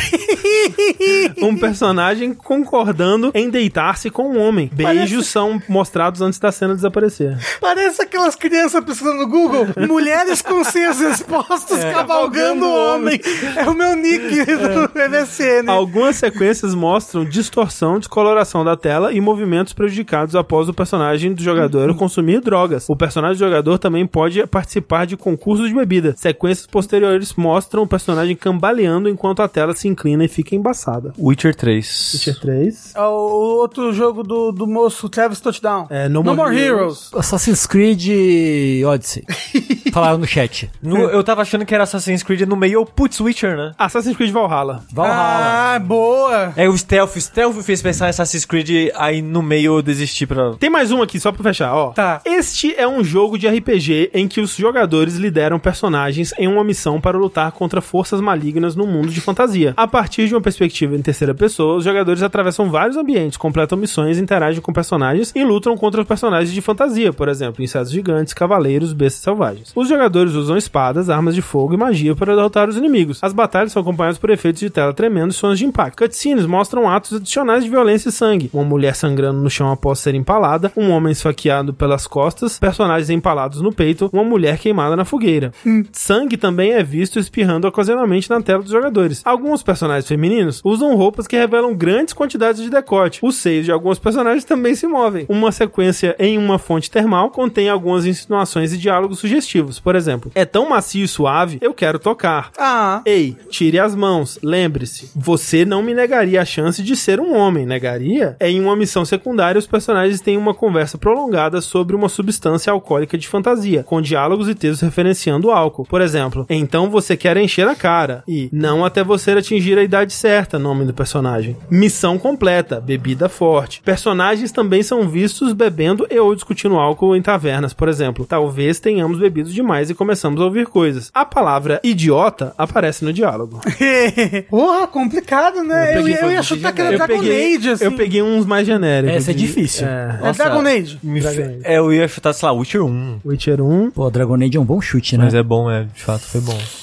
Um personagem concordando em deitar-se com um homem. Beijos são mostrados antes da cena desaparecer. Parece aquelas crianças pesquisando no Google. Mulheres com seios expostos cavalgando homem. É o meu nick do M S N. Algumas sequências mostram distorção, descoloração da tela e movimentos prejudicados após o personagem do jogador consumir drogas. O personagem do jogador também pode participar de concursos de bebida. Sequências posteriores mostram o personagem cambaleando enquanto a tela se inclina e fica embaçada. Witcher três. Witcher três. É o outro jogo do, do moço Travis Touchdown. É, No More Heroes. Assassin's Creed Odyssey. Falaram no chat. No- eu tava achando que era Assassin's Creed no meio, putz, Witcher, né? Assassin's Creed Valhalla. Valhalla. Ah, boa. É o Stealth. O Stealth me fez pensar em Assassin's Creed, aí no meio eu desisti pra... Tem mais um aqui, só pra fechar, ó. Tá. Este é um jogo de R P G em que os jogadores lideram personagens em uma missão para lutar contra forças malignas no mundo de fantasia. A partir de uma perspectiva em terceira pessoa, os jogadores atravessam vários ambientes, completam missões, interagem com personagens e lutam contra os personagens de fantasia, por exemplo, insetos gigantes, cavaleiros, bestas selvagens. Os jogadores usam espadas, armas de fogo e magia para derrotar os inimigos. As batalhas são acompanhadas por efeitos de tela tremendo e sons de impacto. Cutscenes mostram atos adicionais de violência e sangue. Uma mulher sangrando no chão após ser empalada, um homem esfaqueado pelas costas, personagens empalados no peito, uma mulher queimada na fogueira. Sangue também é visto espirrando ocasionalmente na tela dos jogadores. Alguns personagens femininos usam roupas que revelam grandes quantidades de decote. Os seios de alguns personagens também se movem. Uma sequência em uma fonte termal contém algumas insinuações e diálogos sugestivos. Por exemplo, é tão macio e suave, eu quero tocar. Ah. Ei, tire as mãos. Lembre-se, você não me negaria a chance de ser um homem, negaria? É em uma missão secundária, os personagens têm uma conversa prolongada sobre uma substância alcoólica de fantasia, com diálogos e textos referenciando o álcool. Por exemplo, então você quer encher a cara. E não até você atingir a idade certa, nome do personagem. Missão completa, bebida forte. Personagens também são vistos bebendo e ou discutindo álcool em tavernas, por exemplo. Talvez tenhamos bebido demais e começamos a ouvir coisas. A palavra idiota aparece no diálogo. Porra, complicado, né? Eu, peguei- ia- eu ia chutar que era Eu Dragon peguei, Age, assim. eu peguei uns mais genéricos. Essa é de- difícil. É. É Dragon Age. Me Dragon fe- Age. É, eu ia chutar, sei lá, Witcher um. Witcher um. Pô, Dragon Age é um bom chute, né? Mas é bom, é. De fato, foi bom.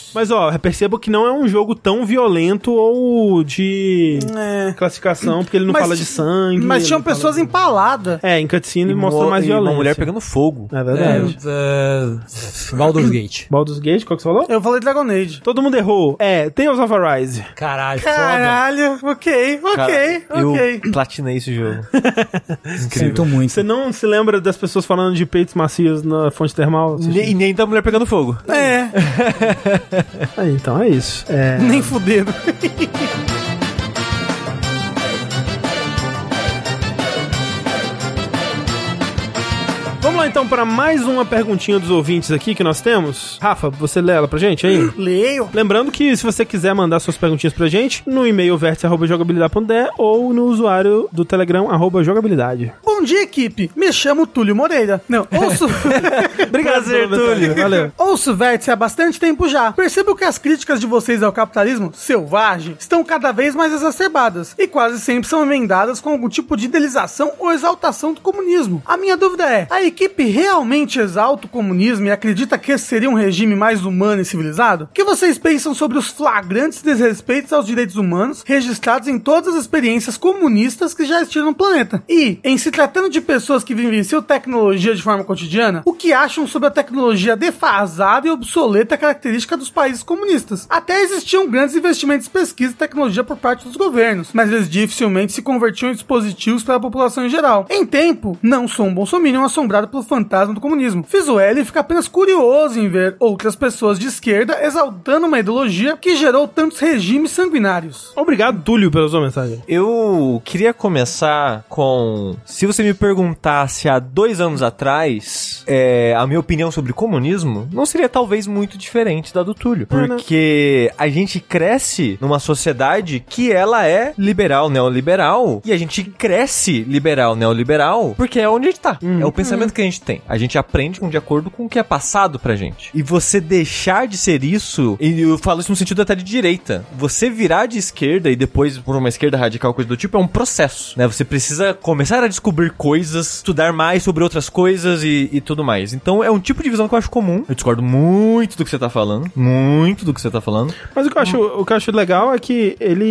Mas, ó, perceba que não é um jogo tão violento ou de É. classificação, porque ele não Mas- fala de sangue. Mas ele tinham não fala- pessoas empaladas. É, em cutscene E mostra mo- mais e violência. uma mulher pegando fogo. É É, verdade. é, Baldur's Gate. Baldur's Gate, qual que você falou? Eu falei Dragon Age. Todo mundo errou. É, Tales of Arise. Caralho, foda. Caralho, ok, ok, Cara, ok. Eu platinei esse jogo. Sinto muito. Você não se lembra das pessoas falando de peitos macios na fonte termal? Nem- E nem da mulher pegando fogo. É, Aí, então é isso. É... nem fudendo. Vamos lá então para mais uma perguntinha dos ouvintes aqui que nós temos. Rafa, você lê ela pra gente aí? Leio. Lembrando que se você quiser mandar suas perguntinhas pra gente, no e-mail vértice arroba jogabilidade ponto d e ou no usuário do Telegram, arroba jogabilidade. Bom dia, equipe. Me chamo Túlio Moreira. Não, ouço... Obrigado, Prazer, pela mensagem. Túlio. Valeu. Ouço Vértice há bastante tempo já. Percebo que as críticas de vocês ao capitalismo selvagem estão cada vez mais exacerbadas e quase sempre são emendadas com algum tipo de idealização ou exaltação do comunismo. A minha dúvida é, a equipe realmente exalta o comunismo e acredita que esse seria um regime mais humano e civilizado? O que vocês pensam sobre os flagrantes desrespeitos aos direitos humanos registrados em todas as experiências comunistas que já existiram no planeta? E, em se tratando de pessoas que vivenciam tecnologia de forma cotidiana, o que acham sobre a tecnologia defasada e obsoleta característica dos países comunistas? Até existiam grandes investimentos em pesquisa e tecnologia por parte dos governos, mas eles dificilmente se convertiam em dispositivos para a população em geral. Em tempo, não sou um bolsominion assombrado pelo fantasma do comunismo. Fiz o L e fico apenas curioso em ver outras pessoas de esquerda exaltando uma ideologia que gerou tantos regimes sanguinários. Obrigado, Túlio, pela sua mensagem. Eu queria começar com... Se você me perguntasse há dois anos atrás, é, a minha opinião sobre comunismo não seria talvez muito diferente da do Túlio. Porque a gente cresce numa sociedade que ela é liberal, neoliberal, e a gente cresce liberal, neoliberal, porque é onde a gente tá. É o pensamento que a gente tem. A gente aprende de acordo com o que é passado pra gente. E você deixar de ser isso, e eu falo isso no sentido até de direita, você virar de esquerda e depois por uma esquerda radical, coisa do tipo, é um processo, né? Você precisa começar a descobrir coisas, estudar mais sobre outras coisas e, e tudo mais. Então é um tipo de visão que eu acho comum. Eu discordo muito do que você tá falando. Muito do que você tá falando. Mas o que eu acho, o que eu acho legal é que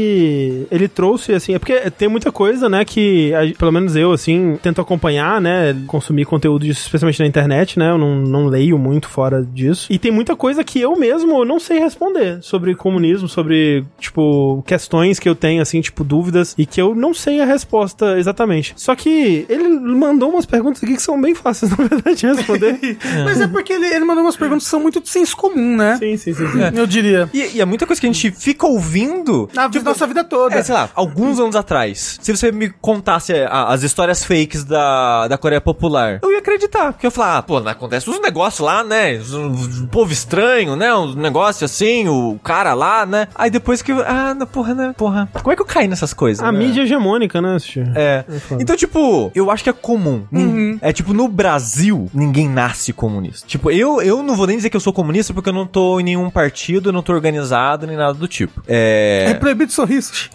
ele ele trouxe, assim, é porque tem muita coisa, né, que a- pelo menos eu, assim, tento acompanhar, né, consumir conteúdo disso, especialmente na internet, né, eu não, não leio muito fora disso. E tem muita coisa que eu mesmo não sei responder sobre comunismo, sobre, tipo, questões que eu tenho, assim, tipo, dúvidas, e que eu não sei a resposta exatamente. Só que ele mandou umas perguntas aqui que são bem fáceis, na verdade, de responder. Mas é porque ele, ele mandou umas perguntas que são muito de senso comum, né? Sim, sim, sim, sim. Eu diria. E, e é muita coisa que a gente fica ouvindo... Na tipo, nossa vida toda. É, sei lá, alguns anos atrás, se você me contasse a- as histórias fakes da, da Coreia Popular, eu ia acreditar. Porque eu ia falar, ah, pô, acontece uns negócios lá, né? Um povo estranho, né? Um negócio assim, o cara lá, né? Aí depois que eu, ah, não, porra, né? Porra, como é que eu caí nessas coisas? A né? mídia hegemônica, né, Sushi? É. foda. Então, tipo, eu acho que é comum. Nin- É tipo, no Brasil, ninguém nasce comunista. Tipo, eu, eu não vou nem dizer que eu sou comunista porque eu não tô em nenhum partido, eu não tô organizado, nem nada do tipo. É É. proibido sorrisos.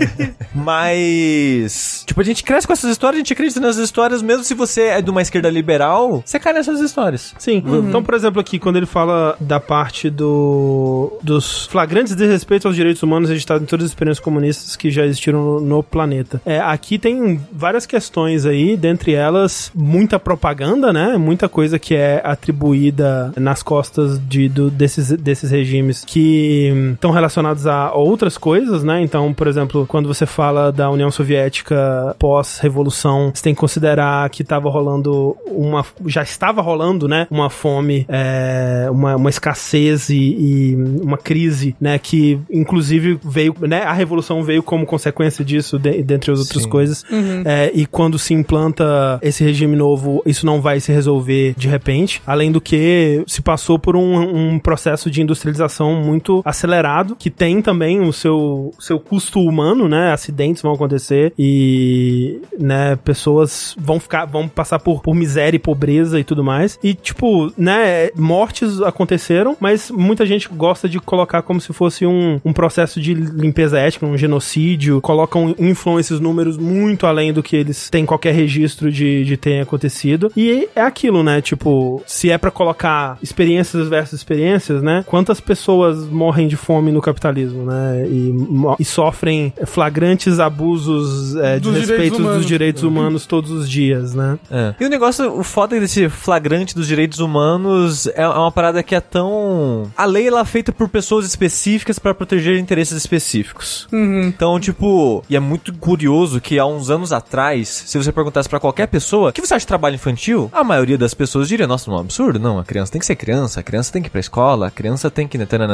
Mas. Tipo, a gente cresce com essas histórias, a gente acredita nessas histórias, mesmo se você é de uma esquerda liberal, você cai nessas histórias. Sim. Então, por exemplo, aqui, quando ele fala da parte do dos flagrantes desrespeitos aos direitos humanos registrados em todas as experiências comunistas que já existiram no, no planeta. É, aqui tem várias questões aí, dentre elas, muita propaganda, né? Muita coisa que é atribuída nas costas de, do, desses, desses regimes que estão relacionados a outras coisas, né? Então, por exemplo, quando você fala da União Soviética pós-revolução, você tem que considerar que estava rolando uma... já estava rolando, né? Uma fome, é, uma, uma escassez e, e uma crise, né? Que, inclusive, veio... né? A revolução veio como consequência disso, de, dentre as outras Sim. coisas. É, e quando se implanta esse regime novo, isso não vai se resolver de repente. Além do que, se passou por um, um processo de industrialização muito acelerado, que tem também o seu, seu custo humano, né? Acidentes vão acontecer e, né, pessoas vão ficar, vão passar por, por miséria miséria e pobreza e tudo mais. E, tipo, né, mortes aconteceram, mas muita gente gosta de colocar como se fosse um, um processo de limpeza étnica, um genocídio, colocam inflam esses números muito além do que eles têm qualquer registro de, de ter acontecido. E é aquilo, né, tipo, se é pra colocar experiências versus experiências, né, quantas pessoas morrem de fome no capitalismo, né, e, e sofrem flagrantes abusos é, de respeito dos direitos humanos todos os dias, né. É. E o negócio, o foda desse flagrante dos direitos humanos é uma parada que é tão... A lei, ela é feita por pessoas específicas pra proteger interesses específicos. Uhum. Então, tipo, e é muito curioso que há uns anos atrás, se você perguntasse pra qualquer pessoa, o que você acha de trabalho infantil? A maioria das pessoas diria, nossa, não é um absurdo? Não, a criança tem que ser criança, a criança tem que ir pra escola, a criança tem que...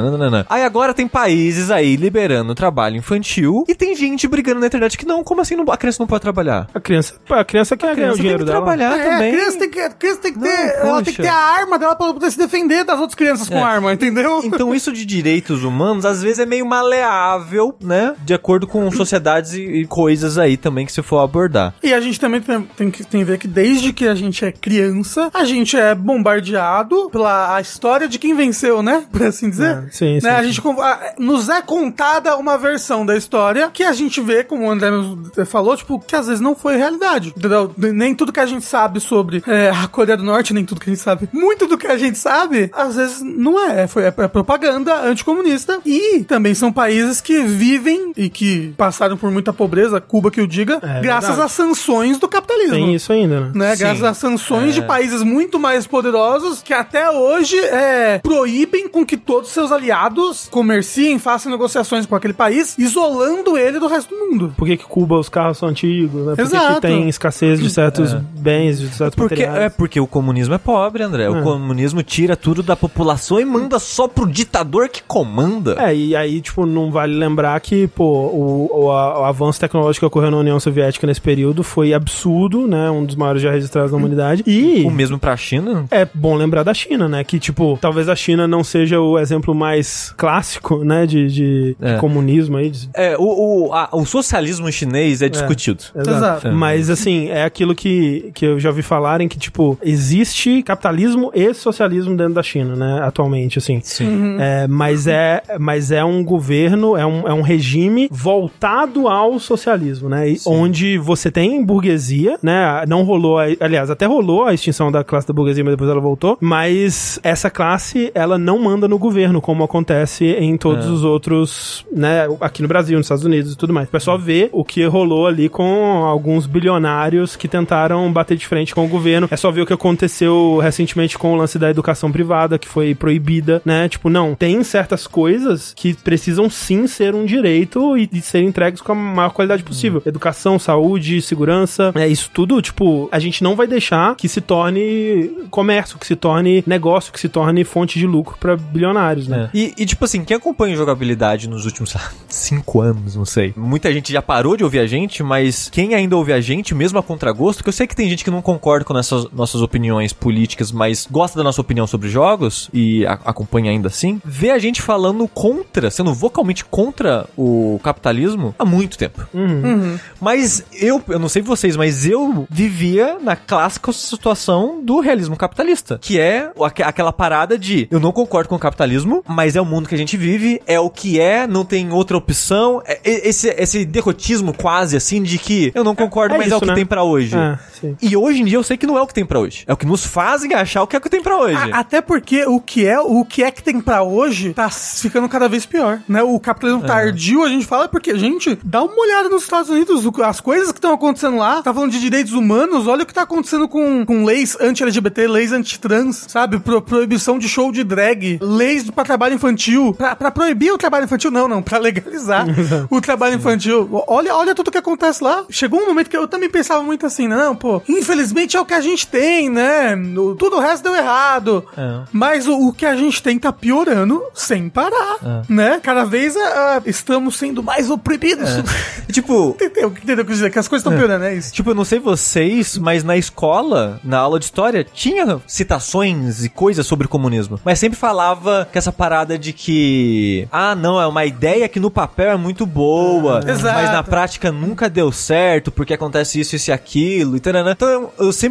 Aí agora tem países aí liberando trabalho infantil e tem gente brigando na internet que não, como assim não, a criança não pode trabalhar? A criança, a criança quer a ganhar o dinheiro tem que dela. trabalhar é, também. A criança tem que, a criança tem que Não, ter, ela tem que ter a arma dela pra poder se defender das outras crianças com É. arma, entendeu? Então isso de direitos humanos às vezes é meio maleável, né? De acordo com sociedades e, e coisas aí também que se for abordar. E a gente também tem, tem que tem que ver que desde que a gente é criança, a gente é bombardeado pela a história de quem venceu, né? Por assim dizer. É, sim, sim, né? A sim. gente a, nos é contada uma versão da história que a gente vê, como o André falou, tipo, que às vezes não foi realidade. Entendeu? Nem tudo que a gente sabe sobre é, a Coreia do Norte, nem tudo que a gente sabe. Muito do que a gente sabe, às vezes não é. Foi, é, é propaganda anticomunista. E também são países que vivem e que passaram por muita pobreza, Cuba que o diga, É graças verdade. às sanções do capitalismo. Tem isso ainda, né? Né? Sim. Graças às sanções É. de países muito mais poderosos que até hoje é, proíbem com que todos seus aliados comerciem, façam negociações com aquele país, isolando ele do resto do mundo. Por que que Cuba os carros são antigos, né? Por que que Exato. tem escassez de certos bens, de certos Porque, materiais? é porque o comunismo é pobre, André. É. O comunismo tira tudo da população e manda só pro ditador que comanda. É, e aí, tipo, não vale lembrar que, pô, o, o, a- o avanço tecnológico que ocorreu na União Soviética nesse período foi absurdo, né? Um dos maiores já registrados na humanidade. E O mesmo pra China. é bom lembrar da China, né? Que, tipo, talvez a China não seja o exemplo mais clássico, né? De, de, É. de comunismo aí. de- É, o, o, a- o socialismo chinês é discutido. Exato. Exato. Mas, assim, é aquilo que, que eu já ouvi falarem que, tipo, existe capitalismo e socialismo dentro da China, né? Atualmente, assim. Sim. É, mas, é, mas é um governo, é um, é um regime voltado ao socialismo, né? E onde você tem burguesia, né? Não rolou, a, aliás, até rolou a extinção da classe da burguesia, mas depois ela voltou. Mas essa classe, ela não manda no governo, como acontece em todos É. os outros, né? Aqui no Brasil, nos Estados Unidos e tudo mais. O pessoal vê o que rolou ali com alguns bilionários que tentaram bater de frente com o governo. É só ver o que aconteceu recentemente com o lance da educação privada, que foi proibida, né? Tipo, não, tem certas coisas que precisam sim ser um direito e, e serem entregues com a maior qualidade possível. Educação, saúde, segurança, é isso tudo, tipo, a gente não vai deixar que se torne comércio, que se torne negócio, que se torne fonte de lucro pra bilionários, né? É. E, e, tipo assim, quem acompanha jogabilidade nos últimos, sei lá, cinco anos, não sei. Muita gente já parou de ouvir a gente, mas quem ainda ouve a gente, mesmo a contragosto, que eu sei que tem gente que não concorda com essas nossas opiniões políticas, mas gosta da nossa opinião sobre jogos e a- acompanha ainda assim, vê a gente falando contra, sendo vocalmente contra o capitalismo há muito tempo. Uhum. Mas eu, eu não sei vocês, mas eu vivia na clássica situação do realismo capitalista, que é aque- aquela parada de eu não concordo com o capitalismo, mas é o mundo que a gente vive, é o que é, não tem outra opção. É- é- esse, esse derrotismo quase assim de que eu não concordo, é mas é isso, o que né? tem pra hoje. É, sim. E hoje em dia eu sei que não é o que tem pra hoje. É o que nos fazem achar o que é o que tem pra hoje. A- até porque o que é o que é que tem pra hoje tá ficando cada vez pior, né? O capitalismo tardio, a gente fala porque, gente, dá uma olhada nos Estados Unidos, o- as coisas que estão acontecendo lá, tá falando de direitos humanos, olha o que tá acontecendo com, com leis anti-L G B T, leis anti-trans, sabe? Pro, proibição de show de drag, leis pra trabalho infantil, pra, pra proibir o trabalho infantil, não, não, pra legalizar o trabalho infantil. Olha, olha tudo que acontece lá. Chegou um momento que eu também pensava muito assim, não, pô, infelizmente é o que a gente tem, né? O- Tudo o resto deu errado. É. Mas o, o que a gente tem tá piorando sem parar, né? Cada vez ah, estamos sendo mais oprimidos. E, tipo, Entendeu? Entendeu o que eu quis dizer? Que as coisas estão piorando, é isso. Tipo, eu não sei vocês, mas na escola, na aula de história, tinha citações e coisas sobre comunismo. Mas sempre falava que essa parada de que, ah, não, é uma ideia que no papel é muito boa, Exato. mas na prática nunca deu certo, porque acontece isso, isso e aquilo, e tarana. Então eu, eu sempre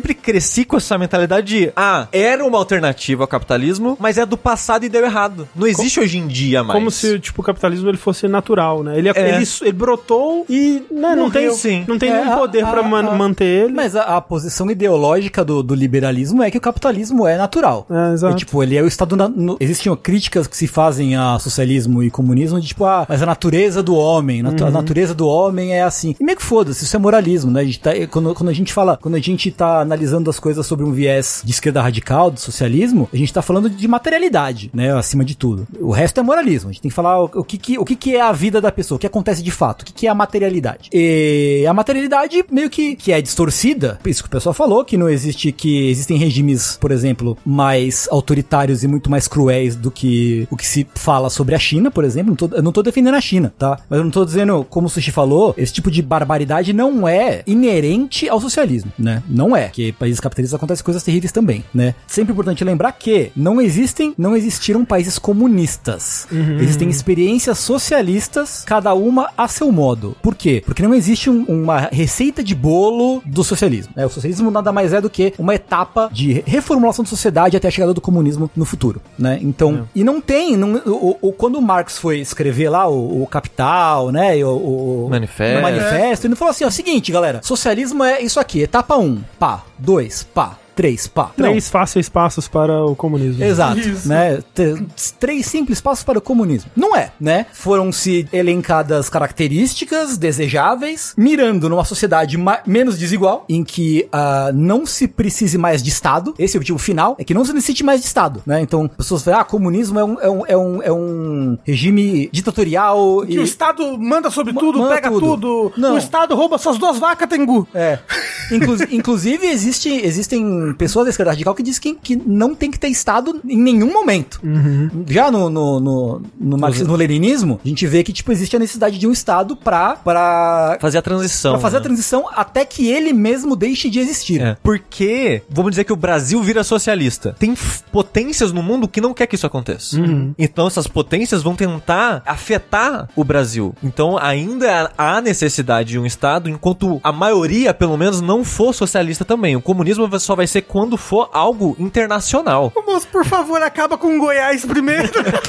sempre cresci com essa mentalidade de, ah, era uma alternativa ao capitalismo, mas é do passado e deu errado. Não existe hoje em dia mais. Como se, tipo, o capitalismo ele fosse natural, né? Ele, É. ele, ele brotou e né, não tem, sim. não tem É, nenhum a- poder a- pra man- a- manter ele. Mas a, a posição ideológica do, do liberalismo é que o capitalismo é natural. É, exato. E, tipo, ele é o estado... Na, no, existiam críticas que se fazem a socialismo e comunismo de, tipo, ah, mas a natureza do homem, natu- Uhum. a natureza do homem é assim. E meio que foda-se, isso é moralismo, né? A gente tá, quando, quando a gente fala, quando a gente tá analisando as coisas sobre um viés de esquerda radical, do socialismo, a gente tá falando de materialidade, né? Acima de tudo. O resto é moralismo. A gente tem que falar o, o, que, que, o que, que é a vida da pessoa, o que acontece de fato, o que, que é a materialidade. E a materialidade meio que, que é distorcida, isso que o pessoal falou, que não existe, que existem regimes, por exemplo, mais autoritários e muito mais cruéis do que o que se fala sobre a China, por exemplo. Não tô, eu não tô defendendo a China, tá? Mas eu não tô dizendo, como o Sushi falou, esse tipo de barbaridade não é inerente ao socialismo, né? Não é. Porque em países capitalistas acontecem coisas terríveis também, né? Sempre importante lembrar que não existem, não existiram países comunistas. Existem experiências socialistas, cada uma a seu modo. Por quê? Porque não existe um- uma receita de bolo do socialismo, né? O socialismo nada mais é do que uma etapa de reformulação da sociedade até a chegada do comunismo no futuro, né? Então, e não tem, não, o, o- quando o Marx foi escrever lá o, o Capital, né? E o, o Manifesto. o manifesto, ele falou assim, ó, seguinte, galera, socialismo é isso aqui, etapa um, pá, dois, pá, três, pá. Não. Três fáceis passos para o comunismo. Exato, Isso. né? T- Três simples passos para o comunismo. Não é, né? Foram-se elencadas características desejáveis, mirando numa sociedade ma- menos desigual, em que ah, não se precise mais de Estado. Esse é o objetivo final, é que não se necessite mais de Estado, né? Então, pessoas falam, ah, comunismo é um, é um, é um, é um regime ditatorial Que o Estado manda sobre Ma- tudo, manda pega tudo. tudo. Não. O Estado rouba suas duas vacas, Tengu. É. Inclu- inclusive, existe, existem pessoas da esquerda radical que dizem que, que não tem que ter Estado em nenhum momento. Já no, no, no, no marxismo-leninismo, a gente vê que, tipo, existe a necessidade de um Estado pra, pra, Fazer a transição. pra fazer a né? transição até que ele mesmo deixe de existir. É. Porque, vamos dizer que o Brasil vira socialista. Tem f- potências no mundo que não quer que isso aconteça. Então essas potências vão tentar afetar o Brasil. Então ainda há necessidade de um Estado, enquanto a maioria, pelo menos, não for socialista também. O comunismo só vai ser quando for algo internacional. Ô, moço, por favor, acaba com Goiás primeiro.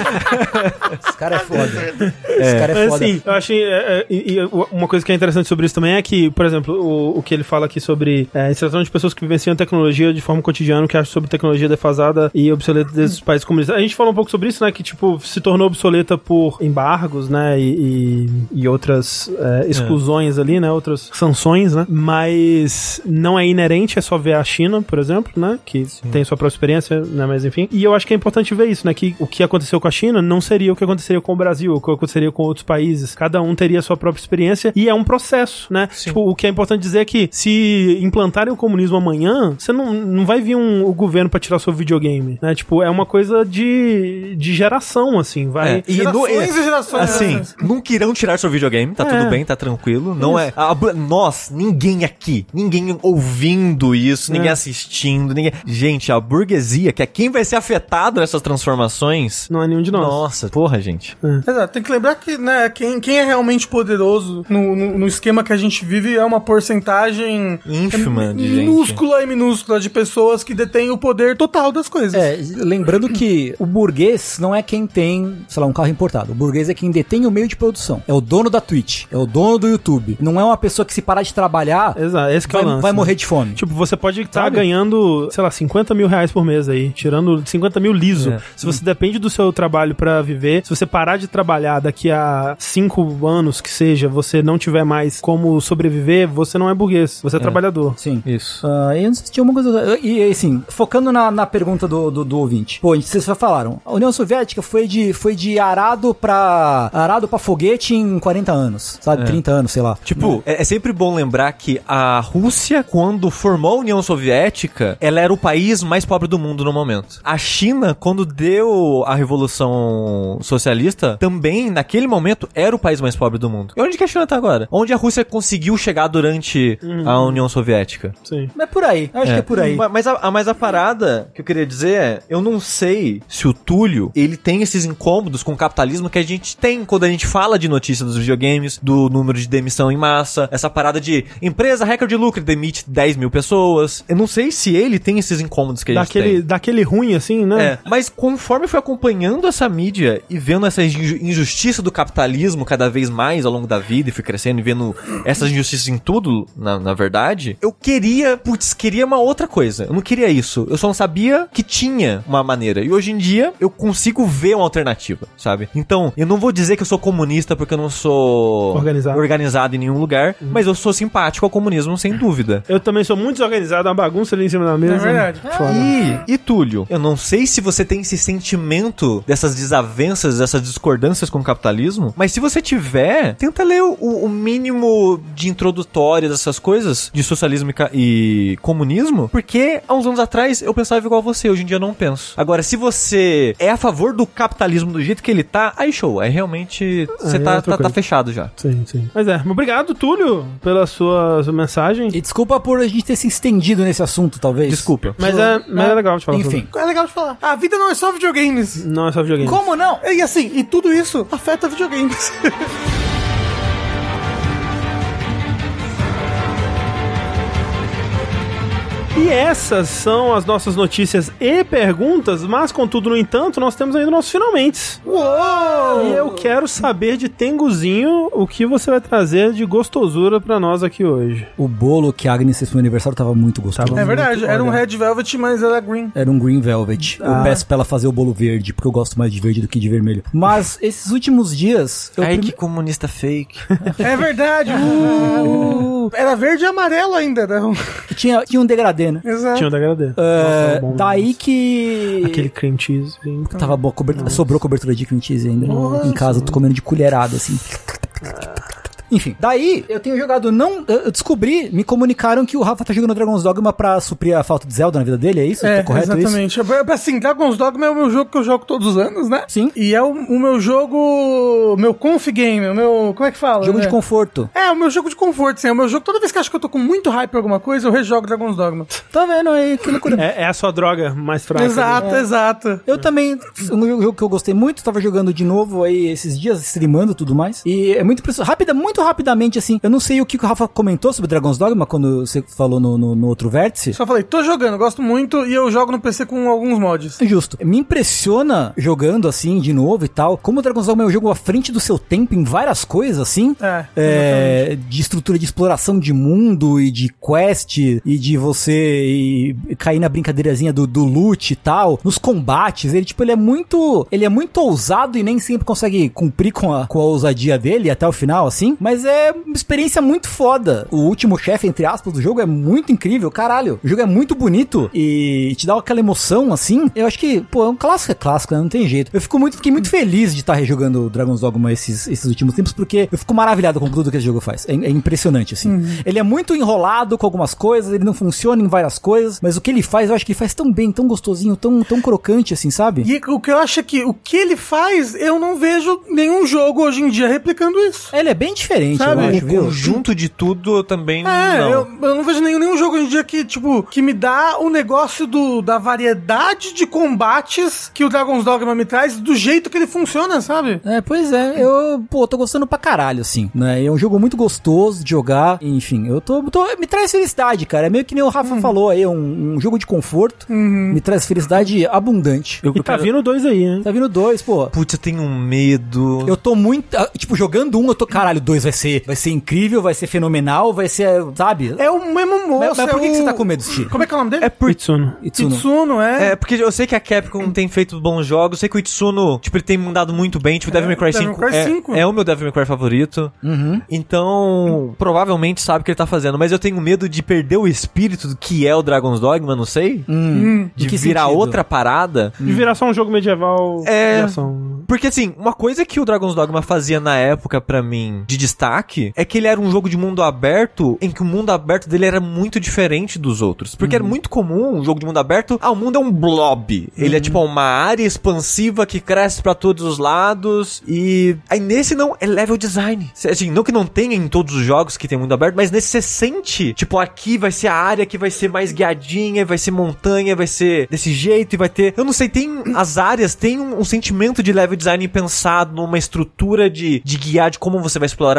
Esse cara é foda. Esse cara é Mas foda. assim, eu achei. é, é, e, e uma coisa que é interessante sobre isso também é que, por exemplo, o, o que ele fala aqui sobre é, a inserção de pessoas que vivenciam tecnologia de forma cotidiana, o que acha sobre tecnologia defasada e obsoleta desses países comunistas. A gente falou um pouco sobre isso, né? Que, tipo, se tornou obsoleta por embargos, né? E, e, e outras é, exclusões ali, né? Outras sanções, né? Mas não é inerente, é só ver a China, por exemplo, né? Que tem sua própria experiência, né? Mas enfim. E eu acho que é importante ver isso, né? Que o que aconteceu com a China não seria o que aconteceria com o Brasil, o que aconteceria com outros países. Cada um teria a sua própria experiência e é um processo, né? Tipo, o que é importante dizer é que se implantarem o comunismo amanhã, você não, não vai vir um, o governo pra tirar seu videogame, né? Tipo, é uma coisa de, de geração, assim, vai... É. E Gerações no- e gerações. Assim, nunca irão tirar seu videogame, tá É. tudo bem, tá tranquilo. Não é. a- a- nós, ninguém aqui, ninguém ouvindo isso, ninguém É. assistindo, ninguém. Gente, a burguesia, que é quem vai ser afetado nessas transformações. Não é nenhum de nós. Nossa, porra, gente. Exato, tem que lembrar que, né, quem, quem é realmente poderoso no, no, no esquema que a gente vive é uma porcentagem Ínfima de gente. minúscula e minúscula de pessoas que detêm o poder total das coisas. É, lembrando que o burguês não é quem tem, sei lá, um carro importado. O burguês é quem detém o meio de produção. É o dono da Twitch, é o dono do YouTube. Não é uma pessoa que se parar de trabalhar, Exato, esse que é vai, o lance, vai né? morrer de fome. Tipo, você pode estar Sabe? ganhando, sei lá, cinquenta mil reais por mês aí, tirando cinquenta mil liso. É. Se você depende do seu trabalho pra viver, se você parar de trabalhar daqui a cinco anos que seja, você não tiver mais como sobreviver, você não é burguês, você é, trabalhador. Sim. Isso. Ah, eu não sei se tinha uma coisa. E assim, focando na, na pergunta do, do, do ouvinte. Pô, vocês já falaram. A União Soviética foi de, foi de arado pra. arado pra foguete em quarenta anos. Sabe? trinta anos, sei lá. Tipo, é, é sempre bom lembrar que a Rússia, quando formou a União Soviética, ela era o país mais pobre do mundo no momento. A China, quando deu a Revolução Socialista, também, naquele momento, era o país mais pobre do mundo. E onde que a China tá agora? Onde a Rússia conseguiu chegar durante a União Soviética? Sim. É por aí. Acho que é por aí. Ma- Mas a, a- mas a parada que eu queria dizer é, eu não sei se o Túlio, ele tem esses incômodos com o capitalismo que a gente tem quando a gente fala de notícia dos videogames, do número de demissão em massa, essa parada de empresa recorde de lucro, demite dez mil pessoas. Eu não sei sei se ele tem esses incômodos que a gente Daquele, tem. daquele ruim, assim, né? É, mas conforme eu fui acompanhando essa mídia e vendo essa inju- injustiça do capitalismo cada vez mais ao longo da vida, e fui crescendo e vendo essas injustiças em tudo, na, na verdade, eu queria, putz, queria uma outra coisa. Eu não queria isso. Eu só não sabia que tinha uma maneira. E hoje em dia, eu consigo ver uma alternativa, sabe? Então, eu não vou dizer que eu sou comunista porque eu não sou Organizado. organizado em nenhum lugar, uhum. mas eu sou simpático ao comunismo, sem dúvida. Eu também sou muito desorganizado, uma bagunça ali em cima da mesa. É verdade. Foda. E, e Túlio, eu não sei se você tem esse sentimento dessas desavenças, dessas discordâncias com o capitalismo, mas se você tiver, tenta ler o, o mínimo de introdutória dessas coisas, de socialismo e, ca- e comunismo, porque há uns anos atrás eu pensava igual você, hoje em dia eu não penso. Agora, se você é a favor do capitalismo do jeito que ele tá, aí show, é realmente, você Aí é tá, outra tá, tá coisa. fechado já. Sim, sim. Mas é, obrigado, Túlio, pela sua, sua mensagem. E desculpa por a gente ter se estendido nesse assunto, talvez. Desculpa. Mas é, mas é legal de falar Enfim. sobre. É legal de falar. A vida não é só videogames. Não é só videogame. Como não? E assim, e tudo isso afeta videogames. E essas são as nossas notícias e perguntas, mas contudo, no entanto, nós temos ainda nossos finalmente. Uou! E eu quero saber de Tenguzinho o que você vai trazer de gostosura pra nós aqui hoje. O bolo que a Agnes fez pro meu aniversário tava muito gostoso. Tava É verdade, muito, era um olha. Red Velvet, mas era green. Era um Green Velvet. Ah. Eu peço pra ela fazer o bolo verde, porque eu gosto mais de verde do que de vermelho. Mas esses últimos dias... Eu Ai, prime- que comunista fake. É verdade. Uh, era verde e amarelo ainda. Era um... tinha, tinha um degradê, né? Exato. Tinha o degradê. É, Nossa, bom daí demais. que... Aquele cream cheese. Hein? Tava boa, cobertura, sobrou cobertura de cream cheese ainda. Nossa. Em casa, eu tô comendo de colherada, assim. Enfim, daí eu tenho jogado não... Eu descobri, me comunicaram que o Rafa tá jogando Dragon's Dogma pra suprir a falta de Zelda na vida dele, é isso? É, Tá correto exatamente. É, assim, Dragon's Dogma é o meu jogo que eu jogo todos os anos, né? Sim. E é o, o meu jogo... Meu conf game, o meu... Como é que fala? isso? Jogo né? de conforto. É, o meu jogo de conforto, sim. É o meu jogo... Toda vez que eu acho que eu tô com muito hype pra alguma coisa, eu rejogo Dragon's Dogma. Tá vendo aí? Que loucura. É, é a sua droga mais fraca. Exato, né? exato. Eu também, um jogo que eu gostei muito, tava jogando de novo aí esses dias, streamando e tudo mais. E é muito impressionante. Rápida, muito rapidamente, assim. Eu não sei o que o Rafa comentou sobre Dragon's Dogma quando você falou no, no, no outro vértice. Só falei, tô jogando, gosto muito e eu jogo no P C com alguns mods. Justo. Me impressiona jogando assim, de novo e tal, como o Dragon's Dogma é um jogo à frente do seu tempo em várias coisas, assim. É, É, de estrutura de exploração de mundo e de quest e de você e, cair na brincadeirazinha do, do loot e tal, nos combates, ele tipo, ele é muito ele é muito ousado e nem sempre consegue cumprir com a, com a ousadia dele até o final, assim, mas é uma experiência muito foda. O último chefe, entre aspas, do jogo é muito incrível, caralho. O jogo é muito bonito e te dá aquela emoção, assim. Eu acho que, pô, é um clássico, é clássico, né? Não tem jeito. Eu fico muito, fiquei muito feliz de estar rejogando Dragon's Dogma esses, esses últimos tempos, porque eu fico maravilhado com tudo que esse jogo faz. É, é impressionante, assim. Uhum. Ele é muito enrolado com algumas coisas, ele não funciona em várias coisas, mas o que ele faz, eu acho que ele faz tão bem, tão gostosinho, tão, tão crocante, assim, sabe? E o que eu acho é que o que ele faz, eu não vejo nenhum jogo hoje em dia replicando isso. Ele é bem diferente, Sabe, eu acho, O viu? conjunto de tudo eu também É, não. eu, eu não vejo nenhum, nenhum jogo hoje em dia que, tipo, que me dá o negócio do, da variedade de combates que o Dragon's Dogma me traz, do jeito que ele funciona, sabe? É, pois é, eu, pô, tô gostando pra caralho, assim, né? É um jogo muito gostoso de jogar, enfim, eu tô, tô me traz felicidade, cara. É meio que nem o Rafa uhum. falou aí, é um, um jogo de conforto, uhum. me traz felicidade abundante. Eu, e tá quero... vindo dois aí, hein? Tá vindo dois, pô. Putz, eu tenho um medo. Eu tô muito, tipo, jogando um, eu tô, caralho, dois vai ser, vai ser incrível, vai ser fenomenal, vai ser, sabe? É o mesmo moço. Mas, mas por é que, o... que você tá com medo, Steve? Como é que é o nome dele? É por... Itsuno. Itsuno. Itsuno, é. É, porque eu sei que a Capcom tem feito bons jogos, eu sei que o Itsuno, tipo, ele tem mandado muito bem, tipo, o É, Devil May Cry Devil cinco, May Cry é, cinco. é o meu Devil May Cry favorito. Uhum. Então, provavelmente sabe o que ele tá fazendo, mas eu tenho medo de perder o espírito do que é o Dragon's Dogma, não sei? Hum. De que virar sentido? outra parada. De virar só um jogo medieval É. de ação. Porque assim, uma coisa que o Dragon's Dogma fazia na época pra mim de destaque é que ele era um jogo de mundo aberto em que o mundo aberto dele era muito diferente dos outros. Porque uhum. era muito comum um jogo de mundo aberto, ah, o mundo é um blob. Ele uhum. é tipo uma área expansiva que cresce pra todos os lados e aí nesse não, é level design. Assim, não que não tenha em todos os jogos que tem mundo aberto, mas nesse você sente, tipo, aqui vai ser a área que vai ser mais guiadinha, vai ser montanha, vai ser desse jeito e vai ter, eu não sei, tem as áreas, tem um, um sentimento de level design pensado numa estrutura de, de guiar, de como você vai explorar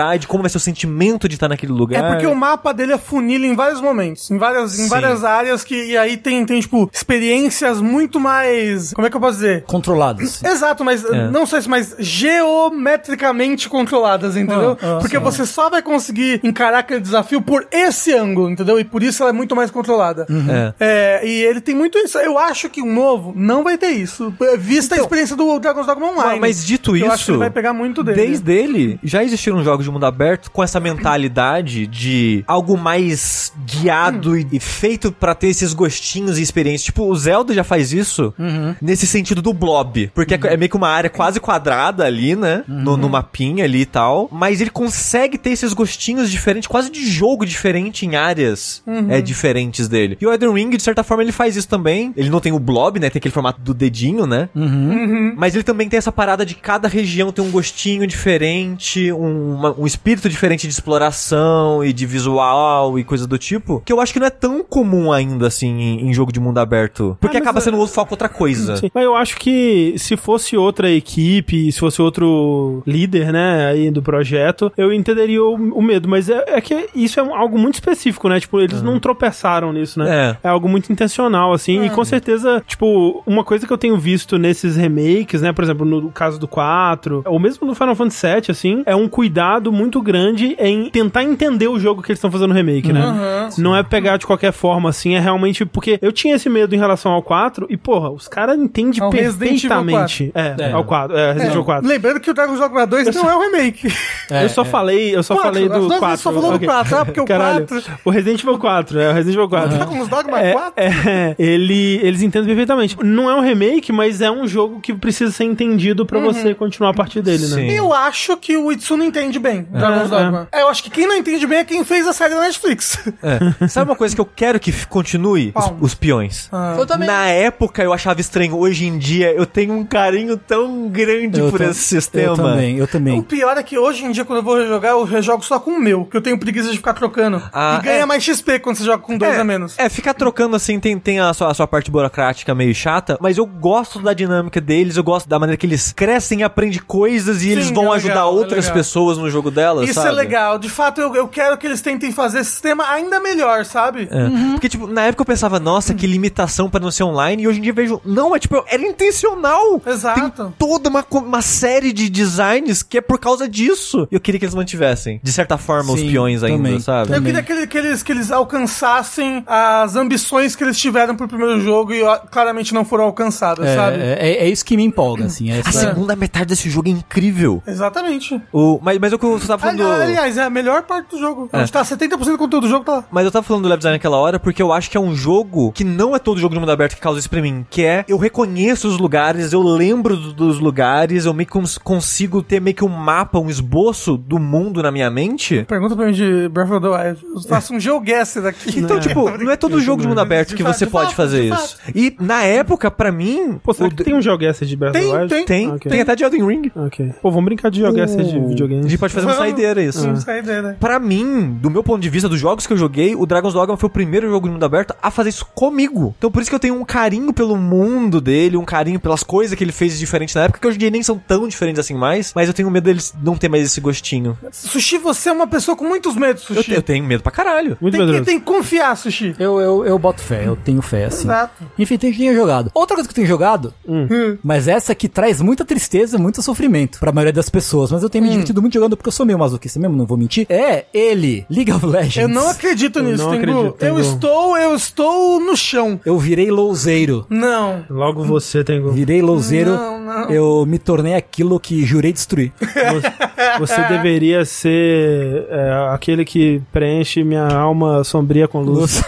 lugar, de como vai ser o sentimento de estar naquele lugar. É porque o mapa dele é funil em vários momentos, em várias, em várias áreas que, e aí tem, tem, tipo, experiências muito mais, como é que eu posso dizer? Controladas. Exato, mas É. não sei se mais geometricamente controladas, entendeu? Ah, ah, porque sim. você só vai conseguir encarar aquele desafio por esse ângulo, entendeu? E por isso ela é muito mais controlada. É. É, e ele tem muito isso. Eu acho que um novo não vai ter isso. Vista a experiência do Dragon's Dogma Online. Mas dito eu isso, acho que ele vai pegar muito dele. desde ele, já existiram jogos de mundo aberto com essa mentalidade de algo mais guiado e, e feito pra ter esses gostinhos e experiências. Tipo, o Zelda já faz isso nesse sentido do blob. Porque é, é meio que uma área quase quadrada ali, né? No, no mapinha ali e tal. Mas ele consegue ter esses gostinhos diferentes, quase de jogo diferente em áreas é, diferentes dele. E o Elden Ring, de certa forma, ele faz isso também. Ele não tem o blob, né? Tem aquele formato do dedinho, né? Mas ele também tem essa parada de cada região ter um gostinho diferente, um, uma- um espírito diferente de exploração e de visual e coisa do tipo, que eu acho que não é tão comum ainda, assim, em, em jogo de mundo aberto. Porque Ah, mas acaba é- sendo outro foco outra coisa. Sim. Mas eu acho que se fosse outra equipe, se fosse outro líder, né, aí do projeto, eu entenderia o, o medo. Mas é, é que isso é um- algo muito específico, né? Tipo, eles não tropeçaram nisso, né? É. É algo muito intencional, assim. E com certeza, tipo, uma coisa que eu tenho visto nesses remakes, né? Por exemplo, no caso do quatro, ou mesmo no Final Fantasy sete, assim, é um cuidado muito grande em tentar entender o jogo que eles estão fazendo no remake, né? Não é pegar de qualquer forma, assim, é realmente... Porque eu tinha esse medo em relação ao quatro e, porra, os caras entendem Ao Resident Evil perfeitamente. É, É. ao quatro. É, Resident Evil quatro. Lembrando que o Dragon's Dogma dois não é um remake. eu só falei, eu só Quatro, falei as do duas quatro. vezes só falou do Ok. quatro, ah, porque o Caralho, quatro... o Resident Evil quatro, é o Resident Evil quatro. Dragon's Dogma É, quatro? é, ele, eles entendem perfeitamente. Não é um remake, mas é um jogo que precisa ser entendido pra você continuar a partir dele, né? Sim. Eu acho que o Itsu não entende bem Dragon's É, Dogma. É, eu acho que quem não entende bem é quem fez a série da Netflix. É. Sabe uma coisa que eu quero que f- continue? Os, Qual? os peões. Eu também. Na época eu achava estranho. Hoje em dia eu tenho um carinho tão grande Eu por tam- esse sistema. Eu também, eu O também. pior é que hoje em dia, quando eu vou rejogar, eu rejogo só com o meu, que eu tenho preguiça de ficar trocando. Ah, e ganha é. mais X P quando você joga com dois é, a menos. É, ficar trocando assim tem, tem a, sua, a sua parte burocrática meio chata, mas eu gosto da dinâmica deles, eu gosto da maneira que eles crescem e aprendem coisas e Sim, eles vão é ajudar legal, é outras legal. pessoas no jogo delas, Isso sabe? é legal. De fato, eu, eu quero que eles tentem fazer esse sistema ainda melhor, sabe? É. Porque, tipo, na época eu pensava, nossa, que limitação pra não ser online, e hoje em dia eu vejo, não, é tipo, era intencional. Exato. Tem toda uma, co- uma série de designs que é por causa disso. E eu queria que eles mantivessem, de certa forma, os Sim, peões ainda, também. sabe? Eu Também. queria que, ele- que eles, que eles alcançassem as ambições que eles tiveram pro primeiro jogo e ó, claramente não foram alcançadas, É, sabe? é, é- é isso que me empolga, assim. É A essa- segunda metade desse jogo é incrível. Exatamente. O, mas, mas o que eu tava falando... Ali- Aliás, é a melhor parte do jogo. É. Onde tá setenta por cento do conteúdo do jogo, tá lá. Mas eu tava falando do level design naquela hora porque eu acho que é um jogo que não é todo jogo de mundo aberto que causa isso pra mim. Que é, eu reconheço os lugares, eu lembro do- dos lugares, eu meio que cons- consigo ter meio que um mapa, um esboço do mundo na minha mente. Pergunta pra mim de Breath of the Wild. Eu faço um GeoGuessr daqui. Então, tipo, não é todo jogo de mundo aberto que De fato, você de pode fato, fazer de isso. E, na época, pra mim... Pô, será o- que tem um GeoGuessr de Breath of the Tem, Wild? tem. Tem, Ok. tem até de Elden Ring. Ok. Pô, vamos brincar de GeoGuessr de A videogame. gente pode fazer uma Vamos. saideira isso. Vamos sair dele, né? Pra mim, do meu ponto de vista, dos jogos que eu joguei, o Dragon's Dogma foi o primeiro jogo de mundo aberto a fazer isso comigo. Então por isso que eu tenho um carinho pelo mundo dele, um carinho pelas coisas que ele fez de diferente na época, que hoje em dia nem são tão diferentes assim mais, mas eu tenho medo deles não ter mais esse gostinho. Sushi, você é uma pessoa com muitos medos, Eu, Sushi. eu tenho medo pra caralho. Muito tem, que, medroso. tem que confiar, Sushi. Eu, eu, eu boto fé, eu tenho fé, assim. Exato. Enfim, tem tinha jogado. Outra coisa que eu tenho jogado, mas essa que traz muita tristeza, muito sofrimento pra maioria das pessoas, mas eu tenho me divertido muito jogando porque eu sou meio masoquista mesmo, não vou mentir. É ele, League of Legends. Eu não acredito Eu nisso, não Tengu. acredito, Eu Tengu. estou, eu estou no chão. Eu virei louzeiro. Não. Logo você, Tengu. Virei louzeiro, Não, não. eu me tornei aquilo que jurei destruir. Você, você deveria ser é, aquele que preenche minha alma sombria com luz.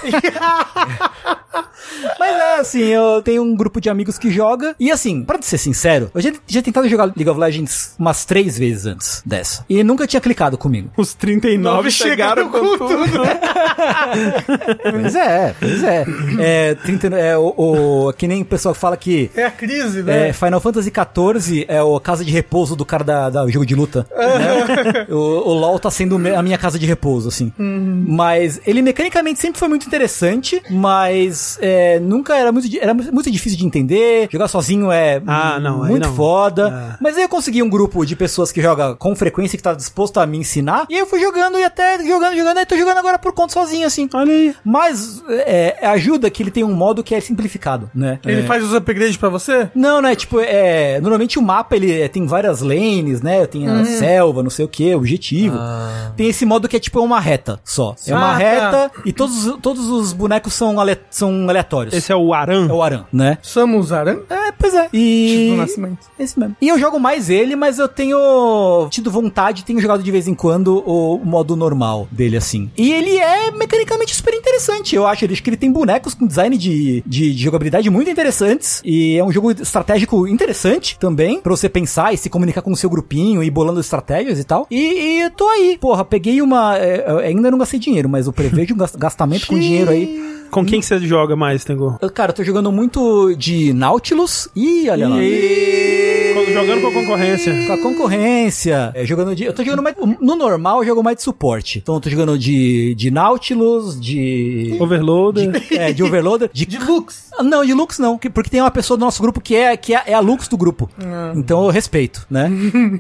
Mas é assim, eu tenho um grupo de amigos que joga. E assim, pra ser sincero, eu já tinha tentado jogar League of Legends umas três vezes antes dessa. E nunca tinha clicado comigo. Os trinta e nove chegaram com tudo. Pois é, pois é. É, trinta, é o, o- que nem o pessoal fala que É a crise, né? é, Final Fantasy quatorze é o casa de repouso do cara da, da jogo de luta. Né? o, o LoL tá sendo a minha casa de repouso, assim. Mas ele mecanicamente sempre foi muito interessante, mas é, é, nunca era muito, era muito difícil de entender. Jogar sozinho é ah, não, muito não. foda. É. Mas aí eu consegui um grupo de pessoas que joga com frequência, que tá disposto a me ensinar. E aí eu fui jogando e até jogando, jogando. Aí tô jogando agora por conta sozinho, assim. Olha aí. Mas é, ajuda que ele tem um modo que é simplificado, né? Ele é. faz os upgrades pra você? Não, né? Tipo, é, normalmente o mapa ele é, tem várias lanes, né? Tem a uhum. selva, não sei o que, objetivo. Ah. Tem esse modo que é tipo uma reta só. É uma ah, reta tá. e todos, todos os bonecos são, ale, são aleatórios. Esse é o Aran? É o Aran, né? Samus Aran? É, pois é. E... do Nascimento. Esse mesmo. E eu jogo mais ele, mas eu tenho tido vontade, tenho jogado de vez em quando o, o modo normal dele, assim. E ele é mecanicamente super interessante, eu acho. Acho que ele tem bonecos com design de, de, de jogabilidade muito interessantes. E é um jogo estratégico interessante também, pra você pensar e se comunicar com o seu grupinho e bolando estratégias e tal. E, e eu tô aí. Porra, peguei uma... É, ainda não gastei dinheiro, mas eu prevejo um gastamento com dinheiro aí. Com quem que você joga mais, Tengu? Cara, eu tô jogando muito de Nautilus. Ih, olha lá. E... jogando com a concorrência. Com a concorrência. É, jogando de... Eu tô jogando mais... No normal, eu jogo mais de suporte. Então eu tô jogando de, de Nautilus, de... Overloader. De, é, de Overloader. De, de Lux. Não, de Lux não. Porque tem uma pessoa do nosso grupo que é, que é, é a Lux do grupo. Hum. Então eu respeito, né?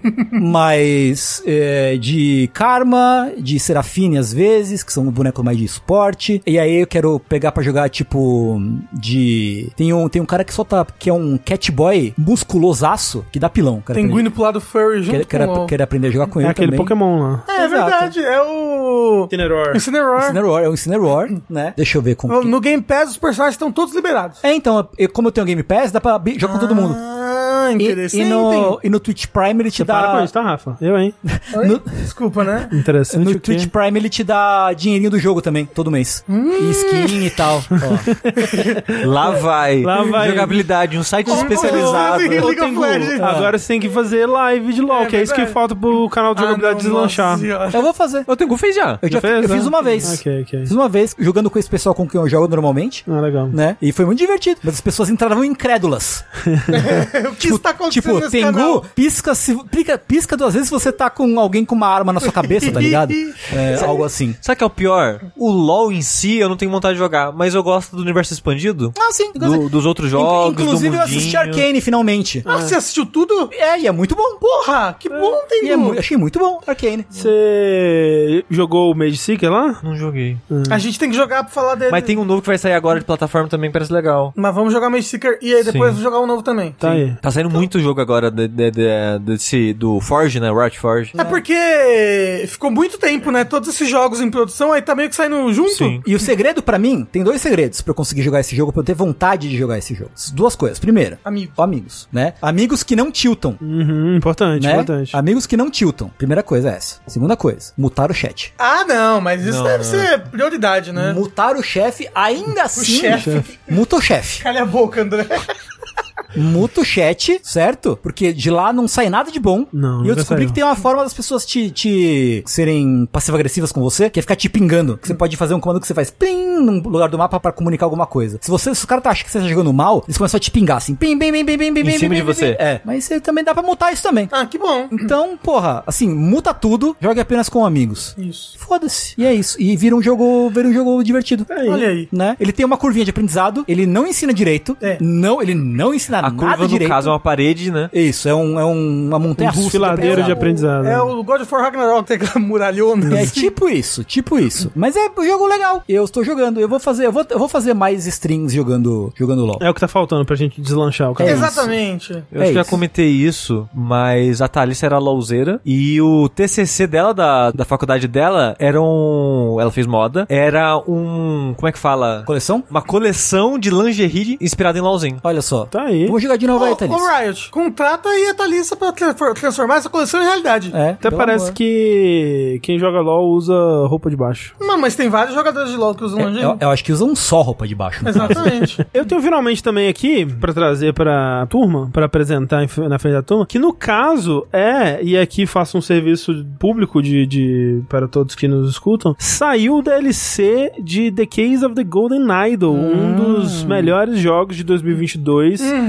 Mas... É, de Karma, de Serafine às vezes, que são bonecos mais de suporte. E aí eu quero pegar pegar pra jogar, tipo, de... Tem um, tem um cara que solta, que é um catboy musculosaço, que dá pilão. Tem Guino pro lado furry junto quer, com quer, quer aprender a jogar com é ele aquele também. Pokémon lá. É, é verdade, é o... Incineroar. Incineroar. Incineroar, é o Incineroar, né? Deixa eu ver com... No, no Game Pass, os personagens estão todos liberados. É, então, eu, como eu tenho Game Pass, dá pra jogar ah, com todo mundo. Ah, interessante. E, e, no, e no Twitch Prime ele te Você dá... Para com isso, tá, Rafa? Eu, hein? No... Desculpa, né? Interessante. No Twitch Prime ele te dá dinheirinho do jogo também, todo mês. Hum. E skin e tal, ó. Lá vai. Lá vai. Jogabilidade, um site oh, especializado. Oh, oh, Tengu, ah. Agora você tem que fazer live de LoL, é, que é isso que falta pro canal de jogabilidade ah, não, deslanchar. Eu vou fazer. O Tengu fez já. Eu já, já fez, eu né? fiz uma vez. Ok, ok. Fiz uma vez, jogando com esse pessoal com quem eu jogo normalmente. Ah, legal. Né? E foi muito divertido. Mas as pessoas entraram incrédulas. O que está acontecendo Tipo, nesse Tengu, canal? pisca, se, pisca, pisca duas vezes se você tá com alguém com uma arma na sua cabeça, tá ligado? É, sabe, algo assim. Sabe o que é o pior? O LoL em si eu não tenho vontade de jogar, mas eu gosto do universo expandido. Ah, sim. Do, dos outros jogos, inclusive do eu assisti Arcane, finalmente. Ah, é. Você assistiu tudo? É, e é muito bom. Porra, que bom, Tengu. E é mu- achei muito bom, Arcane. Você jogou o Mage Seeker lá? Não joguei. Hum. A gente tem que jogar pra falar dele. Mas tem um novo que vai sair agora de plataforma também, parece legal. Mas vamos jogar Mage Seeker e aí depois Sim. jogar um novo também. Tá aí. Tá saindo então... muito jogo agora de, de, de, desse, do Forge, né? Riot Forge. É porque ficou muito tempo, né? Todos esses jogos em produção, aí tá meio que saindo junto. Sim. E o segredo pra mim, tem dois segredos pra eu conseguir jogar esse jogo, pra eu ter vontade de jogar esse jogo. Duas coisas. Primeira, amigos. Amigos, né? Amigos que não tiltam. Uhum, importante, né? importante. Amigos que não tiltam. Primeira coisa é essa. Segunda coisa, mutar o chat. Ah, não, mas isso não, deve não. ser prioridade, né? Mutar o chefe, ainda assim... chefe. Muta o chefe. Calha a boca, André. Muta o chat, certo? Porque de lá não sai nada de bom. Não, e eu descobri saiu. que tem uma forma das pessoas te, te serem passivo-agressivas com você, que é ficar te pingando. Que você pode fazer um comando que você faz plim num lugar do mapa pra comunicar alguma coisa. Se você, se o cara tá achando que você tá jogando mal, eles começam a te pingar assim, pim, pim, pim, pim, pim, pim, Em pim, cima pim, de pim, você. pim. É, mas você também dá pra mutar isso também. Ah, que bom. Então, porra, assim, muta tudo, jogue apenas com amigos. Isso. Foda-se. E é isso. E vira um jogo, vira um jogo divertido. É aí. Olha aí. Né? Ele tem uma curvinha de aprendizado, ele não ensina direito. É. Não, ele não ensina A nada curva, direito. no caso, é uma parede, né? Isso, é, um, é um, uma montanha Um russa. desfiladeiro de aprendizado. É o God of War Ragnarok, tem aquela muralhona. É tipo isso, tipo isso. Mas é um jogo legal. Eu estou jogando. Eu vou fazer, eu vou, eu vou fazer mais streams jogando, jogando LoL. É o que tá faltando pra gente deslanchar o canal. É Exatamente. Eu É acho que já isso. comentei isso, mas a Thalissa era louzeira e o T C C dela, da, da faculdade dela, era um... Ela fez moda. Era um... Como é que fala? Coleção? Uma coleção de lingerie inspirada em LoLzinho. Olha só. Tá aí. Vamos jogar de novo aí, Ô, Thalys. ô, Riot, contrata aí a Thalissa pra tra- transformar essa coleção em realidade. É, Até pelo parece amor. que quem joga LoL usa roupa de baixo. Não, mas tem vários jogadores de LoL que usam lingerie. Eu, eu acho que usam só roupa de baixo. né? Exatamente. Eu tenho finalmente também aqui, pra trazer pra turma, pra apresentar em f- na frente da turma, que no caso é, e aqui faço um serviço público de, de para todos que nos escutam, saiu o D L C de The Case of the Golden Idol, Hum. um dos melhores jogos de dois mil e vinte e dois, Uhum.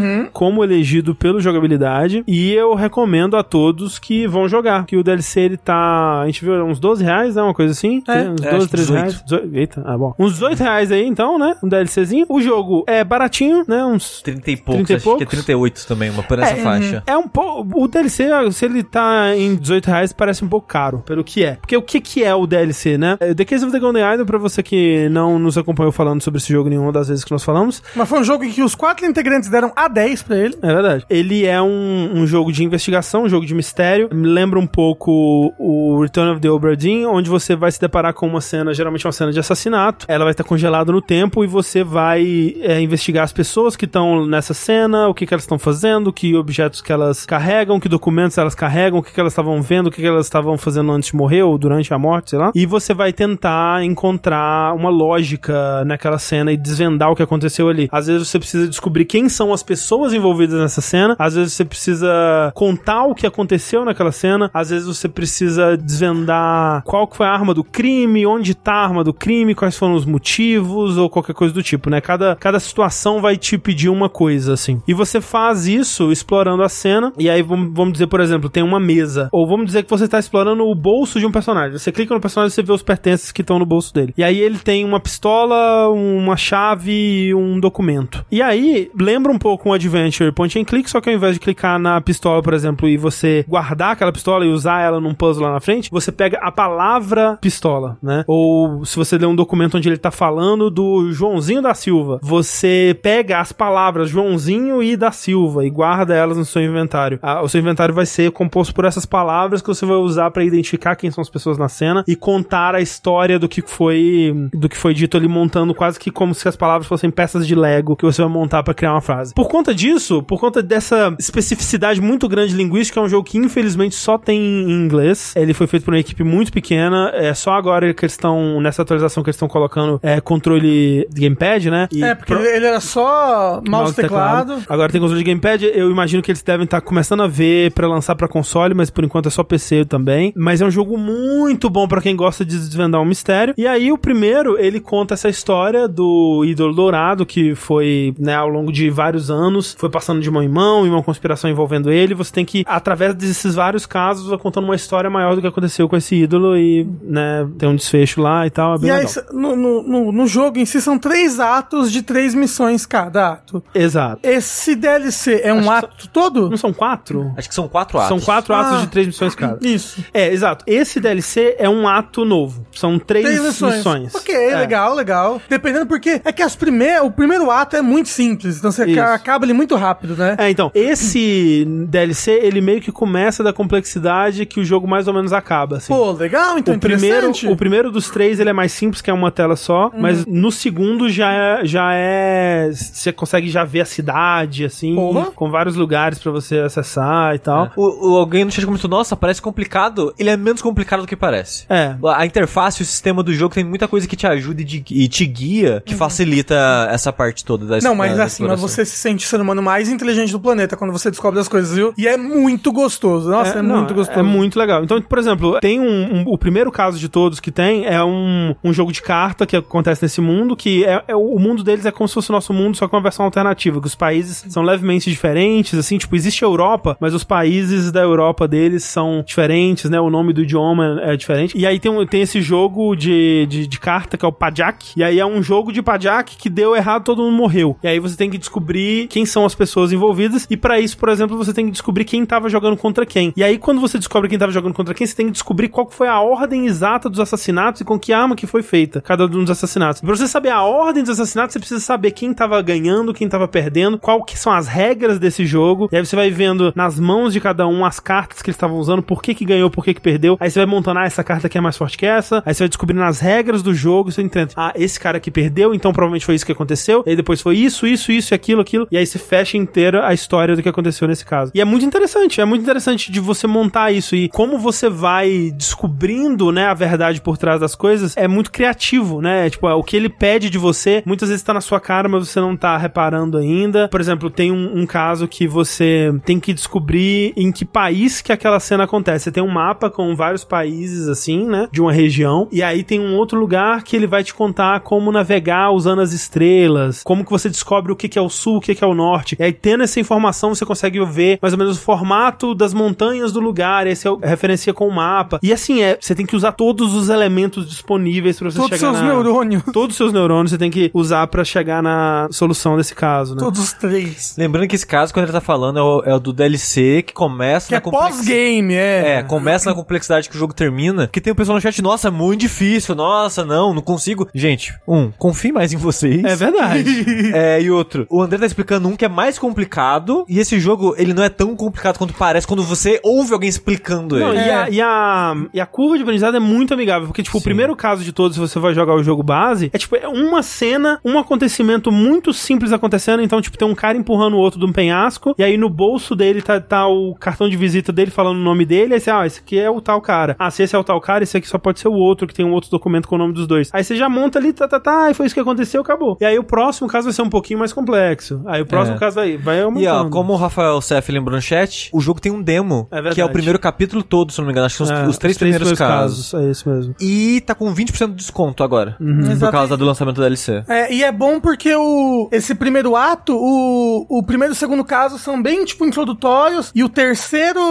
Uhum. como elegido pelo jogabilidade, e eu recomendo a todos que vão jogar, que o D L C ele tá, a gente viu uns doze reais, né, uma coisa assim, É. uns É, doze, acho que treze reais, dezoito, eita, ah bom, uns dezoito reais aí então, né, um DLCzinho, o jogo é baratinho, né, uns trinta e poucos, trinta e acho poucos. que é trinta e oito também, uma por essa faixa. É um pouco. O D L C, se ele tá em dezoito reais, parece um pouco caro, pelo que é. Porque o que, que é o D L C, né? The Case of the Golden Idol, pra você que não nos acompanhou falando sobre esse jogo nenhuma das vezes que nós falamos. Mas foi um jogo em que os quatro integrantes deram A dez pra ele. É verdade. Ele é um, um jogo de investigação, um jogo de mistério. Me lembra um pouco o Return of the Obra Dinn, onde você vai se deparar com uma cena, geralmente uma cena de assassinato. Ela vai estar congelada no tempo e você vai é, investigar as pessoas que estão nessa cena, o que, que elas estão fazendo, que objetos que elas carregam, que documentos elas carregam, o que, que elas estavam vendo, o que, que elas estavam fazendo antes de morrer ou durante a morte, sei lá. E você vai tentar encontrar uma lógica naquela cena e desvendar o que aconteceu ali. Às vezes você precisa descobrir quem são as pessoas envolvidas nessa cena, às vezes você precisa contar o que aconteceu naquela cena, às vezes você precisa desvendar qual que foi a arma do crime, onde tá a arma do crime, quais foram os motivos ou qualquer coisa do tipo, né? Cada, cada situação vai te pedir uma coisa, assim. E você faz isso explorando a cena, e aí vamos, vamos dizer, por exemplo, tem uma mesa, ou vamos dizer que você tá explorando o bolso de um personagem. Você clica no personagem e você vê os pertences que estão no bolso dele. E aí ele tem uma pistola, uma chave e um documento. E aí, lembra um pouco um adventure point and click, só que ao invés de clicar na pistola, por exemplo, e você guardar aquela pistola e usar ela num puzzle lá na frente, você pega a palavra pistola, né? Ou se você lê um documento onde ele tá falando do Joãozinho da Silva, você pega as palavras Joãozinho e da Silva e guarda elas no seu inventário. Ah, o seu inventário vai ser composto por essas palavras que você vai usar pra identificar quem são as pessoas na cena e contar a história do que foi do que foi dito ali, montando quase que como se as palavras fossem peças de Lego que você vai montar pra criar uma frase. Por conta disso, por conta dessa especificidade muito grande linguística, é um jogo que infelizmente só tem em inglês. Ele foi feito por uma equipe muito pequena, é só agora que eles estão, nessa atualização que eles estão colocando é, controle de gamepad, né? E é, porque pro... ele era só mouse e teclado. teclado. Agora tem controle de gamepad, eu imagino que eles devem estar começando a ver pra lançar pra console, mas por enquanto é só P C também. Mas é um jogo muito bom pra quem gosta de desvendar um mistério. E aí o primeiro, ele conta essa história do ídolo dourado, que foi, né, ao longo de vários anos, foi passando de mão em mão, e uma conspiração envolvendo ele. Você tem que, através desses vários casos, vai contando uma história maior do que aconteceu com esse ídolo e, né, tem um desfecho lá e tal, é bem e aí, legal. No, no, no jogo em si, são três atos de três missões cada ato. Exato. Esse D L C é um Acho ato todo? Não são quatro? Acho que são quatro atos. São quatro Ah. atos de três missões cada. Isso. É, exato. Esse D L C é um ato novo. São três, Três missões. missões. Ok, É. legal, legal. Dependendo porque é que as primeiras, o primeiro ato é muito simples, então você Isso. acaba ele muito rápido, né? É, então, esse D L C, ele meio que começa da complexidade que o jogo mais ou menos acaba, assim. Pô, legal, então o primeiro, interessante. o primeiro dos três, ele é mais simples, que é uma tela só, mas no segundo já é, já é, você consegue já ver a cidade, assim, Porra. com vários lugares pra você acessar e tal. O, o alguém no chat comentou, nossa, parece complicado. Ele é menos complicado do que parece. É. A interface, o sistema do jogo tem muita coisa que te ajuda e, de- e te guia, que facilita essa parte toda da Não, mas da assim, mas exploração. você se sente o ser humano mais inteligente do planeta quando você descobre as coisas, viu? E é muito gostoso. Nossa, é, não, muito gostoso. É muito legal. Então, por exemplo, tem um, um- o primeiro caso de todos que tem é um, um jogo de carta que acontece nesse mundo, que é, é- o mundo deles é como se fosse o nosso mundo, só com uma versão alternativa, que os países são levemente diferentes, assim, tipo, existe a Europa, mas os países da Europa deles são diferentes, né? O nome do idioma é diferente. E aí tem, um- tem esse jogo de, de, de carta, que é o Pajak, e aí é um jogo de Pajak que deu errado, todo mundo morreu. E aí você tem que descobrir quem são as pessoas envolvidas, e pra isso, por exemplo, você tem que descobrir quem tava jogando contra quem. E aí, quando você descobre quem tava jogando contra quem, você tem que descobrir qual que foi a ordem exata dos assassinatos e com que arma que foi feita cada um dos assassinatos. Pra você saber a ordem dos assassinatos, você precisa saber quem tava ganhando, quem tava perdendo, qual que são as regras desse jogo. E aí você vai vendo nas mãos de cada um as cartas que eles estavam usando, por que que ganhou, por que que perdeu. Aí você vai montando, ah, essa carta aqui é mais forte que essa. Aí você vai descobrindo as regras do jogo, você entende, ah, esse cara aqui perdeu, então provavelmente foi isso que aconteceu. E aí depois foi isso, isso, isso, aquilo, aquilo. E aí você fecha inteira a história do que aconteceu nesse caso. E é muito interessante, é muito interessante de você montar isso. E como você vai descobrindo, né, a verdade por trás das coisas, é muito criativo, né? Tipo, o que ele pede de você, muitas vezes tá na sua cara, mas você não tá reparando ainda. Por exemplo, tem um, um caso que você tem que descobrir em que país que aquela cena acontece. Você tem um mapa com vários países, assim, né, de uma região, e aí tem um outro lugar que ele vai te contar como navegar usando as estrelas, como que você descobre o que que é o sul, o que que é o norte. E aí, tendo essa informação, você consegue ver mais ou menos o formato das montanhas do lugar, esse é o, referencia com o mapa. E assim, é, você tem que usar todos os elementos disponíveis pra você Todos chegar seus na... neurônios. Todos os seus neurônios você tem que usar pra chegar na solução desse caso, né? Todos os três. Lembrando que esse caso, quando ele tá falando, é o, é o do D L C, que começa Que na é pós-game, é. É, começa na complexidade que o jogo termina, que tem o pessoal no chat, nossa, é muito difícil, nossa, não, não consigo. Gente, um, confie mais em vocês. É verdade. É, e outro, o André tá explicando um que é mais complicado, e esse jogo, ele não é tão complicado quanto parece quando você ouve alguém explicando Não, ele. e, a, e, a, e a curva de aprendizado é muito amigável, porque, tipo, Sim. o primeiro caso de todos, se você vai jogar o jogo base, é, tipo, é uma cena, um acontecimento muito simples acontecendo, então, tipo, tem um cara empurrando o outro de um penhasco, e aí no bolso dele tá, tá o cartão de visita dele falando o nome dele, aí você, ah, esse aqui é o tal cara. Ah, se esse é o tal cara, esse aqui só pode ser o outro, que tem um outro documento com o nome dos dois. Aí você já monta ali, tá, tá, tá, e foi isso que aconteceu, acabou. E aí o próximo caso vai ser um pouquinho mais complexo. Aí o próximo É. caso aí vai aumentando. E ó, como o Rafael Sef lembrou no chat, o jogo tem um demo, É verdade. que é o primeiro capítulo todo, se não me engano, acho que são os, É, os três primeiros casos. É isso mesmo. E tá com vinte por cento de desconto agora, por Exato. causa do lançamento do D L C. É, e é bom porque o, esse primeiro ato, o, o primeiro e o segundo caso são bem, tipo, introdutórios, e o terceiro,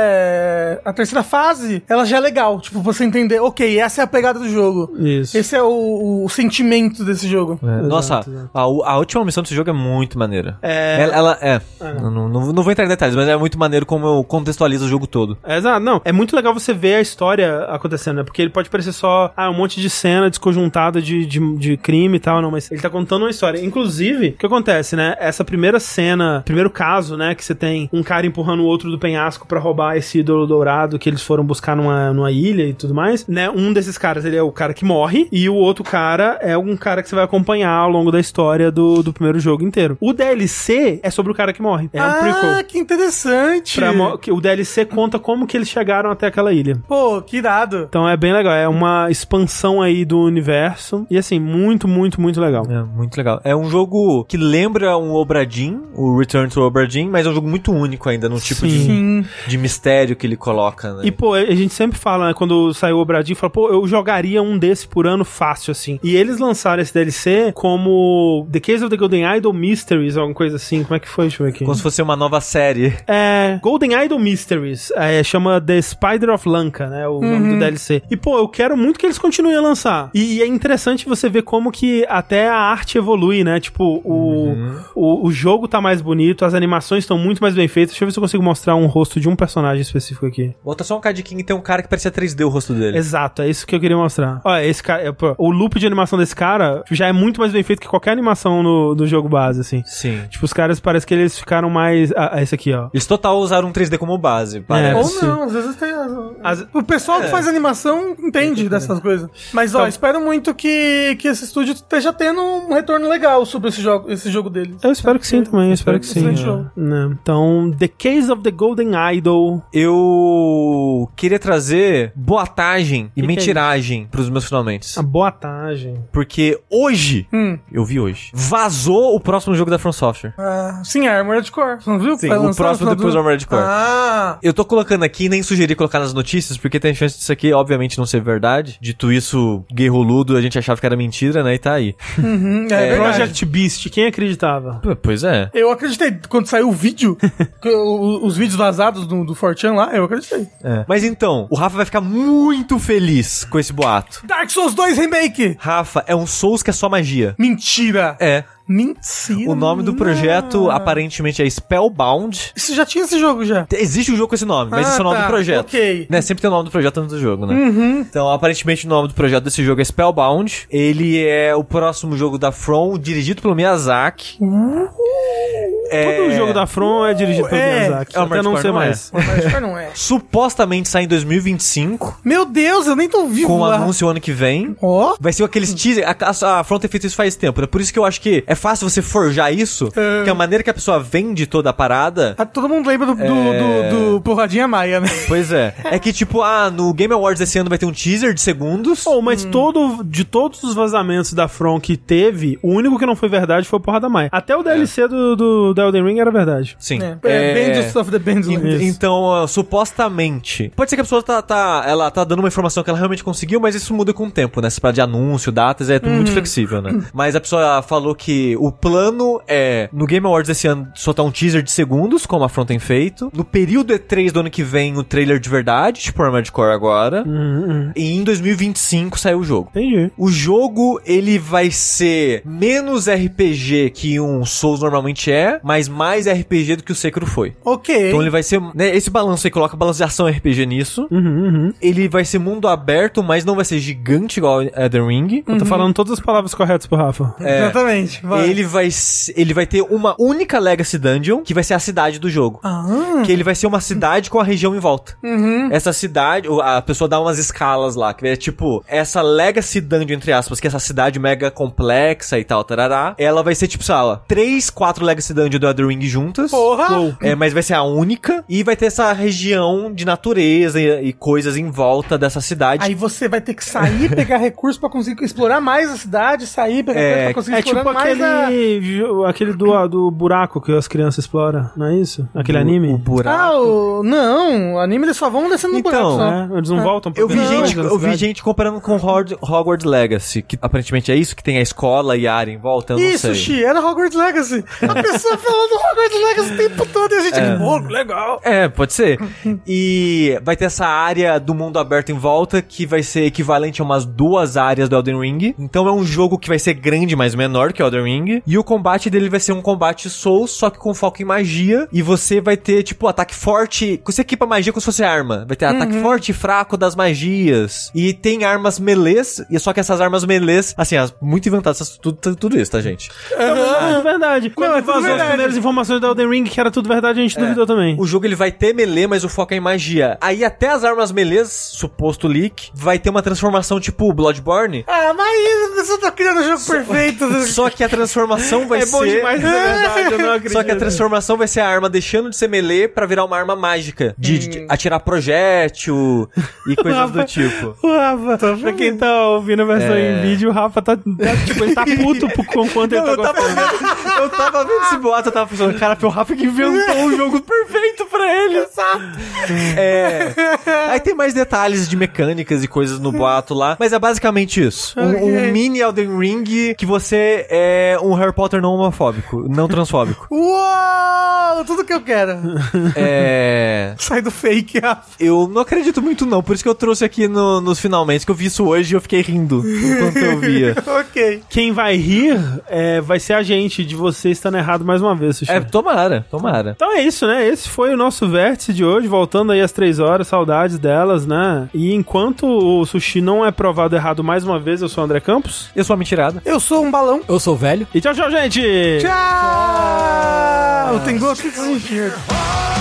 é, a terceira fase, ela já é legal, tipo, você entender, ok, essa é a pegada do jogo. Isso. Esse é o, o sentimento desse jogo. É. Nossa, exato. A, a última missão desse jogo é muito maneira. É. Ela, ela- é. Ah, não. Não, não, não vou entrar em detalhes, mas é muito maneiro como eu contextualizo o jogo todo. É, exato, não, é muito legal você ver a história acontecendo, né? Porque ele pode parecer só, ah, um monte de cena desconjuntada de, de, de crime e tal, não, mas ele tá contando uma história. Inclusive, o que acontece, né? Essa primeira cena, primeiro caso, né, que você tem um cara empurrando o outro do penhasco pra roubar esse ídolo dourado que eles foram buscar numa, numa ilha e tudo mais, né? Um desses caras, ele é o cara que morre, e o outro cara é um cara que você vai acompanhar ao longo da história do, do primeiro jogo inteiro. O D L C é sobre o cara que morre. É um prequel. Ah, que interessante. Pra mo- que o D L C conta como que eles chegaram até aquela ilha. Pô, que irado. Então é bem legal, é uma expansão aí do universo. E assim, muito, muito, muito legal. É muito legal. É um jogo que lembra um Obra Dinn, o Return to Obra Dinn, mas é um jogo muito único ainda, no tipo de, Sim. de mistério que ele coloca, né? E, pô, a gente sempre fala, né, quando saiu o Obradinho, fala, pô, eu jogaria um desse por ano fácil, assim. E eles lançaram esse D L C como The Case of the Golden Idol Mysteries, alguma coisa assim. Como é que foi? Deixa eu ver aqui. Como se fosse uma nova série. É, Golden Idol Mysteries, é, chama The Spider of Lanka, né, o nome do D L C. E, pô, eu quero muito que eles continuem a lançar. E, e é interessante você ver como que até a arte evolui, né, tipo, o, Uhum. o, o jogo tá mais bonito, as animações estão muito mais bem feitas. Deixa eu ver se eu consigo mostrar um rosto de um personagem específico aqui. Bota só um cadiquinho e tem um cara que parecia três D o rosto dele. Exato, é isso que eu queria mostrar. Olha, esse cara, é, pô, o loop de animação desse cara já é muito mais bem feito que qualquer animação no, do jogo base, assim. Sim. Tipo, os caras parece que eles ficaram mais... Ah, esse aqui, ó. Eles total usaram um três D como base, É, parece. Ou sim. não, às vezes tem... As- O pessoal que faz animação entende dessas coisas. Mas, ó, Então- espero muito que, que esse estúdio esteja tendo um retorno legal sobre esse jogo, esse jogo dele. Eu espero que sim também, eu espero que sim. Excelente jogo. Né? Então, The Case of the Golden Idol. Eu queria trazer boatagem e Que que é mentiragem pros meus finalmente. A boatagem. Porque hoje, Hum. eu vi hoje, vazou o próximo jogo da From Software. Ah, sim, Armored Core. Você não viu? Sim, Vai o lançar próximo no final depois do Armored Core. Ah, Eu tô colocando aqui, nem sugeri colocar nas notícias, porque tem chance disso aqui, obviamente, não ser verdade. Dito isso, gay roludo, a gente achava que era mentira, né? E tá aí. uhum, é, verdade. Project Beast, quem acreditava? P- Pois é. Eu acreditei quando saiu o vídeo, que o- os vídeos vazados do, do four chan lá, eu acreditei. É. Mas então, o Rafa vai ficar muito feliz com esse boato. Dark Souls dois Remake! Rafa, é um Souls que é só magia. Mentira! É. Mentira! O nome do menina. projeto aparentemente é Spellbound. Isso já tinha esse jogo já. Existe um jogo com esse nome, mas Ah, esse é o nome tá, do projeto. ok. Né? Sempre tem o nome do projeto antes do jogo, né? Uhum. Então, aparentemente, o nome do projeto desse jogo é Spellbound. Ele é o próximo jogo da From, dirigido pelo Miyazaki. É... Todo jogo da From é dirigido pelo É. Miyazaki. É, o até não Armored ser Core não é. mais. O Armored Core não é. Supostamente sai em dois mil e vinte e cinco, Meu Deus, eu nem tô vivo com o lá. anúncio ano que vem. Ó. Vai ser aqueles teaser. A, a, a From tem feito isso faz tempo, né? Por isso que eu acho que é fácil você forjar isso, É. que a maneira que a pessoa vende toda a parada. Ah, todo mundo lembra do, do, É. do, do Porradinha Maia, né? Pois é. É que, tipo, ah, no Game Awards desse ano vai ter um teaser de segundos. Oh, mas todo, de todos os vazamentos da From que teve, o único que não foi verdade foi o Porra da Maia. Até o D L C do, do, do Elden Ring era verdade. Sim. É, é, Bandits of the Bandits. En- Então, uh, supostamente... Pode ser que a pessoa tá, tá, ela tá dando uma informação que ela realmente conseguiu, mas isso muda com o tempo, né? Essa parada de anúncio, datas, é tudo Uhum. muito flexível, né? Mas a pessoa falou que o plano é... No Game Awards desse ano, soltar um teaser de segundos, como a From tem feito. No período E três do ano que vem, o trailer de verdade, tipo Armored Core agora. Uhum, uhum. E em dois mil e vinte e cinco saiu o jogo. Entendi. O jogo, ele vai ser menos R P G que um Souls normalmente é, mas mais R P G do que o Sekiro foi. Ok. Então ele vai ser... Né, esse balanço aí coloca balanço de ação R P G nisso. Uhum, uhum. Ele vai ser mundo aberto, mas não vai ser gigante igual Elden Ring. Eu tô falando todas as palavras corretas pro Rafa. É. Exatamente. Vai. Ele vai, s- ele vai ter uma única Legacy Dungeon, que vai ser a cidade do jogo. Ah. Que ele vai ser uma cidade com a região em volta. Uhum. Essa cidade, o- a pessoa dá umas escalas lá, que é tipo, essa Legacy Dungeon, entre aspas, que é essa cidade mega complexa e tal, tarará, ela vai ser tipo, sei lá, três, quatro Legacy Dungeon do Elden Ring juntas. Porra! É, mas vai ser a única, e vai ter essa região de natureza e, e coisas em volta dessa cidade. Aí você vai ter que sair, pegar recursos pra conseguir explorar mais a cidade, sair, pegar É, coisa pra conseguir É explorar tipo mais aquele, a... jo- aquele do, do buraco que as crianças exploram, não é isso? Aquele O- anime? O buraco. Ah, o... não, o anime eles só vão descendo no Então, buraco só. É, eles não voltam pra Eu vi, ver gente, coisa na eu vi cidade. gente comparando com Hogwarts, Hogwarts Legacy, que aparentemente é isso, que tem a escola e a área em volta, eu não Isso, sei. Xi, era Hogwarts Legacy. A pessoa falando Hogwarts Legacy o tempo todo e a gente, É. pô, legal. É, pode ser. E vai ter essa área do mundo aberto em volta, que vai ser equivalente a umas duas áreas do Elden Ring. Então é um jogo que vai ser grande, mas menor que o Elden Ring. E o combate dele vai ser um combate Souls, só que com foco em magia. E você vai ter, tipo, ataque forte. Você equipa magia como se fosse arma. Vai ter ataque forte e fraco das magias. E tem armas melês. E só que essas armas melês, assim, as muito inventadas, tudo, tudo isso, tá, gente? É tudo verdade. Quando Não, é tudo vazou as verdade. primeiras informações do Elden Ring, que era tudo verdade, a gente duvidou também. O jogo ele vai ter melee, mas o foco é em magia. Aí até as armas melês, suposto leak, vai ter uma transformação tipo Bloodborne. Ah, mas você tá criando o jogo perfeito. Só que a transformação vai É ser... bom demais, é verdade, eu não acredito. Só que a transformação vai ser a arma deixando de ser melee pra virar uma arma mágica. De, de atirar projétil e coisas do tipo. O Rafa, pra quem tá ouvindo a versão É. em vídeo, o Rafa tá, tá, tipo, ele tá puto por- com quanto ele Não, tá eu, tava gostando. vendo, eu tava vendo esse boato, eu tava pensando, cara, foi o Rafa que inventou o jogo perfeito pra ele. Exato. É. Aí tem mais detalhes de mecânicas e coisas no boato lá, mas é basicamente isso. Um, Ok. um mini Elden Ring que você é um Harry Potter não homofóbico, não transfóbico. Uou, tudo que eu quero. É... Sai do fake, Rafa. Eu não acredito muito não, por isso que eu trouxe aqui no- nos finalmente, que eu vi isso hoje e eu fiquei rindo enquanto eu via. Ok. Quem vai rir é, vai ser a gente de você estando errado mais uma vez, Sushi. É, tomara, tomara. Então é isso, né? Esse foi o nosso vértice de hoje, voltando aí às três horas, saudades delas, né? E enquanto o Sushi não é provado errado mais uma vez, eu sou o André Campos. Eu sou uma mentirada. Eu sou um balão. Eu sou velho. E tchau, tchau, gente! Tchau! Tem gosto que sentir.